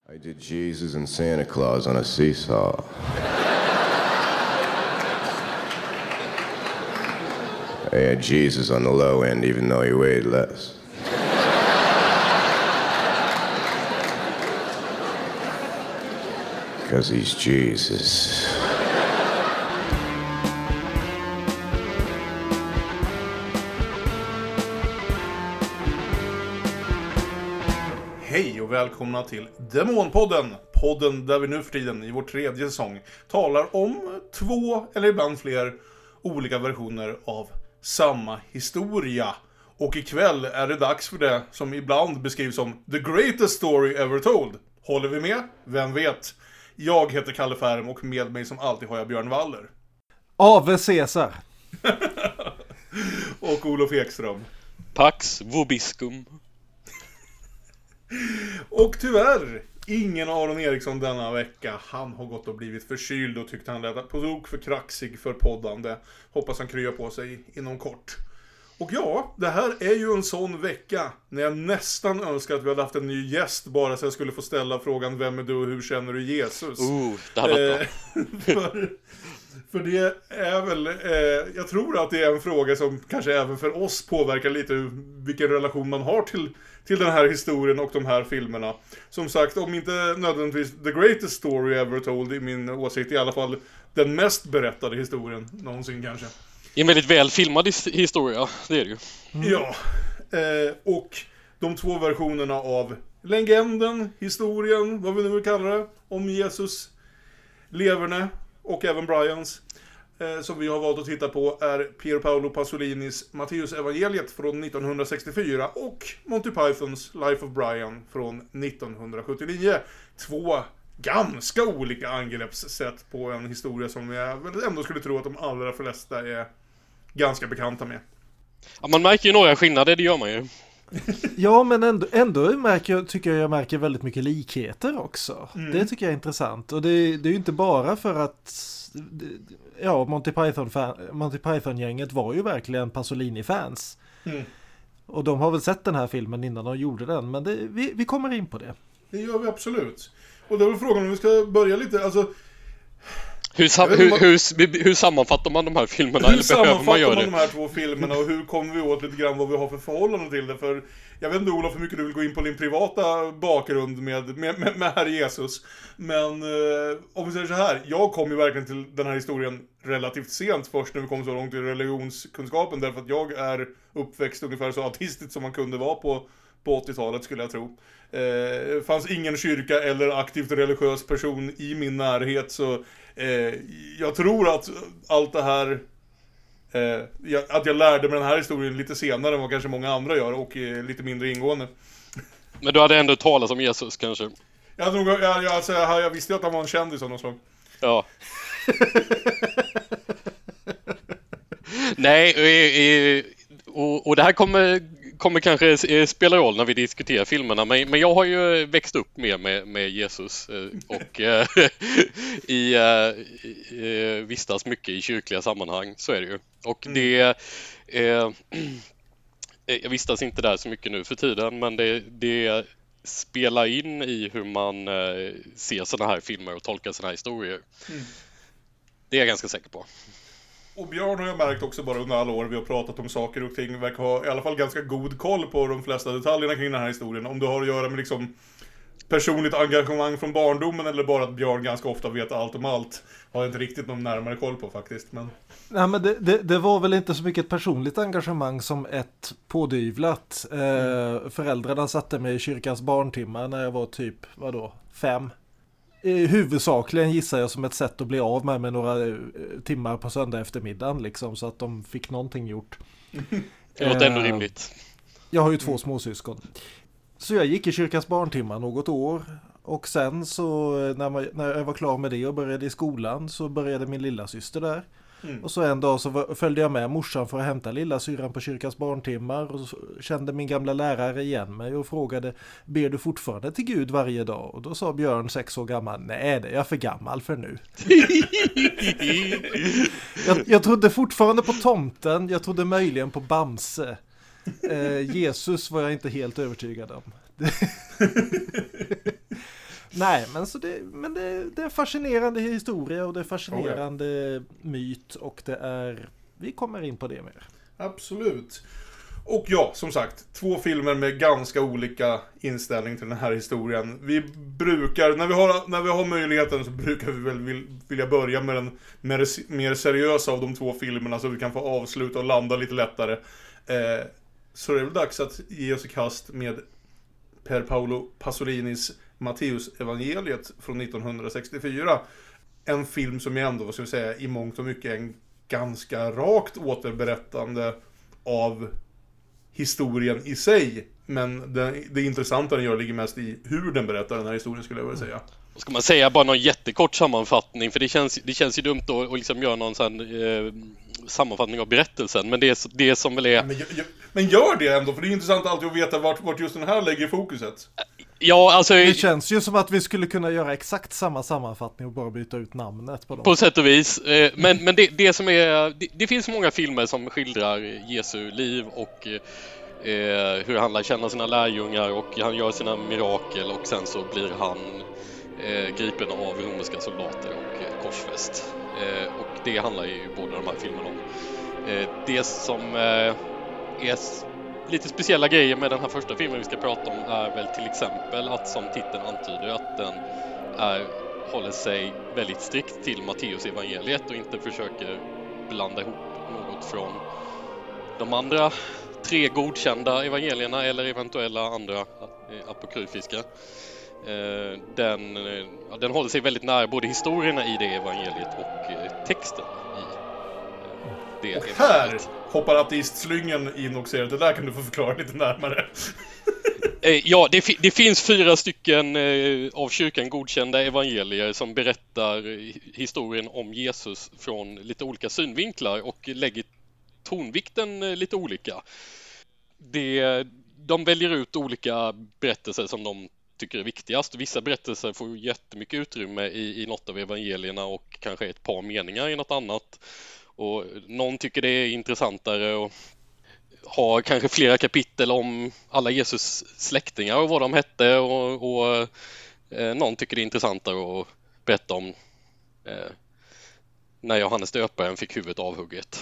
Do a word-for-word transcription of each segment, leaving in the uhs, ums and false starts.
I did Jesus and Santa Claus on a seesaw. I had Jesus on the low end even though he weighed less. Because he's Jesus. Hej och välkomna till Demonpodden, podden där vi nu för tiden i vår tredje säsong talar om två eller ibland fler olika versioner av samma historia. Och ikväll är det dags för det som ibland beskrivs som the greatest story ever told. Håller vi med? Vem vet? Jag heter Kalle Färm och med mig som alltid har jag Björn Waller. Ave Caesar. Och Olof Ekström. Pax vobiscum. Och tyvärr, ingen Aron Eriksson denna vecka. Han har gått och blivit förkyld och tyckte han lät på tok för kraxig för poddande. Hoppas han kryar på sig inom kort. Och ja, det här är ju en sån vecka när jag nästan önskar att vi hade haft en ny gäst bara så jag skulle få ställa frågan: vem är du och hur känner du Jesus? Oh, det hade varit bra. för, för det är väl, eh, jag tror att det är en fråga som kanske även för oss påverkar lite hur, vilken relation man har till, till den här historien och de här filmerna. Som sagt, om inte nödvändigtvis the greatest story ever told i min åsikt, i alla fall den mest berättade historien någonsin kanske. En väldigt väl filmad historia, det är det ju. Mm. Ja, eh, och de två versionerna av legenden, historien, vad vi nu vill kalla det, om Jesus leverne och även Brians, eh, som vi har valt att titta på, är Pier Paolo Pasolinis Matteus evangeliet från nittonhundrasextiofyra och Monty Pythons Life of Brian från nittonhundrasjuttionio. Två ganska olika angreppssätt på en historia som jag väl ändå skulle tro att de allra flesta är ganska bekanta med. Ja, man märker ju några skillnader, det gör man ju. Ja, men ändå, ändå märker jag, tycker jag jag märker väldigt mycket likheter också. Mm. Det tycker jag är intressant. Och det, det är ju inte bara för att ja, Monty Python Monty Python-gänget var ju verkligen Pasolini-fans. Mm. Och de har väl sett den här filmen innan de gjorde den. Men det, vi, vi kommer in på det. Det gör vi absolut. Och då är frågan om vi ska börja lite, alltså... Hur, sam- hur, man... hur, hur sammanfattar man de här filmerna? Hur eller sammanfattar man, man, man de här två filmerna och hur kommer vi åt lite grann vad vi har för förhållande till det? För jag vet inte, Olof, hur mycket du vill gå in på din privata bakgrund med, med, med, med Herre Jesus. Men eh, om vi säger så här, jag kom ju verkligen till den här historien relativt sent först när vi kom så långt i religionskunskapen. Därför att jag är uppväxt ungefär så ateistiskt som man kunde vara på, på åttiotalet skulle jag tro. Det eh, fanns ingen kyrka eller aktivt religiös person i min närhet, så eh, jag tror att allt det här eh, jag, att jag lärde mig den här historien lite senare än vad kanske många andra gör och eh, lite mindre ingående. Men du hade ändå talat om Jesus kanske? Jag, tror, jag, jag, alltså, jag, jag visste ju att han var en kändis av något slag. Ja. Nej, och, och det här kommer kommer kanske spela roll när vi diskuterar filmerna, men, men jag har ju växt upp med, med, med Jesus och äh, i, äh, vistas mycket i kyrkliga sammanhang, så är det ju. Och mm. det äh, jag vistas inte där så mycket nu för tiden, men det, det spelar in i hur man äh, ser sådana här filmer och tolkar sådana här historier. Mm. Det är jag ganska säker på. Och Björn har jag märkt också bara under alla år vi har pratat om saker och ting, verkar ha i alla fall ganska god koll på de flesta detaljerna kring den här historien. Om du har att göra med liksom personligt engagemang från barndomen eller bara att Björn ganska ofta vet allt om allt, har jag inte riktigt någon närmare koll på faktiskt. Men... Nej, men det, det, det var väl inte så mycket ett personligt engagemang som ett pådyvlat. Eh, mm. Föräldrarna satte mig i kyrkans barntimmar när jag var typ, vadå, fem. Huvudsakligen gissar jag som ett sätt att bli av med med några timmar på söndag eftermiddagen liksom, så att de fick någonting gjort. Det låter ändå rimligt. Jag har ju två småsyskon. Så jag gick i kyrkans barntimmar något år, och sen så när, man, när jag var klar med det och började i skolan så började min lilla syster där. Mm. Och så en dag så var, följde jag med morsan för att hämta lilla syran på kyrkans barntimmar, och så kände min gamla lärare igen mig och frågade: ber du fortfarande till Gud varje dag? Och då sa Björn, sex år gammal: nej, det är jag för gammal för nu. jag, jag trodde fortfarande på tomten, jag trodde möjligen på Bamse. Eh, Jesus var jag inte helt övertygad om. Nej, men, så det, men det, det är en fascinerande historia och det är fascinerande oh, ja. myt och det är, vi kommer in på det mer. Absolut. Och ja, som sagt, två filmer med ganska olika inställning till den här historien. Vi brukar, när vi har, när vi har möjligheten så brukar vi väl vill, vilja börja med den mer, mer seriösa av de två filmerna så vi kan få avsluta och landa lite lättare. Eh, så det är väl dags att ge oss i kast med Per Paolo Pasolinis Matteusevangeliet från nittonhundrasextiofyra. En film som jag ändå, vad ska vi säga, i mångt och mycket är en ganska rakt återberättande av historien i sig. Men det, det intressanta den gör ligger mest i hur den berättar den här historien, skulle jag vilja säga. Och ska man säga bara någon jättekort sammanfattning, för det känns, det känns ju dumt att, att liksom göra någon sån, eh, sammanfattning av berättelsen, men det är det som väl är... Ja, men, gör, men gör det ändå, för det är intressant alltid att veta vart, vart just den här lägger fokuset. Ja, alltså... Det känns ju som att vi skulle kunna göra exakt samma sammanfattning och bara byta ut namnet på dem. På sätt och vis. Men, men det, det som är... Det, det finns många filmer som skildrar Jesu liv och eh, hur han lär känna sina lärjungar och han gör sina mirakel och sen så blir han eh, gripen av romerska soldater och eh, korsfäst. Eh, och det handlar ju båda de här filmerna om. Eh, det som eh, är... lite speciella grejer med den här första filmen vi ska prata om är väl till exempel att, som titeln antyder, att den är, håller sig väldigt strikt till Matteus evangeliet och inte försöker blanda ihop något från de andra tre godkända evangelierna eller eventuella andra apokryfiska. Den, den håller sig väldigt nära både historierna i det evangeliet och texten i det och här hoppar ateistslyngen in och säger att det där kan du få förklara lite närmare. Ja, det, det finns fyra stycken av kyrkan godkända evangelier som berättar historien om Jesus från lite olika synvinklar och lägger tonvikten lite olika. Det, de väljer ut olika berättelser som de tycker är viktigast. Vissa berättelser får jättemycket utrymme i, i något av evangelierna och kanske ett par meningar i något annat. Och någon tycker det är intressantare att ha kanske flera kapitel om alla Jesus släktingar och vad de hette och, och eh, någon tycker det är intressantare att berätta om eh, när Johannes döparen fick huvudet avhugget.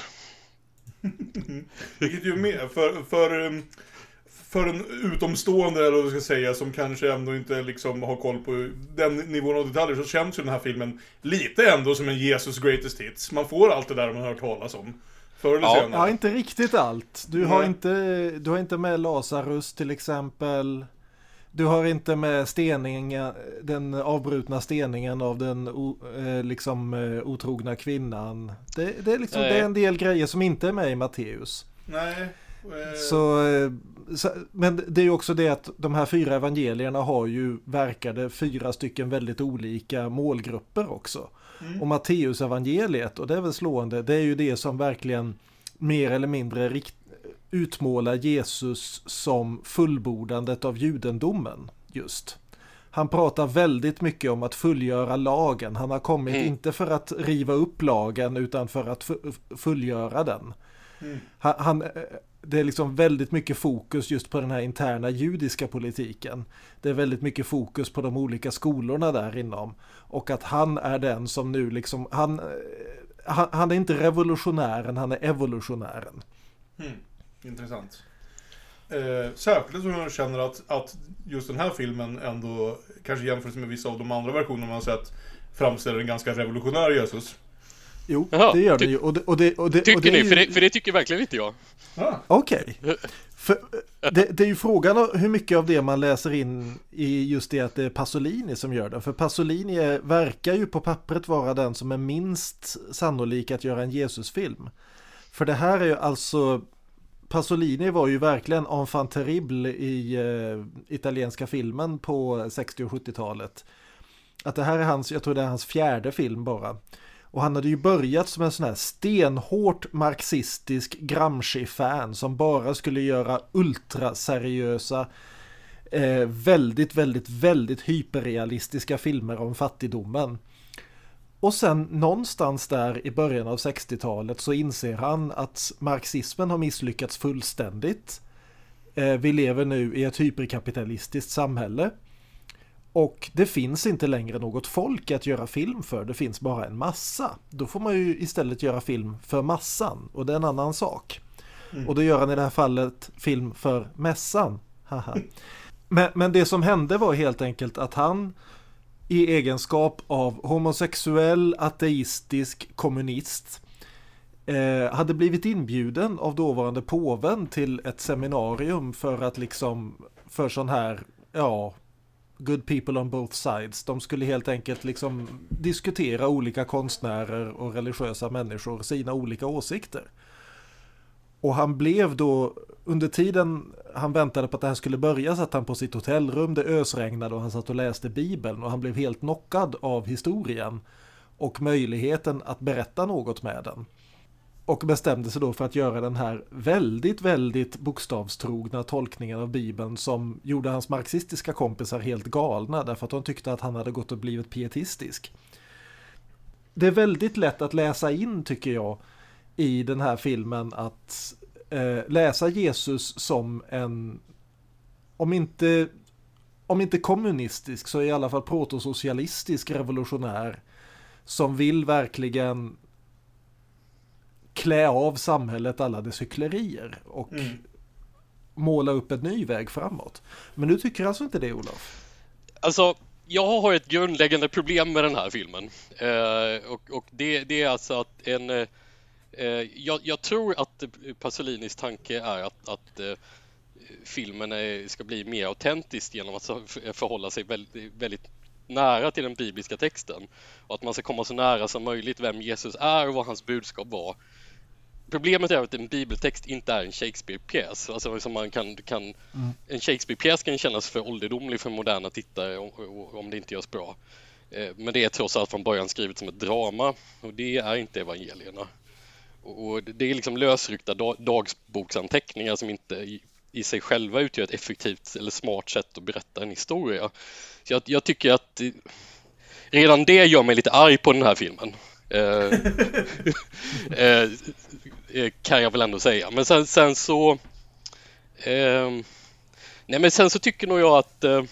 Vilket ju med för, för, för en utomstående, eller vad ska säga, som kanske ändå inte liksom har koll på den nivån av detaljer, så känns ju den här filmen lite ändå som en Jesus greatest hits. Man får allt det där man har hört talas om. Förr eller ja, senare. ja, inte riktigt allt. Du har inte, du har inte med Lazarus till exempel. Du har inte med steningen, den avbrutna steningen av den o, eh, liksom eh, otrogna kvinnan. Det, det, är liksom, det är en del grejer som inte är med i Matteus. Nej. Eh. Så, så, men det är ju också det att de här fyra evangelierna har ju verkade fyra stycken väldigt olika målgrupper också. Mm. Och Matteus evangeliet, och det är väl slående, det är ju det som verkligen mer eller mindre rikt, utmålar Jesus som fullbordandet av judendomen just. Han pratar väldigt mycket om att fullgöra lagen. Han har kommit mm. inte för att riva upp lagen utan för att fullgöra den. Mm. Han, han, det är liksom väldigt mycket fokus just på den här interna judiska politiken. Det är väldigt mycket fokus på de olika skolorna där inom. Och att han är den som nu liksom, han, han, han är inte revolutionären, han är evolutionären. Mm. Intressant. Eh, särskilt som jag känner att, att just den här filmen ändå, kanske jämfört med vissa av de andra versionerna man har sett, framställer en ganska revolutionär Jesus. Jo, Jaha, det gör det ju. Och det, och det, och det, tycker och det ni? ju... För, det, för det tycker verkligen inte jag. Ah. Okej. Okay. För det, det är ju frågan om hur mycket av det man läser in i just det att det är Pasolini som gör det. För Pasolini är, verkar ju på pappret vara den som är minst sannolik att göra en Jesusfilm. För det här är ju alltså... Pasolini var ju verkligen enfant terrible i uh, italienska filmen på sextio- och sjuttiotalet. Att det här är hans, jag tror det är hans fjärde film bara. Och han hade ju börjat som en sån här stenhårt marxistisk Gramsci-fan som bara skulle göra ultraseriösa, eh, väldigt, väldigt, väldigt hyperrealistiska filmer om fattigdomen. Och sen någonstans där i början av sextiotalet så inser han att marxismen har misslyckats fullständigt. Eh, vi lever nu i ett hyperkapitalistiskt samhälle. Och det finns inte längre något folk att göra film för, det finns bara en massa. Då får man ju istället göra film för massan, och det är en annan sak. Mm. Och då gör han i det här fallet film för mässan. Haha. men, men det som hände var helt enkelt att han i egenskap av homosexuell, ateistisk kommunist eh, hade blivit inbjuden av dåvarande påven till ett seminarium för att liksom, för sån här, ja, good people on both sides. De skulle helt enkelt liksom diskutera olika konstnärer och religiösa människor, sina olika åsikter. Och han blev då, under tiden han väntade på att det här skulle börja, satt han på sitt hotellrum, det ösregnade och han satt och läste Bibeln, och han blev helt knockad av historien och möjligheten att berätta något med den. Och bestämde sig då för att göra den här väldigt, väldigt bokstavstrogna tolkningen av Bibeln som gjorde hans marxistiska kompisar helt galna, därför att de tyckte att han hade gått och blivit pietistisk. Det är väldigt lätt att läsa in, tycker jag, i den här filmen att eh, läsa Jesus som en, om inte, om inte kommunistisk så i alla fall protosocialistisk revolutionär som vill verkligen klä av samhället alla dess hycklerier och mm. måla upp en ny väg framåt. Men du tycker alltså inte det, Olof? Alltså, jag har ett grundläggande problem med den här filmen. Eh, och och det, det är alltså att en... Eh, jag, jag tror att Pasolinis tanke är att, att eh, filmen är, ska bli mer autentisk genom att förhålla sig väldigt, väldigt nära till den bibliska texten. Och att man ska komma så nära som möjligt vem Jesus är och vad hans budskap var. Problemet är att en bibeltext inte är en Shakespeare-pjäs. Alltså som man kan, kan, mm. En Shakespeare-pjäs kan kännas för ålderdomlig för moderna tittare om det inte görs bra. Men det är trots allt från början skrivet som ett drama, och det är inte evangelierna. Och det är liksom lösryckta dagsboksanteckningar som inte i, i sig själva utgör ett effektivt eller smart sätt att berätta en historia. Så jag, jag tycker att redan det gör mig lite arg på den här filmen. eh, eh, kan jag väl ändå säga. Men sen, sen så eh, nej men sen så tycker nog jag att eh,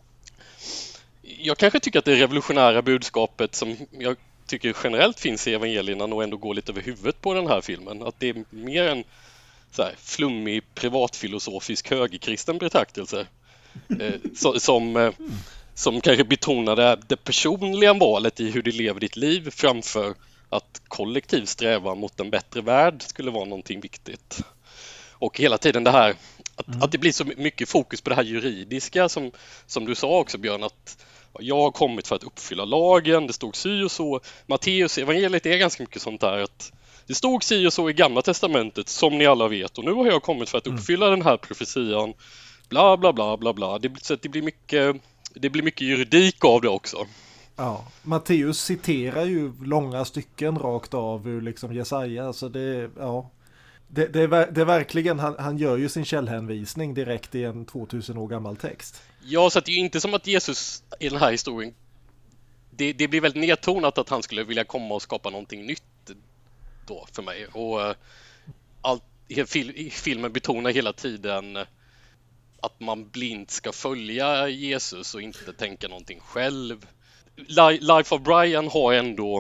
jag kanske tycker att det revolutionära budskapet som jag tycker generellt finns i evangelierna nog ändå går lite över huvudet på den här filmen. Att det är mer en så här flummig privatfilosofisk högerkristen betraktelse eh, so, som eh, som kanske betonade det personliga valet i hur du lever ditt liv framför att kollektiv strävan mot en bättre värld skulle vara någonting viktigt. Och hela tiden det här att, mm. att det blir så mycket fokus på det här juridiska som, som du sa också, Björn, att jag har kommit för att uppfylla lagen, det stod sy och så. Matteus evangeliet är ganska mycket sånt där att det stod sy och så i Gamla testamentet som ni alla vet, och nu har jag kommit för att uppfylla mm. den här profetian, bla bla bla bla bla. Det, så att det blir mycket Det blir mycket juridik av det också. Ja, Matteus citerar ju långa stycken rakt av ur liksom Jesaja, så det, ja, det, det, är, det är verkligen, han, han gör ju sin källhänvisning direkt i en tvåtusen år gammal text. Ja, så att det är ju inte som att Jesus i den här historien, det, det blir väldigt nedtonat att han skulle vilja komma och skapa någonting nytt då för mig. Och allt, filmen betonar hela tiden att man blint ska följa Jesus och inte tänka någonting själv. Life of Brian har ändå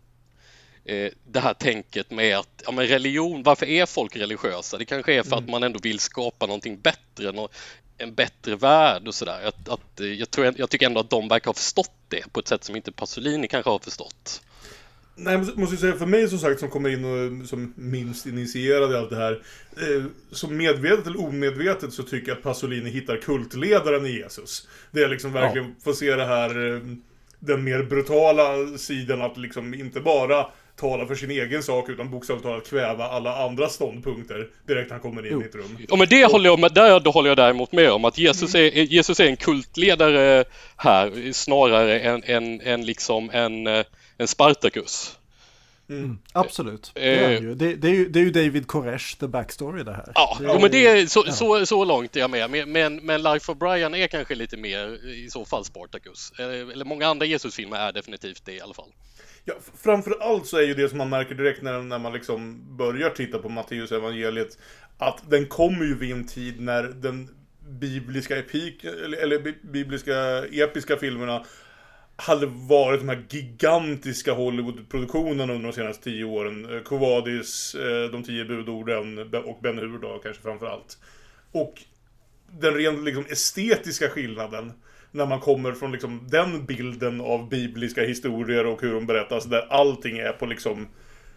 eh, det här tänket med att ja, men religion, varför är folk religiösa? Det kanske är för mm. att man ändå vill skapa någonting bättre, nå, en bättre värld och sådär. Att, att, jag, tror, jag tycker ändå att de verkar ha förstått det på ett sätt som inte Pasolini kanske har förstått. Nej, måste jag säga, för mig som sagt som kommer in och som minst initierad i allt det här, eh, som medvetet eller omedvetet så tycker jag att Pasolini hittar kultledaren i Jesus. Det är liksom verkligen ja. Får se det här, eh, den mer brutala sidan, att liksom inte bara tala för sin egen sak utan bokstavligt talat kväva alla andra ståndpunkter direkt han kommer in jo. i ett rum. Ja, men det och, håller jag med, där då håller jag däremot med om att Jesus är, Jesus är en kultledare här snarare än, än, än liksom en en Spartacus. Mm, absolut. Det är, ju. Det, det, är ju, det är ju David Koresh, the backstory det här. Ja, det är, men det är så, ja. så, så långt är jag med. Men, men Life of Brian är kanske lite mer i så fall Spartacus. Eller många andra Jesus-filmer är definitivt det i alla fall. Ja, framförallt så är ju det som man märker direkt när, när man liksom börjar titta på Matteus evangeliet, att den kommer ju vid en tid när den bibliska epik, eller, eller bibliska episka filmerna hade varit de här gigantiska Hollywood-produktionerna under de senaste tio åren. Quo Vadis, De tio budorden och Ben Hur då kanske framförallt. Och den rent liksom estetiska skillnaden när man kommer från liksom den bilden av bibliska historier och hur de berättas, där allting är på liksom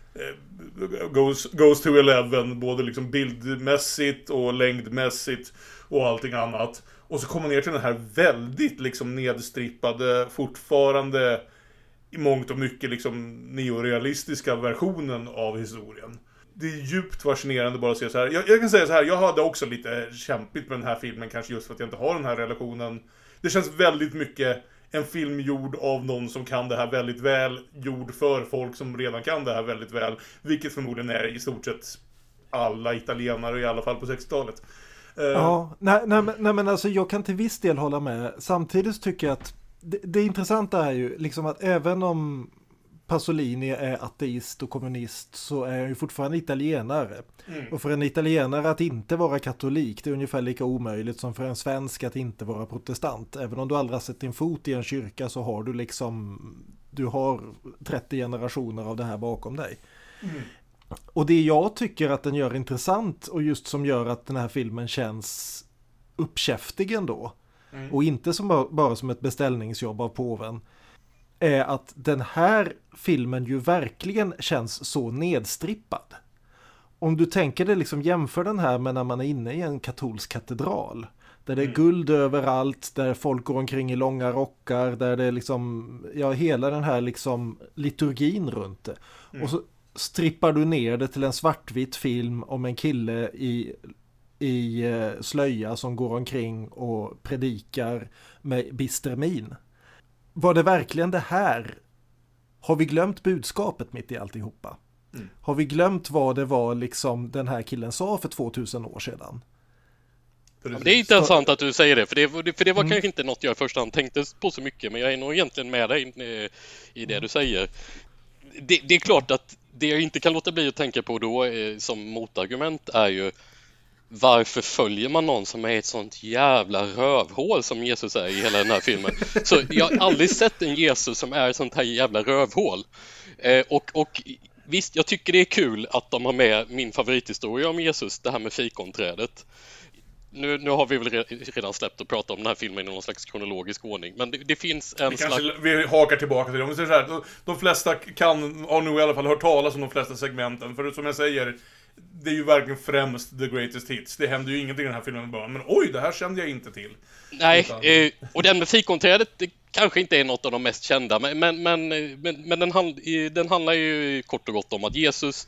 eh, goes, goes to eleven, både liksom bildmässigt och längdmässigt och allting annat. Och så kommer man ner till den här väldigt liksom nedstrippade, fortfarande i mångt och mycket liksom neorealistiska versionen av historien. Det är djupt fascinerande bara att se så här. Jag, jag kan säga så här, jag hade också lite kämpigt med den här filmen, kanske just för att jag inte har den här relationen. Det känns väldigt mycket en film gjord av någon som kan det här väldigt väl, gjord för folk som redan kan det här väldigt väl, vilket förmodligen är i stort sett alla italienare, i alla fall på sextiotalet. Ja, nej, nej, nej men alltså jag kan till viss del hålla med. Samtidigt tycker jag att det, det intressanta är ju liksom att även om Pasolini är ateist och kommunist så är han ju fortfarande italienare. Mm. Och för en italienare att inte vara katolik, det är ungefär lika omöjligt som för en svensk att inte vara protestant. Även om du aldrig har sett din fot i en kyrka så har du liksom, du har trettio generationer av det här bakom dig. Mm. Och det jag tycker att den gör intressant och just som gör att den här filmen känns uppkäftig ändå mm. och inte som, bara som ett beställningsjobb av påven, är att den här filmen ju verkligen känns så nedstrippad. Om du tänker dig liksom, jämför den här med när man är inne i en katolsk katedral där det är guld överallt, där folk går omkring i långa rockar, där det är liksom, ja, hela den här liksom liturgin runt det. Mm. Och så strippar du ner det till en svartvit film om en kille i, i slöja som går omkring och predikar med bister min. Var det verkligen det här? Har vi glömt budskapet mitt i alltihopa? Mm. Har vi glömt vad det var liksom den här killen sa för tvåtusen år sedan? Ja, det är intressant att du säger det, för det, för det var mm. kanske inte något jag i första hand tänkte på så mycket, men jag är nog egentligen med dig i det du säger. Det, det är klart att det jag inte kan låta bli att tänka på då som motargument är ju, varför följer man någon som är ett sånt jävla rövhål som Jesus är i hela den här filmen? Så jag har aldrig sett en Jesus som är ett sånt här jävla rövhål. Eh, och, och visst, jag tycker det är kul att de har med min favorithistoria om Jesus, det här med fikonträdet. Nu, nu har vi väl redan släppt att prata om den här filmen i någon slags kronologisk ordning, men det, det finns en vi slags... Kanske, vi hakar tillbaka till det. Om vi säger så här, de, de flesta kan, har nog i alla fall hört talas om de flesta segmenten, för som jag säger, det är ju verkligen främst the greatest hits. Det händer ju ingenting i den här filmen bara, men oj, det här kände jag inte till. Nej, Utan... eh, och den med fikonträdet, det kanske inte är något av de mest kända, men, men, men, men, men den, hand, den handlar ju kort och gott om att Jesus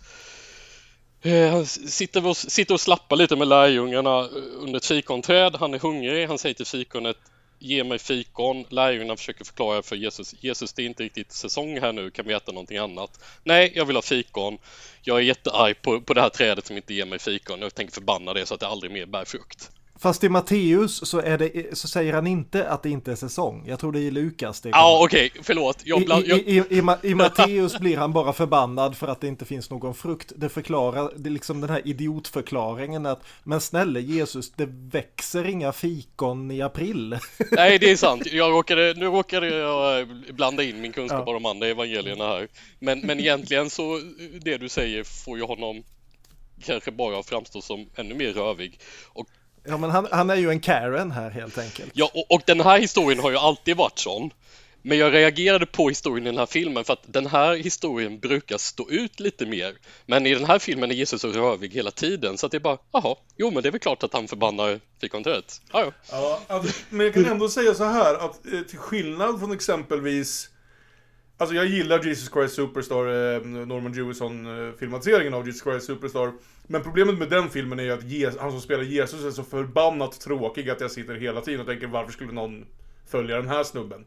eh, han sitter och, sitter och slappar lite med lärjungarna under ett fikonträd. Han är hungrig, han säger till fikonet, ge mig fikon. Lärjungarna försöker förklara för Jesus, Jesus, det är inte riktigt säsong här nu, kan vi äta någonting annat? Nej, jag vill ha fikon. Jag är jättearg på, på det här trädet som inte ger mig fikon. Jag tänker förbanna det så att det aldrig mer bär frukt. Fast i Matteus så, är det, så säger han inte att det inte är säsong. Jag tror det är i Lukas. Ja, ah, okej, okay, förlåt. Jag bland, jag... I, i, i, i, I Matteus blir han bara förbannad för att det inte finns någon frukt. Det förklarar, det är liksom den här idiotförklaringen att, men snälla Jesus, det växer inga fikon i april. Nej, det är sant. Jag råkade, nu råkade jag blanda in min kunskap ja. av de andra evangelierna här. Men, men egentligen så, det du säger får ju honom kanske bara framstå som ännu mer rövig. Och ja, men han, han är ju en Karen här helt enkelt. Ja, och, och den här historien har ju alltid varit sån. Men jag reagerade på historien i den här filmen för att den här historien brukar stå ut lite mer. Men i den här filmen är Jesus så rövig hela tiden så att det är bara, jaha, jo men det är väl klart att han förbannar fikonträdet. Ja, ja, alltså, men jag kan ändå säga så här att eh, till skillnad från exempelvis, alltså jag gillar Jesus Christ Superstar, eh, Norman Jewison-filmatiseringen av Jesus Christ Superstar. Men problemet med den filmen är ju att Jesus, han som spelar Jesus är så förbannat tråkig att jag sitter hela tiden och tänker, varför skulle någon följa den här snubben?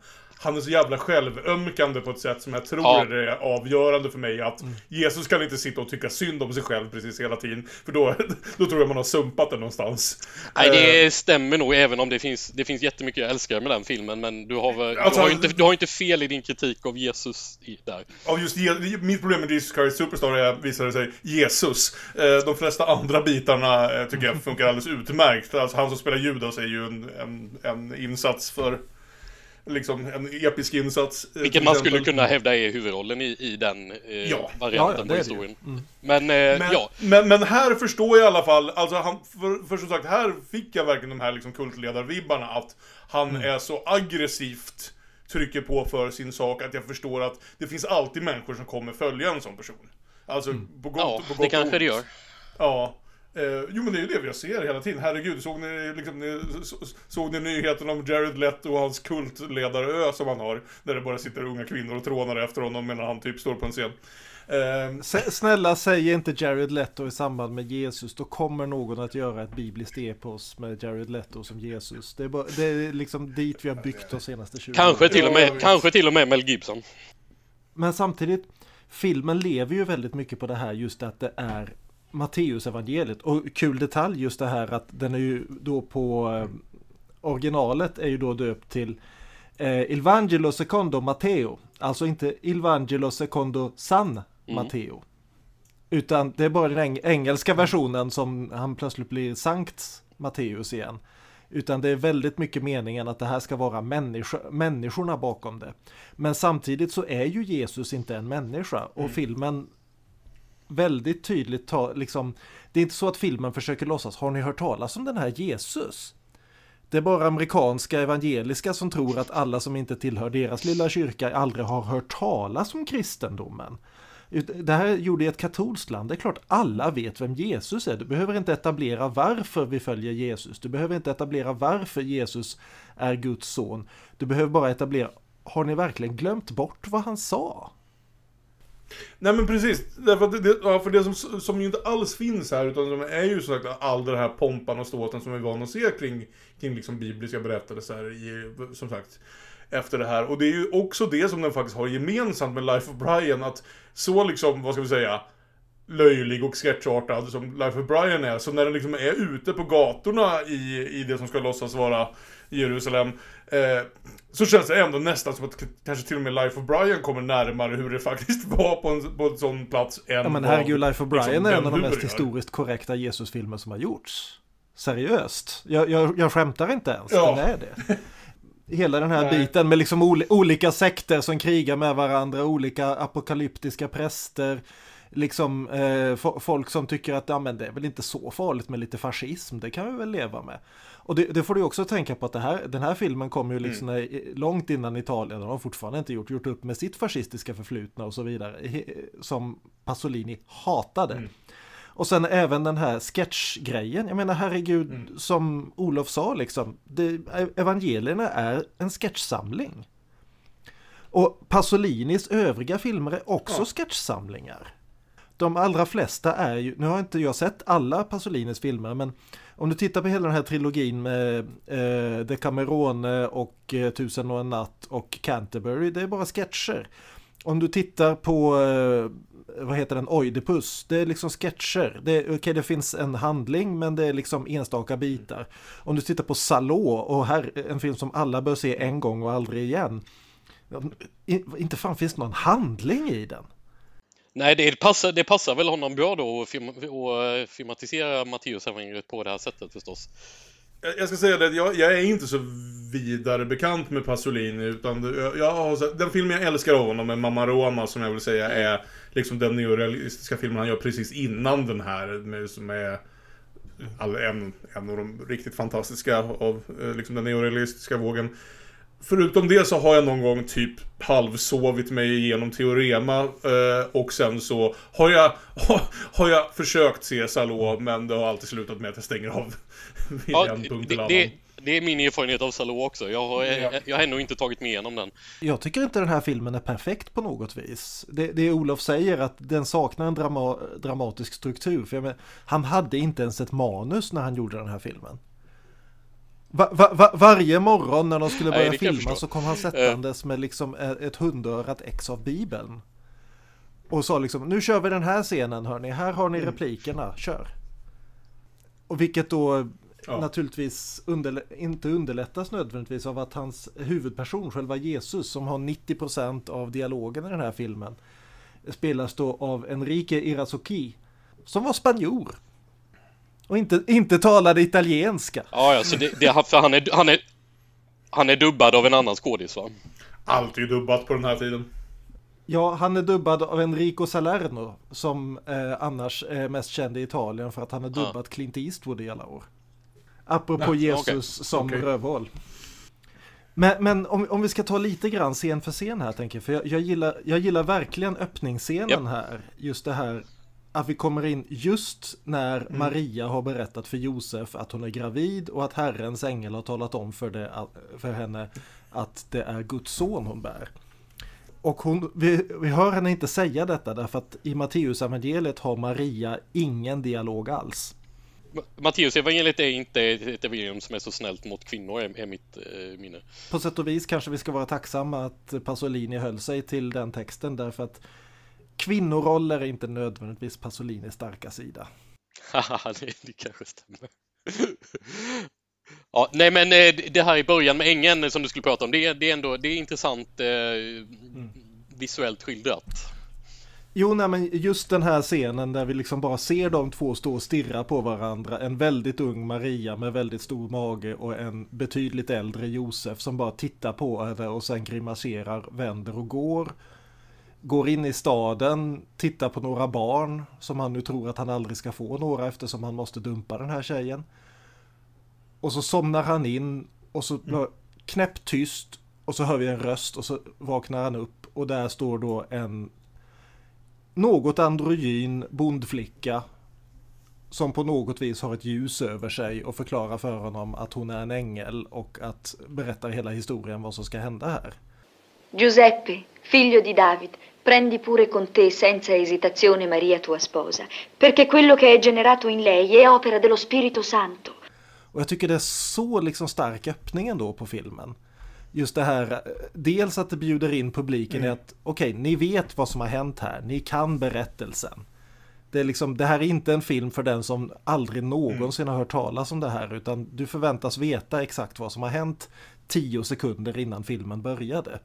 han är så jävla självömkande på ett sätt som jag tror Ja. är avgörande för mig. Att Jesus kan inte sitta och tycka synd om sig själv precis hela tiden. För då, då tror jag man har sumpat det någonstans. Nej, Eh, det stämmer nog, även om det finns, det finns jättemycket jag älskar med den filmen, men du har, väl- Alltså, du har, ju inte, du har ju inte fel i din kritik av Jesus i, där. Ja, just Je- mitt problem med Jesus Christ Superstar är, visade sig, Jesus. Eh, de flesta andra bitarna eh, tycker jag funkar alldeles utmärkt. Alltså han som spelar Judas är ju en, en, en insats för, liksom en episk insats. eh, Vilket till man skulle exempel. kunna hävda är huvudrollen i, i den eh, Ja. varianten Ja, ja, på det är det historien. ju. Mm. Men, eh, Men, ja, men, men här förstår jag i alla fall, alltså han, för, för som sagt, här fick jag verkligen de här liksom kultledarvibbarna, att han Mm. är så aggressivt trycker på för sin sak, att jag förstår att det finns alltid människor som kommer följa en sån person. Alltså på gott, ja på gott det och kanske ont. det gör. Ja. Eh, jo men det är ju det vi ser hela tiden. Herregud, såg ni, liksom, ni, så, såg ni nyheten om Jared Leto och hans kultledarö som han har? Där det bara sitter unga kvinnor och trånar efter honom medan han typ står på en scen. Eh, S- Snälla, säg inte Jared Leto i samband med Jesus. Då kommer någon att göra ett bibliskt epos med Jared Leto som Jesus. Det är, bara, det är liksom dit vi har byggt de senaste tjugo Kanske åren. till, och Ja, jag med, vet. kanske till och med Mel Gibson. Men samtidigt, filmen lever ju väldigt mycket på det här, just att det är Matteus evangeliet. Och kul detalj just det här att den är ju då på eh, originalet är ju då döpt till eh, Il Vangelo secondo Matteo. Alltså inte Il Vangelo secondo San Matteo. Utan det är bara den eng- engelska versionen som han plötsligt blir Sankt Matteus igen. Utan det är väldigt mycket meningen att det här ska vara människo- människorna bakom det. Men samtidigt så är ju Jesus inte en människa. Och filmen väldigt tydligt tar, liksom, det är inte så att filmen försöker låtsas, har ni hört talas om den här Jesus? Det är bara amerikanska evangeliska som tror att alla som inte tillhör deras lilla kyrka aldrig har hört talas om kristendomen. Det här gjorde i ett katolskt land. Det är klart alla vet vem Jesus är. Du behöver inte etablera varför vi följer Jesus. Du behöver inte etablera varför Jesus är Guds son. Du behöver bara etablera, har ni verkligen glömt bort vad han sa? Nej men precis, därför att det, det, ja, för det som, som ju inte alls finns här, utan som är ju så sagt all den här pompan och ståten som vi är vana att se kring, kring liksom bibliska berättelser i, som sagt, efter det här. Och det är ju också det som den faktiskt har gemensamt med Life of Brian, att så liksom, vad ska vi säga, löjlig och sketchartad som Life of Brian är, så när den liksom är ute på gatorna i, i det som ska låtsas vara Jerusalem, eh, så känns det ändå nästan som att k- kanske till och med Life of Brian kommer närmare hur det faktiskt var på en, på en sån plats än Ja men vad, herregud, Life of Brian liksom, är en Ben av de mest Hur gör. historiskt korrekta Jesusfilmer som har gjorts. Seriöst. Jag, jag, jag skämtar inte ens, Ja. den är det. Hela den här Nej. biten med liksom ol- olika sekter som krigar med varandra, olika apokalyptiska präster, liksom eh, f- folk som tycker att ja, men det är väl inte så farligt med lite fascism, det kan vi väl leva med. Och det, det får du också tänka på att det här, den här filmen kom ju liksom mm. långt innan Italien, och de har fortfarande inte gjort, gjort upp med sitt fascistiska förflutna och så vidare, he, som Pasolini hatade. Mm. Och sen även den här sketchgrejen, jag menar herregud, mm. som Olof sa liksom, det, evangelierna är en sketchsamling. Och Pasolinis övriga filmer är också ja. sketchsamlingar. De allra flesta är ju, nu har inte jag sett alla Pasolinis filmer, men om du tittar på hela den här trilogin med eh, Decamerone och eh, Tusen och en natt och Canterbury, det är bara sketcher. Om du tittar på eh, vad heter den, Oidipus, det är liksom sketcher. Det, är, okay, det finns en handling, men det är liksom enstaka bitar. Om du tittar på Salå, och här en film som alla bör se en gång och aldrig igen. Inte fan finns det någon handling i den. Nej, det passar, det passar väl honom bra då att film, och filmatisera Matteus evangeliet på det här sättet förstås. Jag ska säga det, jag, jag är inte så vidare bekant med Pasolini, utan jag, jag har, den filmen jag älskar av honom är Mamma Roma, som jag vill säga är liksom den neorealistiska filmen han gör precis innan den här, med, som är all, en, en av de riktigt fantastiska av liksom den neorealistiska vågen. Förutom det så har jag någon gång typ halvsovit mig igenom Teorema, eh, och sen så har jag, har, har jag försökt se Salå, men det har alltid slutat med att jag stänger av vid ja, en punkt det, eller det, annan. det är min erfarenhet av Salå också. Jag har, Ja. jag, jag har ännu inte tagit mig igenom den. Jag tycker inte den här filmen är perfekt på något vis. Det, det Olof säger att den saknar en drama, dramatisk struktur. För jag men, han hade inte ens ett manus när han gjorde den här filmen. Va, va, va, varje morgon när de skulle börja Nej, filma så kom han sättandes med liksom ett hundörat ex av Bibeln. Och sa liksom, nu kör vi den här scenen hörni, här har ni replikerna, kör. Och vilket då ja. naturligtvis underlä- inte underlättas nödvändigtvis av att hans huvudperson, själva Jesus, som har nittio procent av dialogen i den här filmen, spelas då av Enrique Irazoki, som var spanjor. Och inte, inte talade italienska. Ja, alltså det, det, för han, är, han, är, han är dubbad av en annan skådis, va? Alltid dubbat på den här tiden. Ja, han är dubbad av Enrico Salerno, som eh, annars är mest känd i Italien för att han har dubbat ah. Clint Eastwood i alla år. Apropå Nej, Jesus okay. som okay. rövhål. Men, men om, om vi ska ta lite grann scen för scen här, tänker jag. För jag, jag, gillar, jag gillar verkligen öppningsscenen yep. här. Just det här att vi kommer in just när mm. Maria har berättat för Josef att hon är gravid och att Herrens ängel har talat om för, det, för henne att det är Guds son hon bär. Och hon, vi, vi hör henne inte säga detta därför att i Matteus evangeliet har Maria ingen dialog alls. Matteus evangeliet är inte ett evangelium som är så snällt mot kvinnor, är, är mitt eh, minne. På sätt och vis kanske vi ska vara tacksamma att Pasolini höll sig till den texten därför att kvinnoroller är inte nödvändigtvis Pasolinis starka sida. Haha, det, det kanske stämmer. Ja, nej men det här i början med ängeln som du skulle prata om, det är, det är ändå det är intressant eh, mm. visuellt skildrat. Jo, nej, men just den här scenen där vi liksom bara ser de två stå och stirra på varandra. En väldigt ung Maria med väldigt stor mage och en betydligt äldre Josef som bara tittar på henne och sen grimaserar, vänder och går. Går in i staden, tittar på några barn som han nu tror att han aldrig ska få några eftersom han måste dumpa den här tjejen. Och så somnar han in och så mm. knäppt tyst och så hör vi en röst och så vaknar han upp och där står då en något androgyn bondflicka som på något vis har ett ljus över sig och förklarar för honom att hon är en ängel och att berättar hela historien vad som ska hända här. Giuseppe, figlio di David, prendi pure con te senza esitazione Maria tua sposa, perché quello che è generato in lei è opera dello Spirito Santo. Och jag tycker det är så liksom stark öppning ändå på filmen. Just det här, dels att det bjuder in publiken mm. i att okej, okay, ni vet vad som har hänt här. Ni kan berättelsen. Det är liksom, det här är inte en film för den som aldrig någonsin mm. har hört talas om det här. Utan du förväntas veta exakt vad som har hänt tio sekunder innan filmen började.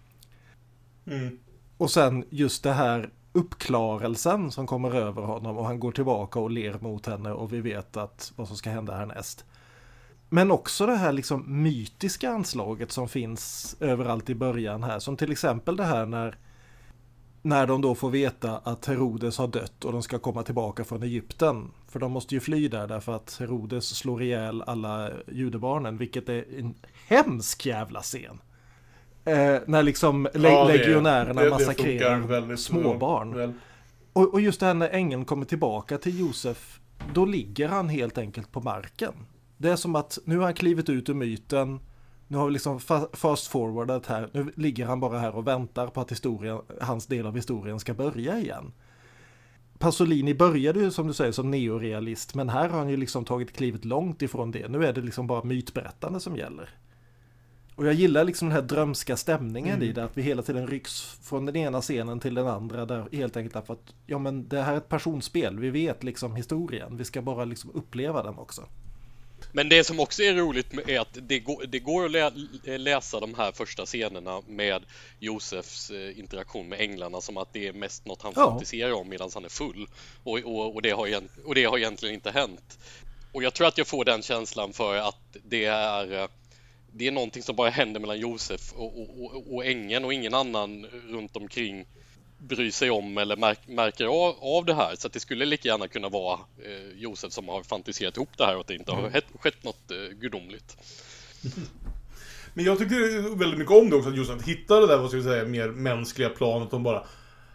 Mm. Och sen just det här uppklarelsen som kommer över honom och han går tillbaka och ler mot henne och vi vet att vad som ska hända härnäst. Men också det här liksom mytiska anslaget som finns överallt i början här. Som till exempel det här när, när de då får veta att Herodes har dött och de ska komma tillbaka från Egypten. För de måste ju fly där därför att Herodes slår ihjäl alla judebarnen. Vilket är en hemsk jävla scen. Eh, när liksom le- ja, legionärerna det, massakrerar småbarn. Och, och just det här när ängeln kommer tillbaka till Josef, då ligger han helt enkelt på marken. Det är som att nu har han klivit ut ur myten, nu har vi liksom fa- fast forwardat här, nu ligger han bara här och väntar på att historien, hans del av historien ska börja igen. Pasolini började ju som du säger som neorealist, men här har han ju liksom tagit klivet långt ifrån det. Nu är det liksom bara mytberättande som gäller. Och jag gillar liksom den här drömska stämningen mm. i det, att vi hela tiden rycks från den ena scenen till den andra där helt enkelt för att ja men det här är ett personspel, vi vet liksom historien, vi ska bara liksom uppleva den också. Men det som också är roligt är att det går, det går att lä, läsa de här första scenerna med Josefs interaktion med änglarna som att det är mest något han ja. fantiserar om medan han är full. Och, och, och, det har, och det har egentligen inte hänt. Och jag tror att jag får den känslan för att det är, det är någonting som bara händer mellan Josef och, och, och, och ängeln och ingen annan runt omkring bryr sig om eller märk, märker av, av det här. Så att det skulle lika gärna kunna vara eh, Josef som har fantiserat ihop det här och att det inte har skett, skett något eh, gudomligt. Men jag tycker väldigt mycket om det också, att Josef hittade det där, vad ska vi säga, mer mänskliga planet om bara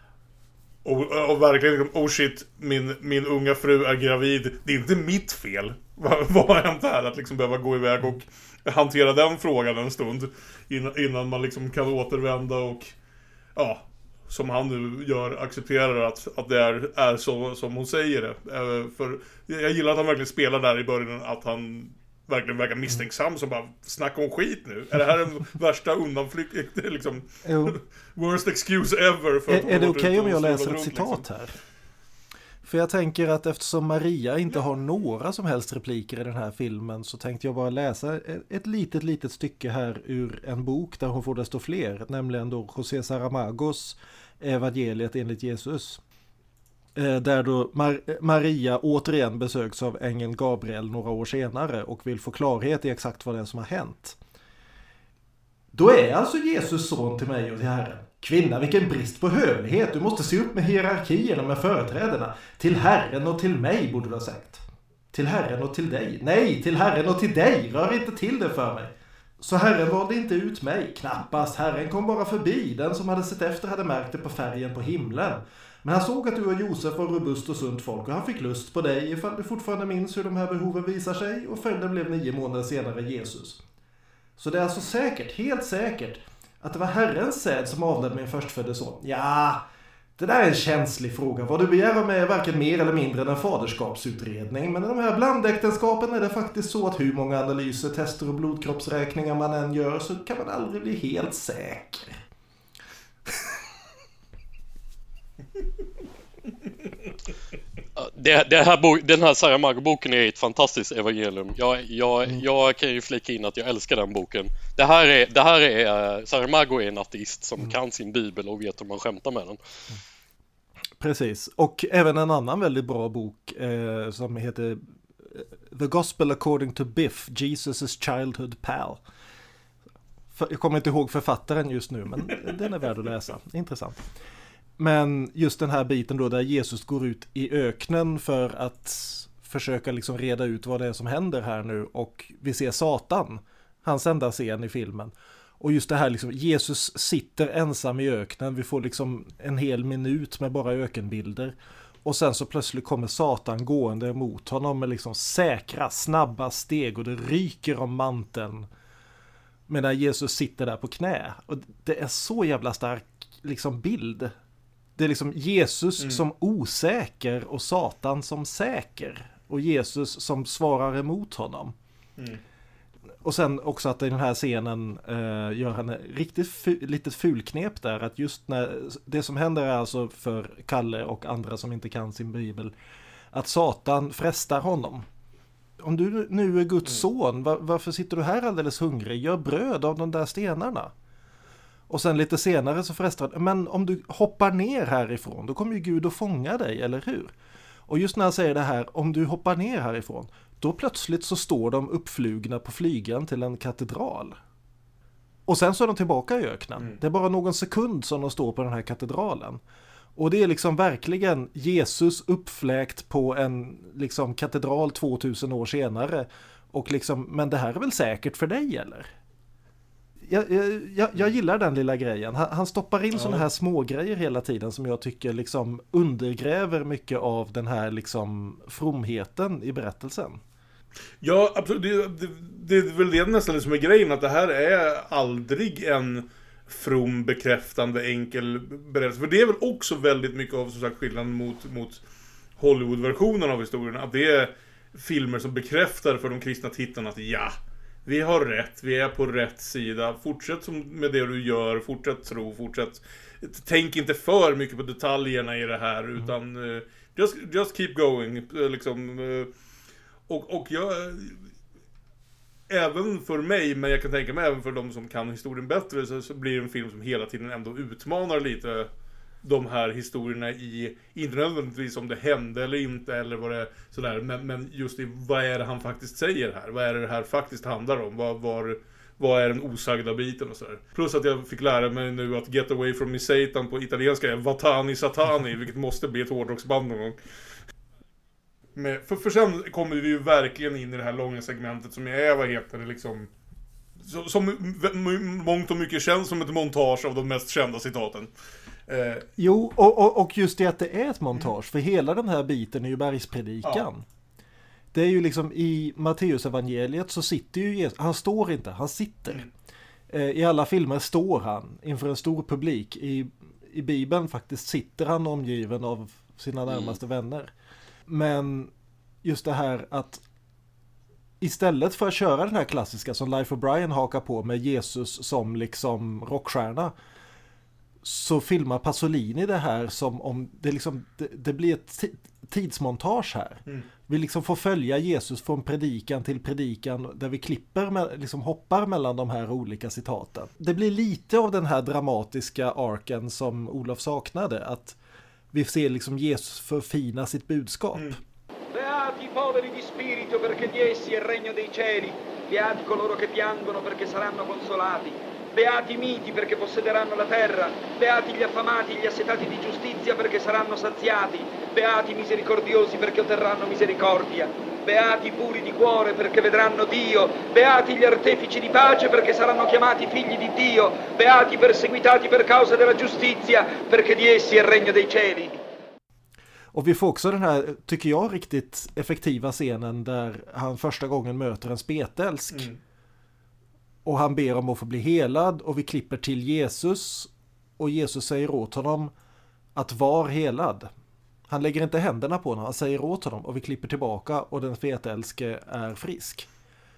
och, och verkligen, oh shit, min, min unga fru är gravid, det är inte mitt fel. Vad, vad har hänt här? Att liksom behöva gå iväg och hantera den frågan en stund innan, innan man liksom kan återvända och ja, som han nu gör, accepterar att, att det är, är så som hon säger det. För jag gillar att han verkligen spelar där i början, att han verkligen verkar misstänksam som bara snackar om skit nu. Är det här den värsta undanflykt, liksom worst excuse ever för är, att är det okej okay om jag läser ett runt, citat liksom. här? För jag tänker att eftersom Maria inte har några som helst repliker i den här filmen så tänkte jag bara läsa ett litet, litet stycke här ur en bok där hon får desto fler, nämligen då José Saramagos Evangeliet enligt Jesus. Där då Mar- Maria återigen besöks av ängeln Gabriel några år senare och vill få klarhet i exakt vad det är som har hänt. Då är alltså Jesus son till mig och till Herren. Kvinna, vilken brist på hövlighet. Du måste se upp med hierarkierna med företrädarna. Till Herren och till mig borde du ha sagt. Till Herren och till dig. Nej, till Herren och till dig. Rör inte till det för mig. Så Herren valde inte ut mig. Knappast. Herren kom bara förbi. Den som hade sett efter hade märkt det på färgen på himlen. Men han såg att du och Josef var robust och sunt folk och han fick lust på dig ifall du fortfarande minns hur de här behoven visar sig och följden blev nio månader senare Jesus. Så det är alltså säkert, helt säkert, att det var Herrens säd som avlade min förstfödde son. Ja, det där är en känslig fråga. Vad du begär av mig är varken mer eller mindre än en faderskapsutredning. Men i de här blandäktenskapen är det faktiskt så att hur många analyser, tester och blodkroppsräkningar man än gör så kan man aldrig bli helt säker. Det, det här bo, den här Saramago-boken är ett fantastiskt evangelium. Jag, jag, mm. jag kan ju flika in att jag älskar den boken. Det här är, det här är Saramago är en ateist som mm. kan sin bibel och vet hur man skämtar med den. Precis, och även en annan väldigt bra bok eh, som heter The Gospel According to Biff, Jesus' Childhood Pal. För, jag kommer inte ihåg författaren just nu, men den är värd att läsa. Intressant. Men just den här biten då där Jesus går ut i öknen för att försöka liksom reda ut vad det är som händer här nu och vi ser Satan, hans enda scen i filmen. Och just det här liksom, Jesus sitter ensam i öknen, vi får liksom en hel minut med bara ökenbilder. Och sen så plötsligt kommer Satan gående emot honom med liksom säkra, snabba steg och det ryker om manteln. Medan Jesus sitter där på knä. Och det är så jävla stark liksom bild. Det är liksom Jesus mm. som osäker och Satan som säker. Och Jesus som svarar emot honom. Mm. Och sen också att i den här scenen uh, gör han ett riktigt fu- litet fulknep där. Att just när det som händer är alltså för Kalle och andra som inte kan sin bibel. Att Satan frestar honom. Om du nu är Guds mm. son, var, varför sitter du här alldeles hungrig? Gör bröd av de där stenarna. Och sen lite senare så frestar han, men om du hoppar ner härifrån, då kommer ju Gud att fånga dig, eller hur? Och just när han säger det här, om du hoppar ner härifrån, då plötsligt så står de uppflugna på flygen till en katedral. Och sen så är de tillbaka i öknen. Mm. Det är bara någon sekund som de står på den här katedralen. Och det är liksom verkligen Jesus uppfläkt på en liksom katedral tvåtusen år senare. Och liksom, men det här är väl säkert för dig, eller? Jag, jag, jag gillar den lilla grejen. Han, han stoppar in ja. såna här små grejer hela tiden som jag tycker liksom undergräver mycket av den här liksom fromheten i berättelsen. Ja, absolut. Det, det, det är väl det nästan som är grejen, att det här är aldrig en from, bekräftande, enkel berättelse. För det är väl också väldigt mycket av, som sagt, skillnaden mot, mot Hollywood-versionen av historien. Att det är filmer som bekräftar för de kristna tittarna att ja, vi har rätt, vi är på rätt sida. Fortsätt som med det du gör, fortsätt tro, fortsätt. Tänk inte för mycket på detaljerna i det här, mm. utan uh, just, just keep going. Uh, liksom, uh, och, och jag... Även för mig, men jag kan tänka mig även för de som kan historien bättre, så, så blir det en film som hela tiden ändå utmanar lite de här historierna i, inte nödvändigtvis om det hände eller inte eller vad det är sådär, men, men just i vad är det han faktiskt säger här, vad är det här faktiskt handlar om, vad, var, vad är den osagda biten och sådär. Plus att jag fick lära mig nu att Get Away From Me Satan på italienska är Vatani Satani, vilket måste bli ett hårdrocksband någon gång. Men för, för sen kommer vi ju verkligen in i det här långa segmentet som är, vad heter det liksom, som mångt och mycket känns som ett montage av de mest kända citaten. Eh. Jo, och, och, och just det att det är ett montage, för hela den här biten är ju bergspredikan. Ja. Det är ju liksom i Matteus evangeliet så sitter ju Jesus, han står inte, han sitter. Mm. Eh, I alla filmer står han inför en stor publik. I, i Bibeln faktiskt sitter han omgiven av sina närmaste mm. vänner. Men just det här att istället för att köra den här klassiska som Life of Brian hakar på med Jesus som liksom rockstjärna, så filmar Pasolini det här som om det liksom det, det blir ett tidsmontage här. Mm. Vi liksom får följa Jesus från predikan till predikan där vi klipper med, liksom hoppar mellan de här olika citaten. Det blir lite av den här dramatiska arken som Olof saknade, att vi ser liksom Jesus förfina sitt budskap. Mm. Beati poveri di spirito perché di essi è il regno dei cieli. Beati coloro che piangono perché saranno consolati. Beati i miti perché possederanno la terra. Beati gli affamati e gli assetati di giustizia perché saranno saziati. Beati i misericordiosi perché otterranno misericordia. Beati i puri di cuore perché vedranno Dio. Beati gli artefici di pace perché saranno chiamati figli di Dio. Beati i perseguitati per causa della giustizia perché di essi è il regno dei cieli. Och vi får också den här, tycker jag, riktigt effektiva scenen där han första gången möter en spetälsk. Mm. Och han ber om att få bli helad och vi klipper till Jesus och Jesus säger åt honom att var helad. Han lägger inte händerna på honom, han säger åt honom och vi klipper tillbaka och den spetälske är frisk.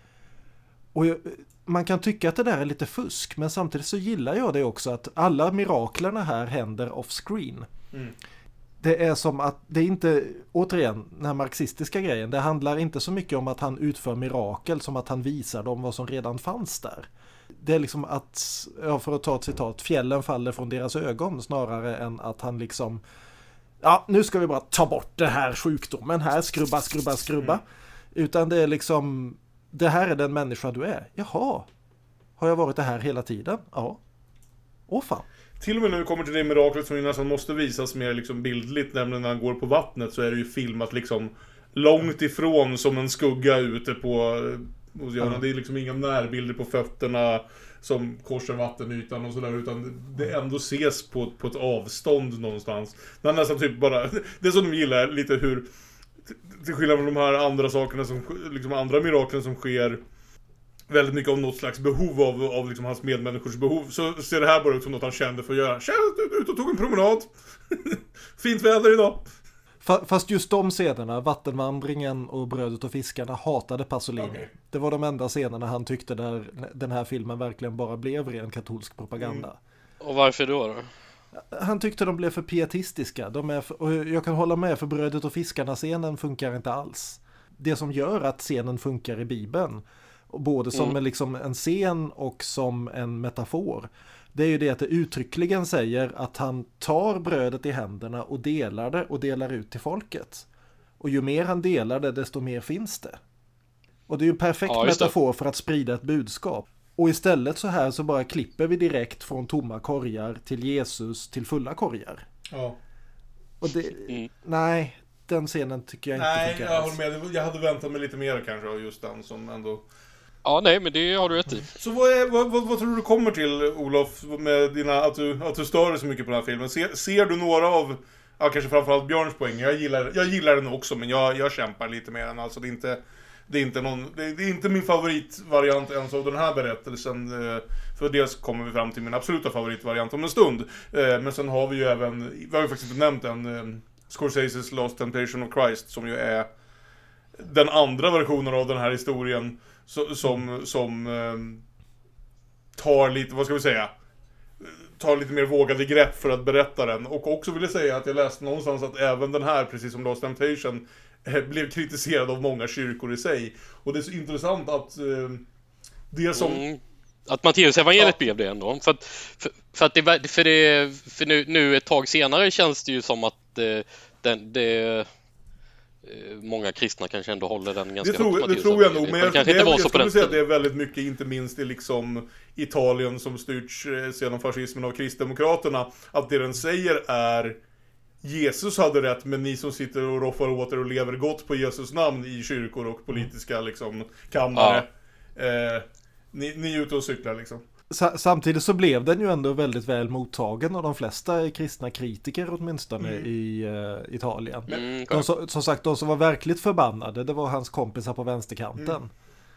Och man kan tycka att det där är lite fusk, men samtidigt så gillar jag det också att alla miraklerna här händer off-screen. Mm. Det är som att det är inte, återigen, den här marxistiska grejen, det handlar inte så mycket om att han utför mirakel som att han visar dem vad som redan fanns där. Det är liksom att, ja, för att ta ett citat, fjällen faller från deras ögon snarare än att han liksom, ja, nu ska vi bara ta bort det här sjukdomen här, skrubba, skrubba, skrubba. Mm. Utan det är liksom, det här är den människa du är. Jaha, har jag varit det här hela tiden? Ja. Åh fan. Till och med när vi kommer till det miraklet som nästan måste visas mer liksom bildligt, nämligen när han går på vattnet, så är det ju filmat liksom långt ifrån som en skugga ute på hos Göran. Mm. Det är liksom inga närbilder på fötterna som korsar vattenytan och sådär, utan det ändå ses på, på ett avstånd någonstans. Det är nästan typ bara, det som de gillar lite hur, till skillnad från de här andra sakerna som, liksom andra miraklen som sker väldigt mycket av något slags behov av, av liksom hans medmänniskors behov, så ser det här bara ut som något han kände för att göra. Kände ut och tog en promenad. Fint väder idag. Fast just de scenerna, vattenvandringen och brödet och fiskarna, hatade Pasolini. Okay. Det var de enda scenerna han tyckte där den här filmen verkligen bara blev ren katolsk propaganda. Mm. Och varför då då? Han tyckte de blev för pietistiska. De är för, och jag kan hålla med, för brödet och fiskarna-scenen funkar inte alls. Det som gör att scenen funkar i Bibeln, både som mm. liksom en scen och som en metafor, det är ju det att det uttryckligen säger att han tar brödet i händerna och delar det och delar ut till folket. Och ju mer han delar det, desto mer finns det. Och det är ju en perfekt ja, metafor för att sprida ett budskap. Och istället så här så bara klipper vi direkt från tomma korgar till Jesus till fulla korgar. Ja. Och det, mm. nej, den scenen tycker jag nej, inte funkar. Nej, jag håller med. Jag hade väntat mig lite mer kanske av just den som ändå... Ja, nej, men det har du rätt i. Så vad, är, vad, vad, vad tror du kommer till, Olof, med dina, att, du, att du stör dig så mycket på den här filmen? Ser, ser du några av, ja, kanske framförallt Björns poäng? Jag gillar, jag gillar den också, men jag, jag kämpar lite med den. Alltså, det är inte, det är inte, någon, det är, det är inte min favoritvariant ens av den här berättelsen. För dels kommer vi fram till min absoluta favoritvariant om en stund. Men sen har vi ju även, vi har ju faktiskt inte nämnt den, Scorseses Last Temptation of Christ, som ju är den andra versionen av den här historien. Så, som som eh, tar lite, vad ska vi säga, tar lite mer vågade grepp för att berätta den. Och också vill jag säga att jag läste någonstans att även den här, precis som Last Temptation, eh, blev kritiserad av många kyrkor i sig. Och det är så intressant att eh, det som... Mm. Att Matteus evangeliet ja. blev det ändå. För att, för, för att det, för det, för nu, nu ett tag senare känns det ju som att eh, den, det... många kristna kanske ändå håller den ganska det tror, det tror jag nog, men jag, jag, jag, jag skulle säga att det är väldigt mycket, inte minst i liksom Italien som styrts sedan fascismen av kristdemokraterna, att det den säger är Jesus hade rätt, men ni som sitter och roffar åt er och lever gott på Jesus namn i kyrkor och politiska liksom kammare, ja. eh, ni, ni är ute och cyklar liksom. Samtidigt så blev den ju ändå väldigt väl mottagen av de flesta kristna kritiker åtminstone mm. i uh, Italien. Mm, de, som, som sagt, de som var verkligt förbannade, det var hans kompisar på vänsterkanten. Mm.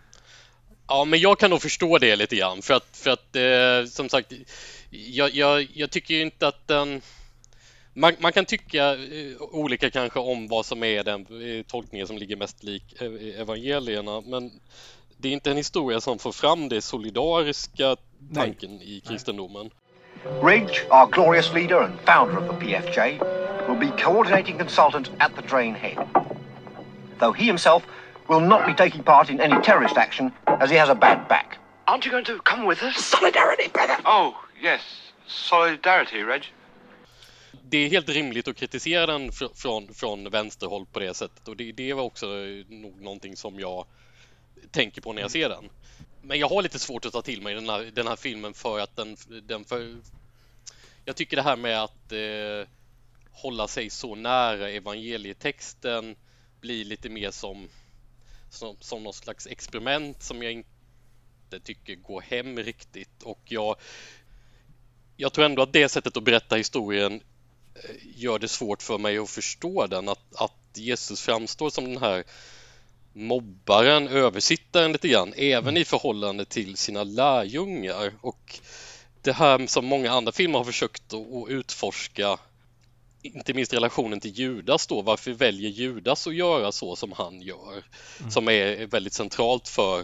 Ja, men jag kan nog förstå det lite grann. För att, för att eh, som sagt, jag, jag, jag tycker ju inte att den... man, man kan tycka eh, olika kanske om vad som är den eh, tolkningen som ligger mest lik eh, evangelierna, men det är inte en historia som får fram det solidariska tanken Nej. i kristendomen. Ridge, our glorious leader and founder of the P F J, will be coordinating consultant at the train head. Though he himself will not be taking part in any terrorist action as he has a bad back. Aren't you going to come with us? Solidarity, brother! Oh, yes. Solidarity, Reg. Det är helt rimligt att kritisera den fr- från, från vänsterhåll på det sättet, och det, det var också nog någonting som jag tänker på när jag ser den. Men jag har lite svårt att ta till mig den här, den här filmen för att den, den för... Jag tycker det här med att eh, hålla sig så nära evangelietexten blir lite mer som, som, som någon slags experiment som jag inte tycker går hem riktigt. Och jag, jag tror ändå att det sättet att berätta historien gör det svårt för mig att förstå den. Att, att Jesus framstår som den här mobbaren, översittaren lite grann, även i förhållande till sina lärjungar. Och det här som många andra filmer har försökt att utforska, inte minst relationen till Judas då, varför väljer Judas att göra så som han gör, mm. som är väldigt centralt för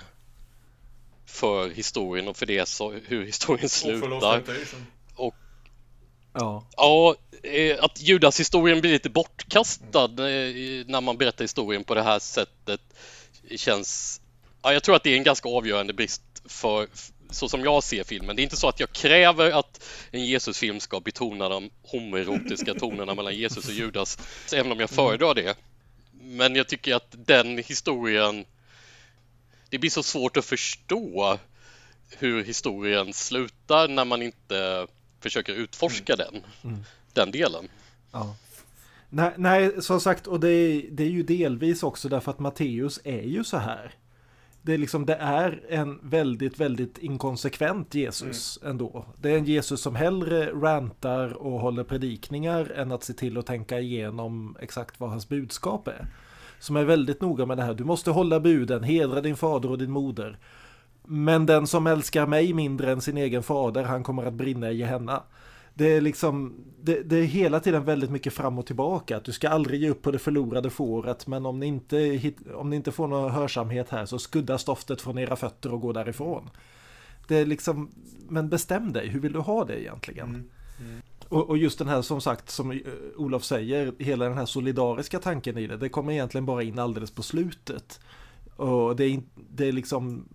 för historien och för det så, hur historien slutar. Och ja, ja att Judas historien blir lite bortkastad mm. när man berättar historien på det här sättet känns, ja, jag tror att det är en ganska avgörande brist för så som jag ser filmen. Det är inte så att jag kräver att en Jesusfilm ska betona de homoerotiska tonerna mellan Jesus och Judas, även om jag föredrar det. Men jag tycker att den historien, det blir så svårt att förstå hur historien slutar när man inte försöker utforska mm. den, mm. den delen. Ja. Nej, nej, som sagt, och det är, det är ju delvis också därför att Matteus är ju så här. Det är liksom, det är en väldigt, väldigt inkonsekvent Jesus mm. ändå. Det är en Jesus som hellre rantar och håller predikningar än att se till att tänka igenom exakt vad hans budskap är. Som är väldigt noga med det här. Du måste hålla buden, hedra din fader och din moder. Men den som älskar mig mindre än sin egen fader, han kommer att brinna i Gehenna. Det är liksom, det, det är hela tiden väldigt mycket fram och tillbaka. Att du ska aldrig ge upp på det förlorade fåret, men om ni inte, om ni inte får någon hörsamhet här så skudda stoftet från era fötter och gå därifrån. Det är liksom, men bestäm dig, hur vill du ha det egentligen? Mm. Mm. Och, och just den här, som sagt, som Olof säger, hela den här solidariska tanken i det, det kommer egentligen bara in alldeles på slutet. Och det är, det är liksom,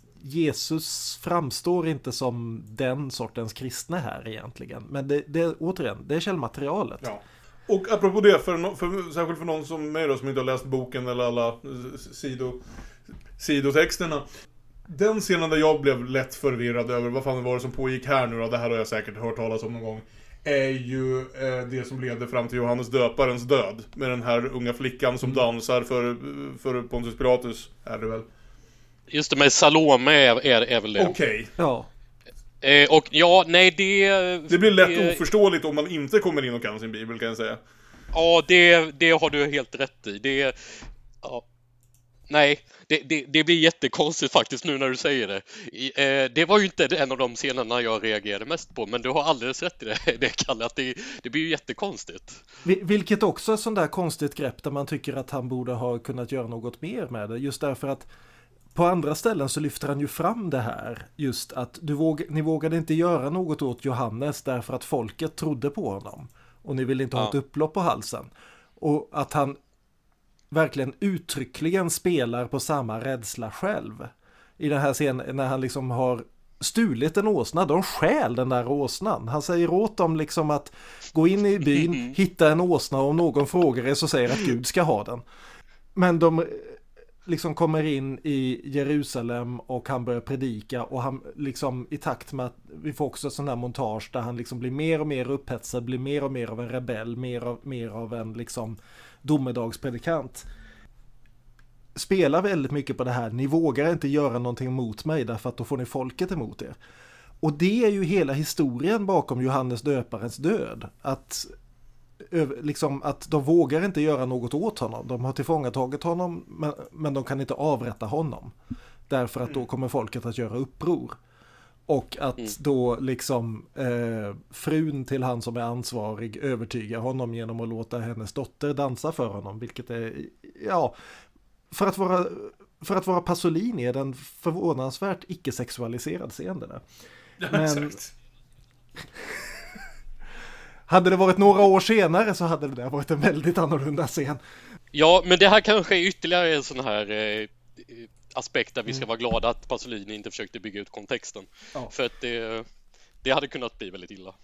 Jesus framstår inte som den sortens kristna här egentligen. Men det, det återigen, det är källmaterialet. Ja. Och apropå det, för, no, för, särskilt för någon som mig då, som inte har läst boken eller alla sido, sidotexterna. Den scenen där jag blev lätt förvirrad över vad fan det var som pågick här nu då, det här har jag säkert hört talas om någon gång, är ju eh, det som leder fram till Johannes döparens död. Med den här unga flickan som mm. dansar för, för Pontius Pilatus, är det väl? Just det, med Salome är, är, är väl det. Okej. Okay. Ja. Eh, och ja, nej det... Det blir lätt det, oförståeligt om man inte kommer in och kan sin bibel, kan jag säga. Ja, det, det har du helt rätt i. Det... Ja. Nej, det, det, det blir jättekonstigt faktiskt nu när du säger det. Eh, det var ju inte en av de scenerna jag reagerade mest på, men du har alldeles rätt i det, det Kalle, att det, det blir ju jättekonstigt. Vilket också är sån där konstigt grepp där man tycker att han borde ha kunnat göra något mer med det. Just därför att på andra ställen så lyfter han ju fram det här. Just att du våg, ni vågade inte göra något åt Johannes därför att folket trodde på honom. Och ni ville inte ha ja. ett upplopp på halsen. Och att han verkligen uttryckligen spelar på samma rädsla själv. I den här scenen när han liksom har stulit en åsna. De stjäl den där åsnan. Han säger åt dem liksom att gå in i byn, hitta en åsna och om någon frågar er så säger att Gud ska ha den. Men de liksom kommer in i Jerusalem och han börjar predika och han liksom i takt med att vi får också sån här montage där han liksom blir mer och mer upphetsad, blir mer och mer av en rebell, mer av, mer av en liksom domedagspredikant. Spelar väldigt mycket på det här. Ni vågar inte göra någonting mot mig därför att då får ni folket emot er. Och det är ju hela historien bakom Johannes döparens död. Att liksom att de vågar inte göra något åt honom. De har tillfångatagit honom men, men de kan inte avrätta honom. Därför att då kommer folket att göra uppror. Och att Mm. då liksom eh, frun till han som är ansvarig övertygar honom genom att låta hennes dotter dansa för honom. Vilket är, ja, för att vara, för att vara Pasolini är den förvånansvärt icke-sexualiserad scen där. Ja, Men exakt. hade det varit några år senare så hade det där varit en väldigt annorlunda scen. Ja, men det här kanske är ytterligare en sån här eh, aspekt där vi ska vara glada att Pasolini inte försökte bygga ut kontexten. Ja. För att det, det hade kunnat bli väldigt illa.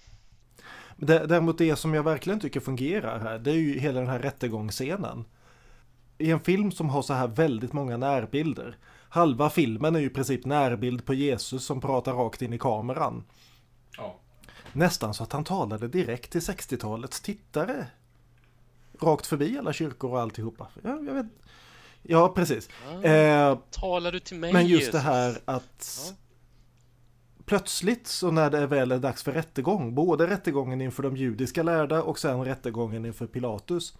Däremot det som jag verkligen tycker fungerar här, det är ju hela den här rättegångsscenen. I en film som har så här väldigt många närbilder. Halva filmen är ju i princip närbild på Jesus som pratar rakt in i kameran. Ja. Nästan så att han talade direkt till sextiotalets tittare. Rakt förbi alla kyrkor och alltihopa. Ja, jag vet. Ja, precis. Ah, eh, talar du till mig, men just Jesus? det här att Ja. plötsligt så när det är väl är dags för rättegång, både rättegången inför de judiska lärda och sen rättegången inför Pilatus,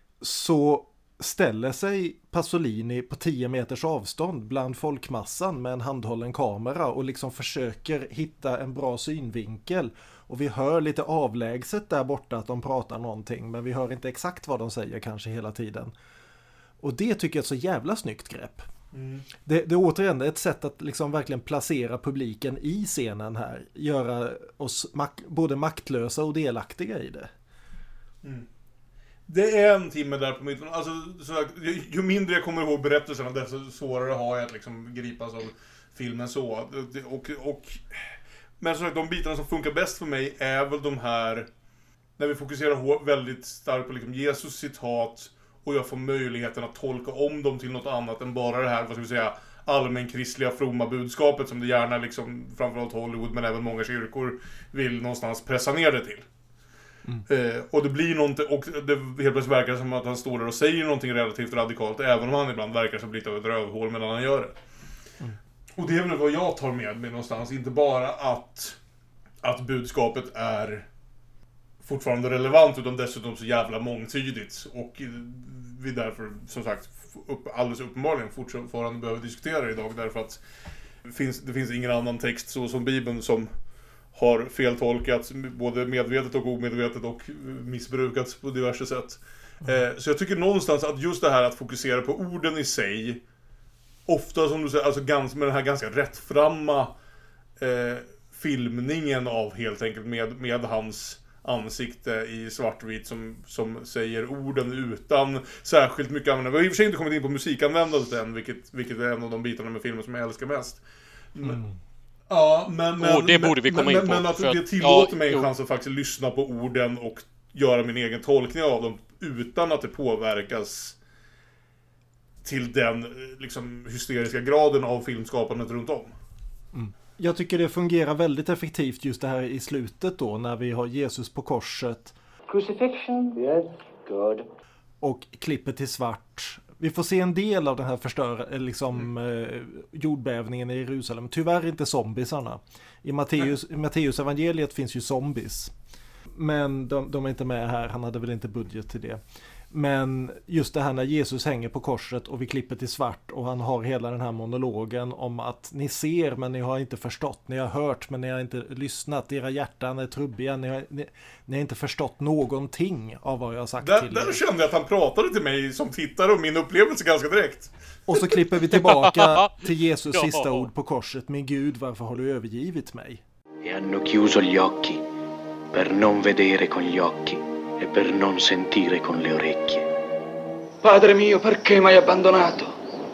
så ställer sig Pasolini på tio meters avstånd bland folkmassan med en handhållen kamera och liksom försöker hitta en bra synvinkel. Och vi hör lite avlägset där borta att de pratar någonting, men vi hör inte exakt vad de säger kanske hela tiden. Och det tycker jag är ett så jävla snyggt grepp. Mm. Det, det är återigen ett sätt att liksom verkligen placera publiken i scenen här. Göra oss mak- både maktlösa och delaktiga i det. Mm. Det är en timme där på mitten. Alltså, så, ju, ju mindre jag kommer ihåg berättelserna, desto svårare har jag att liksom gripas av filmen så. Och, och, men så, de bitarna som funkar bäst för mig är väl de här, när vi fokuserar väldigt starkt på liksom Jesus citat och jag får möjligheten att tolka om dem till något annat än bara det här, vad ska vi säga, allmänkristliga fromma budskapet som det gärna liksom, framförallt Hollywood men även många kyrkor vill någonstans pressa ner det till. Mm. Eh, och det blir någonting, och det helt plötsligt verkar som att han står där och säger någonting relativt radikalt, även om han ibland verkar som lite av ett rövhål medan han gör det. Mm. Och det är väl vad jag tar med mig någonstans, inte bara att att budskapet är fortfarande relevant utan dessutom så jävla mångtydigt och vi därför som sagt upp, alldeles uppenbarligen fortfarande behöver diskutera det idag därför att det finns, det finns ingen annan text så som Bibeln som har feltolkats både medvetet och omedvetet och missbrukats på diverse sätt. Mm. Eh, så jag tycker någonstans att just det här att fokusera på orden i sig ofta som du säger, alltså ganska, med den här ganska rättframma eh, filmningen av helt enkelt med, med hans ansikte i svartvit som, som säger orden utan särskilt mycket användande. Vi har i och för sig inte kommit in på musikanvändandet än, vilket, vilket är en av de bitarna med filmen som jag älskar mest. Men, mm. Ja, men, men, oh, det borde vi komma men, in på. Men att det tillåter ja, mig en chans att faktiskt lyssna på orden och göra min egen tolkning av dem utan att det påverkas till den liksom, hysteriska graden av filmskapandet runt om. Mm. Jag tycker det fungerar väldigt effektivt just det här i slutet då när vi har Jesus på korset. Crucifixion, yes, good. Och klippet till svart. Vi får se en del av den här förstör, liksom, mm. eh, jordbävningen i Jerusalem. Tyvärr inte zombiesarna. I Matteus, i Matteus evangeliet finns ju zombies. Men de, de är inte med här. Han hade väl inte budget till det. Men just det här när Jesus hänger på korset och vi klipper till svart och han har hela den här monologen om att ni ser men ni har inte förstått, ni har hört men ni har inte lyssnat, era hjärtan är trubbiga, ni har, ni, ni har inte förstått någonting av vad jag har sagt där, till där er. Där kände jag att han pratade till mig som tittare och min upplevelse ganska direkt. Och så klipper vi tillbaka till Jesus sista ord på korset. Min Gud, varför har du övergivit mig? E hanno chiuso gli occhi per non vedere con gli occhi e per non sentire con le orecchie. Padre mio, perché m'hai abbandonato?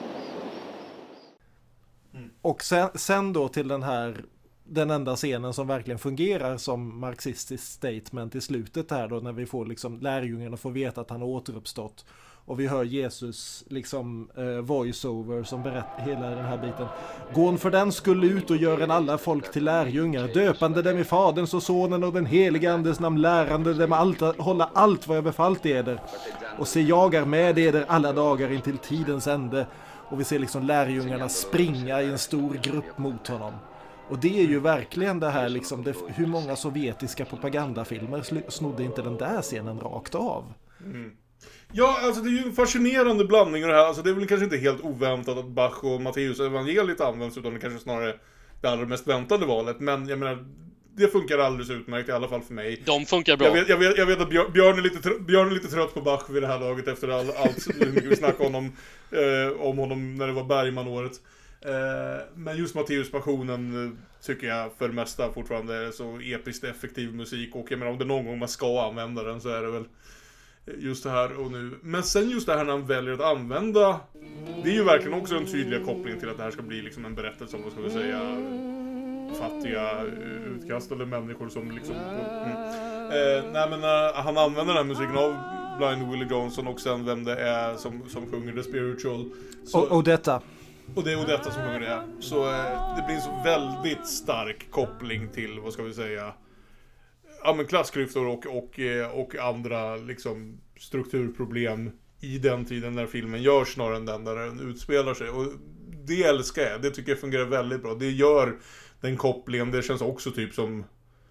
Mm. Och sen, sen då till den här den enda scenen som verkligen fungerar som marxistiskt statement i slutet här då när vi får liksom lärjungarna får veta att han har återuppstått. Och vi hör Jesus liksom eh, voiceover som berättar hela den här biten. Gån för den skulle ut och gör en alla folk till lärjungar, döpande dem i Faderns och Sonen och den heliga Andes namn, lärande dem allt, hålla allt vad jag befallt eder. Och se jag är med eder alla dagar intill tidens ände. Och vi ser liksom lärjungarna springa i en stor grupp mot honom. Och det är ju verkligen det här liksom, det, hur många sovjetiska propagandafilmer snodde inte den där scenen rakt av? Mm. Ja, alltså det är ju en fascinerande blandning av det här. Alltså det är väl kanske inte helt oväntat att Bach och Matteus evangeliet används utan det kanske snarare det allra mest väntade valet. Men jag menar, det funkar alldeles utmärkt i alla fall för mig. De funkar bra. Jag vet, jag vet, jag vet att Björn är, lite, Björn är lite trött på Bach vid det här laget efter all, allt hur mycket vi snackade om honom, eh, om honom när det var Bergman-året. Eh, men just Matteus-passionen tycker jag för det mesta fortfarande är så episkt effektiv musik. Och jag menar, om det någon gång man ska använda den så är det väl just det här och nu. Men sen just det här när han väljer att använda, det är ju verkligen också en tydlig koppling till att det här ska bli liksom en berättelse om, vad ska vi säga, fattiga utkastade människor som liksom mm. eh, nej men uh, han använder den här musiken av Blind Willie Johnson och sen vem det är som, som sjunger The Spiritual så, och, och detta och det är Odetta som sjunger det. Så eh, det blir en så väldigt stark koppling till, vad ska vi säga, ja men klassklyftor och, och, och andra liksom strukturproblem i den tiden när filmen görs snarare än den där den utspelar sig. Och det älskar jag, det tycker jag fungerar väldigt bra. Det gör den kopplingen, det känns också typ som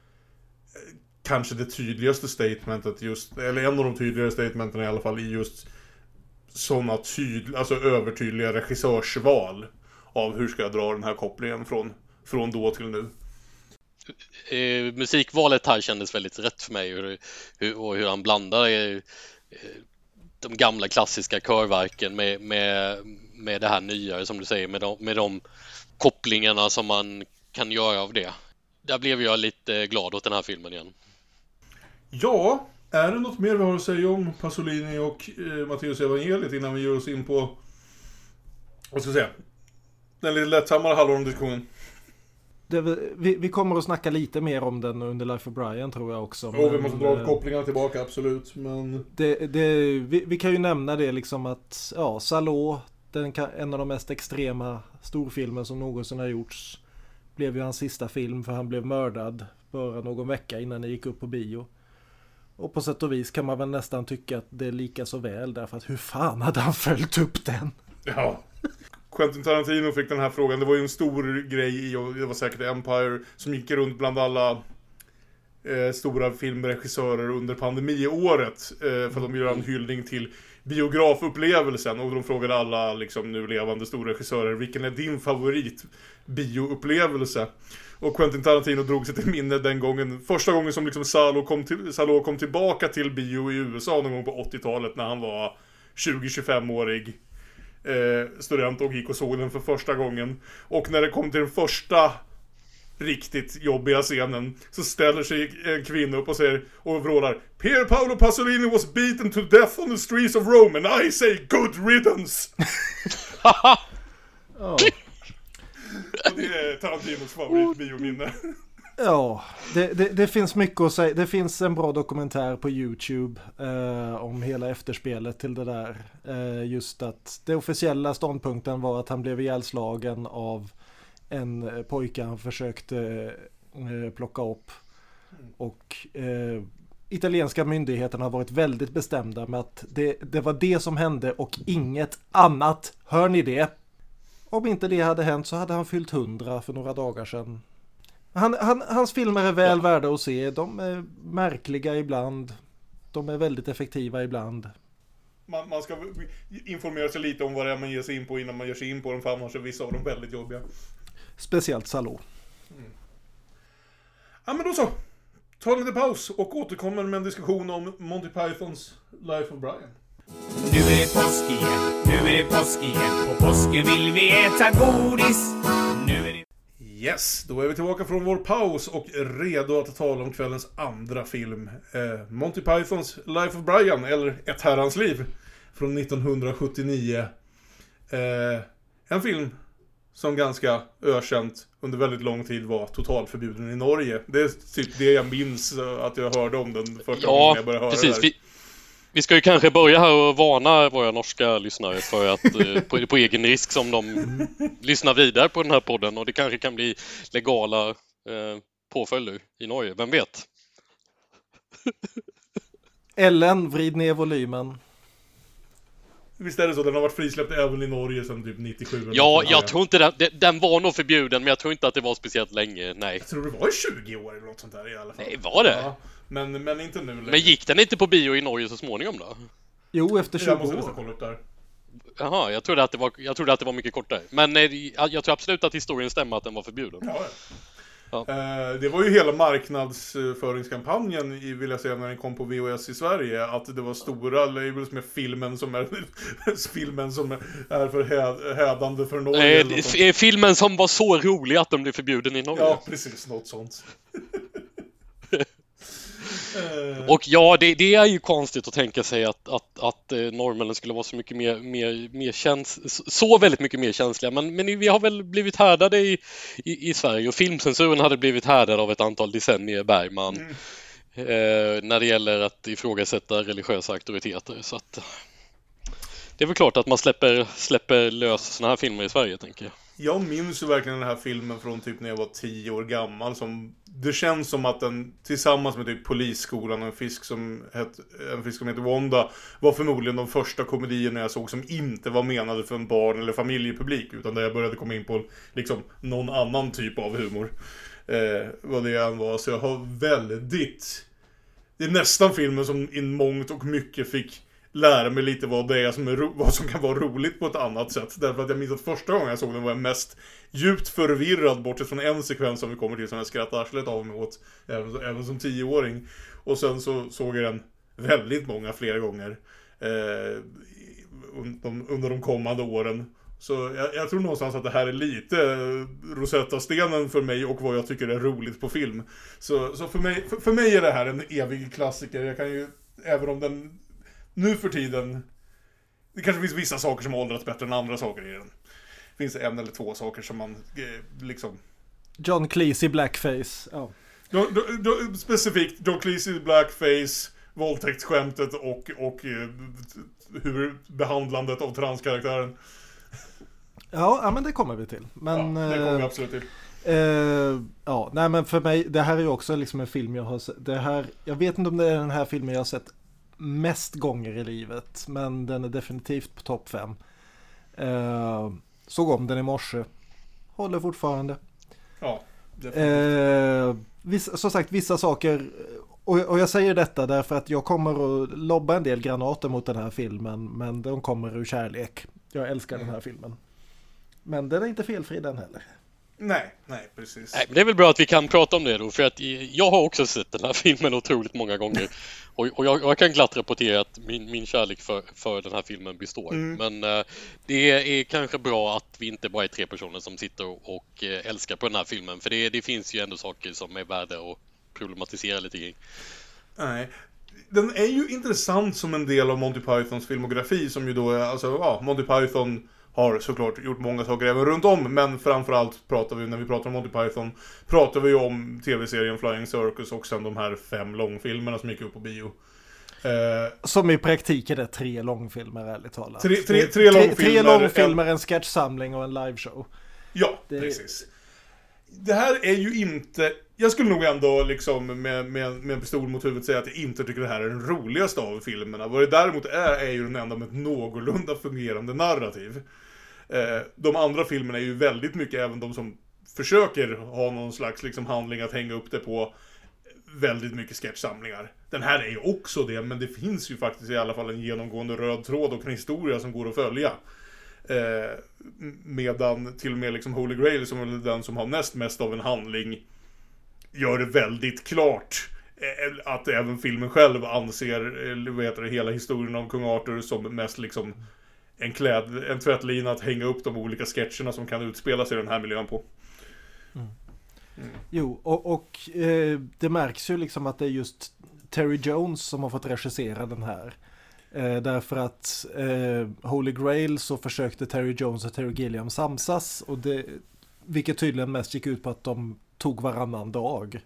kanske det tydligaste statementet just, eller en av de tydligare statementen i alla fall i just sådana tydliga, alltså övertydliga regissörsval av hur ska jag dra den här kopplingen från, från då till nu. Eh, musikvalet här kändes väldigt rätt för mig hur, hur, och hur han blandar eh, de gamla klassiska körverken med, med, med det här nya, som du säger, med de, med de kopplingarna som man kan göra av det. Där blev jag lite glad åt den här filmen igen. Ja, är det något mer vi har att säga om Pasolini och eh, Matteus evangeliet innan vi ger oss in på, vad ska jag säga, den lite lättsammare halvan av diskussionen? Det, vi, vi kommer att snacka lite mer om den under Life of Brian tror jag också. Jo, vi måste dra kopplingarna tillbaka, absolut. Men... Det, det, vi, vi kan ju nämna det liksom att ja, Salò, den kan, en av de mest extrema storfilmer som någonsin har gjorts, blev ju hans sista film för han blev mördad bara någon vecka innan det gick upp på bio. Och på sätt och vis kan man väl nästan tycka att det är lika så väl, därför att hur fan hade han följt upp den? Ja. Quentin Tarantino fick den här frågan. Det var ju en stor grej i, och det var säkert Empire som gick runt bland alla eh, stora filmregissörer under pandemiåret eh, för att de gjorde en hyllning till biografupplevelsen, och de frågade alla liksom nu levande stora regissörer, vilken är din favorit bioupplevelse? Och Quentin Tarantino drog sig till minne den gången, första gången som liksom Salò kom, till, Salò kom tillbaka till bio i U S A någon gång på åttiotalet när han var tjugo till tjugofem-årig eh, student och gick och såg den för första gången. Och när det kom till den första riktigt jobbiga scenen så ställer sig en kvinna upp och säger och vrålar: Pier Paolo Pasolini was beaten to death on the streets of Rome and I say good riddance. Oh. Och det är Tarantinos favoritbiominne. Ja, det, det, det finns mycket att säga. Det finns en bra dokumentär på YouTube eh, om hela efterspelet till det där. Eh, just att det officiella ståndpunkten var att han blev ihjälslagen av en pojke han försökte eh, plocka upp. Och eh, italienska myndigheterna har varit väldigt bestämda med att det, det var det som hände och inget annat. Hör ni det? Om inte det hade hänt så hade han fyllt hundra för några dagar sedan. Han, han, hans filmer är väl ja. värda att se. De är märkliga ibland. De är väldigt effektiva ibland. Man, man ska informera sig lite om vad det är man ger sig in på innan man ger sig in på dem, för annars är vissa av dem väldigt jobbiga. Speciellt Salò. Mm. Ja, men då så. Ta lite paus och återkommer med en diskussion om Monty Pythons Life of Brian. Nu är det påsk igen, nu är det påsk igen. På påsken vill vi äta godis. Nu är det... Yes, då är vi tillbaka från vår paus och redo att tala om kvällens andra film. Eh, Monty Pythons Life of Brian, eller Ett herrans liv, från nittonhundrasjuttionio. Eh, en film som ganska ökänt under väldigt lång tid var totalförbjuden i Norge. Det är typ det jag minns att jag hörde om den första ja, gången jag började höra precis. det Vi, vi ska ju kanske börja här och varna våra norska lyssnare för att på, på egen risk som de lyssnar vidare på den här podden, och det kanske kan bli legala eh, påföljder i Norge, vem vet? Ellen, vrid ner volymen. Visst är det så, den har varit frisläppt även i Norge sedan typ nittiosju. Ja, jag tror inte den, den var nog förbjuden, men jag tror inte att det var speciellt länge, nej. Jag tror det var i tjugo år eller något sånt där i alla fall. Nej, var det? Ja, men, men inte nu längre. Men gick den inte på bio i Norge så småningom då? Jo, efter tjugo jag måste år. Kolla upp där. Jaha, jag trodde att det var, jag trodde att det var mycket kortare. Men eh, jag tror absolut att historien stämmer att den var förbjuden. Ja, ja. Eh, det var ju hela marknadsföringskampanjen i, vill jag säga, när den kom på V H S i Sverige, att det var stora labels med filmen som är filmen som är för hä, hädande för Norge. Eh, f- filmen som var så rolig att den blev förbjuden i Norge. Ja, precis, något sånt. Och ja, det, det är ju konstigt att tänka sig att, att, att norrmännen skulle vara så mycket mer, mer, mer käns- så väldigt mycket mer känsliga. Men, men vi har väl blivit härdade i, i, i Sverige, och filmcensuren hade blivit härdad av ett antal decennier Bergman mm. eh, när det gäller att ifrågasätta religiösa auktoriteter. Så att det är väl klart att man släpper, släpper lös såna här filmer i Sverige, tänker jag. Jag minns ju verkligen den här filmen från typ när jag var tio år gammal. Som, det känns som att den tillsammans med typ Polisskolan och en fisk som, het, en fisk som heter Wanda var förmodligen de första komedierna jag såg som inte var menade för en barn- eller familjepublik, utan där jag började komma in på liksom någon annan typ av humor. Eh, vad det än var. Så jag har väldigt... Det är nästan filmen som i mångt och mycket fick lära mig lite vad det är som, är ro- vad som kan vara roligt på ett annat sätt. Därför att jag minns att första gången jag såg den var jag mest djupt förvirrad, bortsett från en sekvens som vi kommer till som jag skrattade arslet av mig åt, även, även som tioåring. Och sen så såg jag den väldigt många fler gånger eh, un- under de kommande åren. Så jag, jag tror någonstans att det här är lite Rosetta-stenen för mig och vad jag tycker är roligt på film. Så, så för, mig, för, för mig är det här en evig klassiker. Jag kan ju, även om den nu för tiden, det kanske finns vissa saker som har åldrats bättre än andra saker i den. Det finns en eller två saker som man eh, liksom... John Cleese i blackface. Ja. Då, då, då, specifikt John Cleese i blackface, våldtäktsskämtet och, och eh, hur behandlandet av transkaraktären. Ja, ja, men det kommer vi till. Men, ja, det kommer vi absolut till. Eh, ja, nej men för mig, det här är ju också liksom en film jag har sett. Det här, jag vet inte om det är den här filmen jag har sett mest gånger i livet, men den är definitivt på topp fem. Eh, såg om den i morse. Håller fortfarande. Ja, eh, vissa, som sagt, vissa saker, och, och jag säger detta därför att jag kommer att lobba en del granater mot den här filmen, men de kommer ur kärlek. Jag älskar mm. den här filmen. Men den är inte felfri den heller. Nej, nej, precis. Nej, men det är väl bra att vi kan prata om det då, för att jag har också sett den här filmen otroligt många gånger. Och, och jag, jag kan glatt rapportera att min, min kärlek för, för den här filmen består. Mm. Men uh, det är kanske bra att vi inte bara är tre personer som sitter och, och uh, älskar på den här filmen. För det, det finns ju ändå saker som är värda att problematisera lite kring. Nej. Den är ju intressant som en del av Monty Pythons filmografi, som ju då är, alltså, ja, Monty Python har såklart gjort många saker även runt om, men framförallt pratar vi, när vi pratar om Monty Python, pratar vi om tv-serien Flying Circus och sen de här fem långfilmerna som gick upp på bio. Eh, som i praktiken är tre långfilmer, ärligt talat. Tre, tre, tre långfilmer, tre långfilmer en, en sketchsamling och en liveshow. Ja, det... precis. Det här är ju inte... Jag skulle nog ändå liksom med, med, med en pistol mot huvudet säga att jag inte tycker det här är den roligaste av filmerna. Vad det däremot är, är ju den enda med ett någorlunda fungerande narrativ. Eh, de andra filmerna är ju väldigt mycket, även de som försöker ha någon slags liksom handling att hänga upp det på, väldigt mycket sketchsamlingar. Den här är ju också det, men det finns ju faktiskt i alla fall en genomgående röd tråd och en historia som går att följa. Eh, medan till och med liksom Holy Grail, som är den som har näst mest av en handling, gör det väldigt klart eh, att även filmen själv anser, eller vad heter det, hela historien om Kung Arthur som mest liksom en kläd, en tvättlina att hänga upp de olika sketcherna som kan utspela sig i den här miljön på. Mm. Mm. Jo, och, och eh, det märks ju liksom att det är just Terry Jones som har fått regissera den här. Eh, därför att eh, Holy Grail så försökte Terry Jones och Terry Gilliam samsas, och det, vilket tydligen mest gick ut på att de tog varannan dag.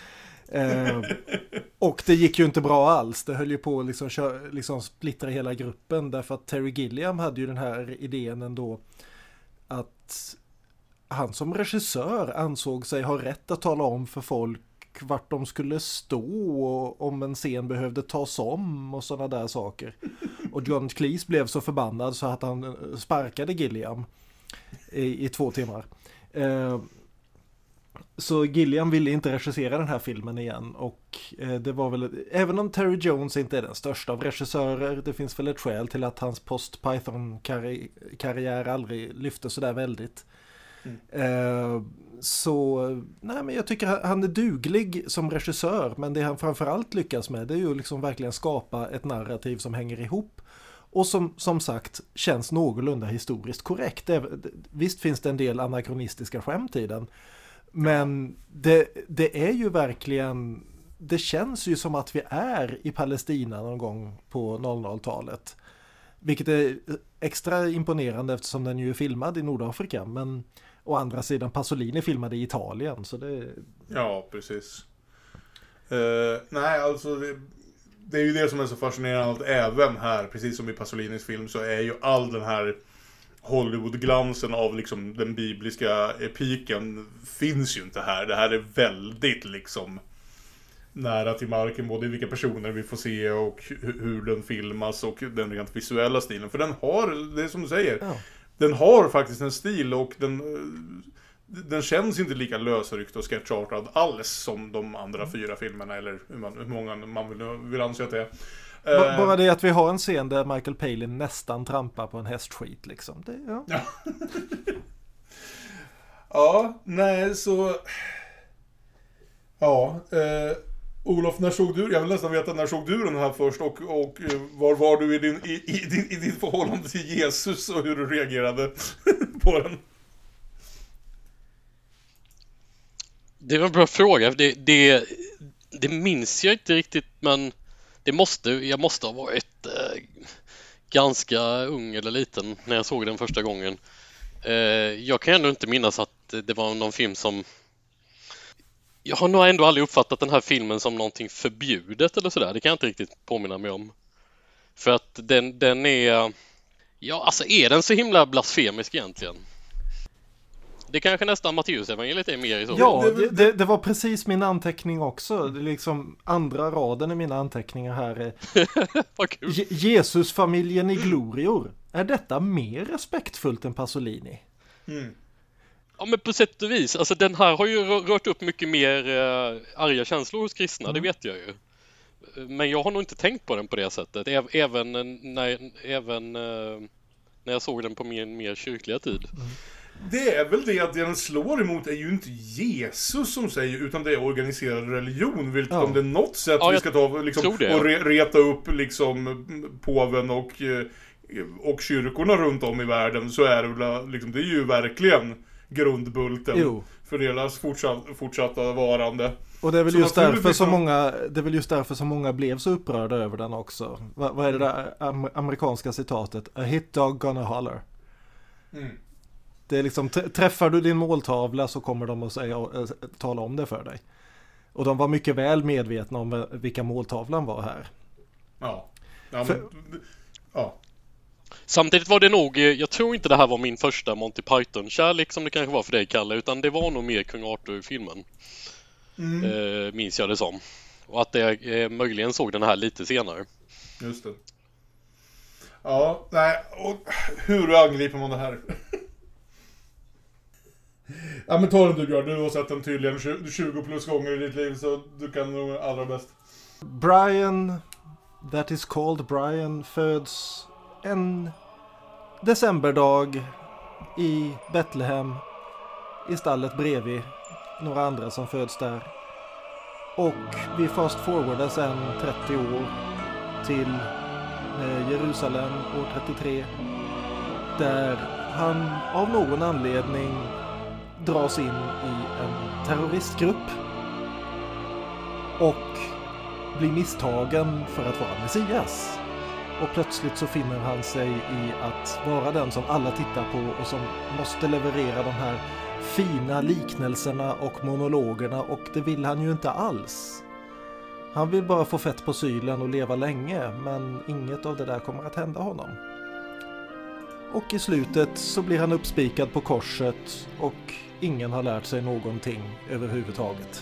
eh, och det gick ju inte bra alls. Det höll ju på att liksom, kö- liksom splittra hela gruppen, därför att Terry Gilliam hade ju den här idén ändå att han som regissör ansåg sig ha rätt att tala om för folk vart de skulle stå och om en scen behövde tas om och sådana där saker. Och John Cleese blev så förbannad så att han sparkade Gilliam i, i två timmar. Eh, Så Gilliam ville inte regissera den här filmen igen och eh, det var väl, även om Terry Jones inte är den största av regissörer, det finns väl ett skäl till att hans post-Python-karriär aldrig lyfte så där väldigt. Mm. Eh, så, nej men jag tycker han är duglig som regissör, men det han framförallt lyckas med det är ju liksom verkligen skapa ett narrativ som hänger ihop. Och som, som sagt känns någorlunda historiskt korrekt. Visst finns det en del anakronistiska skämt i den. Men det, det är ju verkligen, det känns ju som att vi är i Palestina någon gång på noll noll-talet. Vilket är extra imponerande eftersom den ju är filmad i Nordafrika. Men å andra sidan Pasolini filmade i Italien. Så det... Ja, precis. Uh, nej, alltså det, det är ju det som är så fascinerande att även här, precis som i Pasolinis film, så är ju all den här Hollywood-glansen av liksom den bibliska epiken finns ju inte här. Det här är väldigt liksom nära till marken, både vilka personer vi får se och hur den filmas och den rent visuella stilen. För den har, det är som du säger, ja. Den har faktiskt en stil och den, den känns inte lika lösryckt och sketchartad alls som de andra mm. fyra filmerna, eller hur, man, hur många man vill, vill anse att det är. B- bara det att vi har en scen där Michael Palin nästan trampar på en hästskit liksom. Det, ja. Ja. Ja, nej så... Ja, eh, Olof, när såg du? Jag vill nästan veta, när såg du den här först och, och var var du i din, i, i, din, i din förhållande till Jesus och hur du reagerade på den? Det var en bra fråga. Det, det, det minns jag inte riktigt, men det måste, jag måste ha varit eh, ganska ung eller liten när jag såg den första gången. Eh, jag kan ändå inte minnas att det var någon film som... Jag har nog ändå aldrig uppfattat den här filmen som någonting förbjudet eller sådär. Det kan jag inte riktigt påminna mig om. För att den, den är... Ja, alltså är den så himla blasfemisk egentligen? Det kanske nästan Matteusevangeliet är mer i så. Ja, det, det, det var precis min anteckning också. Det är liksom andra raden i mina anteckningar här är Vad kul. Je- Jesusfamiljen i glorior. Är detta mer respektfullt än Pasolini? Mm. Ja, men på sätt och vis. Alltså den här har ju rört upp mycket mer äh, arga känslor hos kristna, mm. det vet jag ju. Men jag har nog inte tänkt på den på det sättet. Även när, även, äh, när jag såg den på min mer kyrkliga tid. Mm. Det är väl det att det den slår emot är ju inte Jesus som säger, utan det är organiserad religion. Vilket ja. om det är något sätt ja, vi ska ta liksom, det, ja. och re- reta upp liksom, påven och, och kyrkorna runt om i världen, så är det, liksom, det är ju verkligen grundbulten jo. för deras fortsatt, fortsatta varande. Och det är väl så just därför så många, det är väl just därför så många blev så upprörda över den också. Va, vad är det där am- amerikanska citatet? A hit dog gonna holler. Mm. Det är liksom, t- träffar du din måltavla så kommer de att säga, äh, tala om det för dig. Och de var mycket väl medvetna om vilka måltavlan var här. Ja. Ja, för, men, ja. Samtidigt var det nog, jag tror inte det här var min första Monty Python-kärlek som det kanske var för dig, Kalle, utan det var nog mer Kung Arthur-filmen. Mm. Eh, minns jag det som. Och att jag eh, möjligen såg den här lite senare. Just det. Ja, nej, och hur angriper man det här? Ja, men ta den du, Björn. Du har sett den tydligen tjugo plus gånger i ditt liv, så du kan nog allra bäst. Brian, that is called Brian, föds en decemberdag i Betlehem, i stallet bredvid några andra som föds där. Och vi fast forwardar sen trettio år till eh, Jerusalem år trettiotre, där han av någon anledning dras in i en terroristgrupp och blir misstagen för att vara Messias. Och plötsligt så finner han sig i att vara den som alla tittar på och som måste leverera de här fina liknelserna och monologerna, och det vill han ju inte alls. Han vill bara få fett på sylen och leva länge, men inget av det där kommer att hända honom. Och i slutet så blir han uppspikad på korset och ingen har lärt sig någonting överhuvudtaget.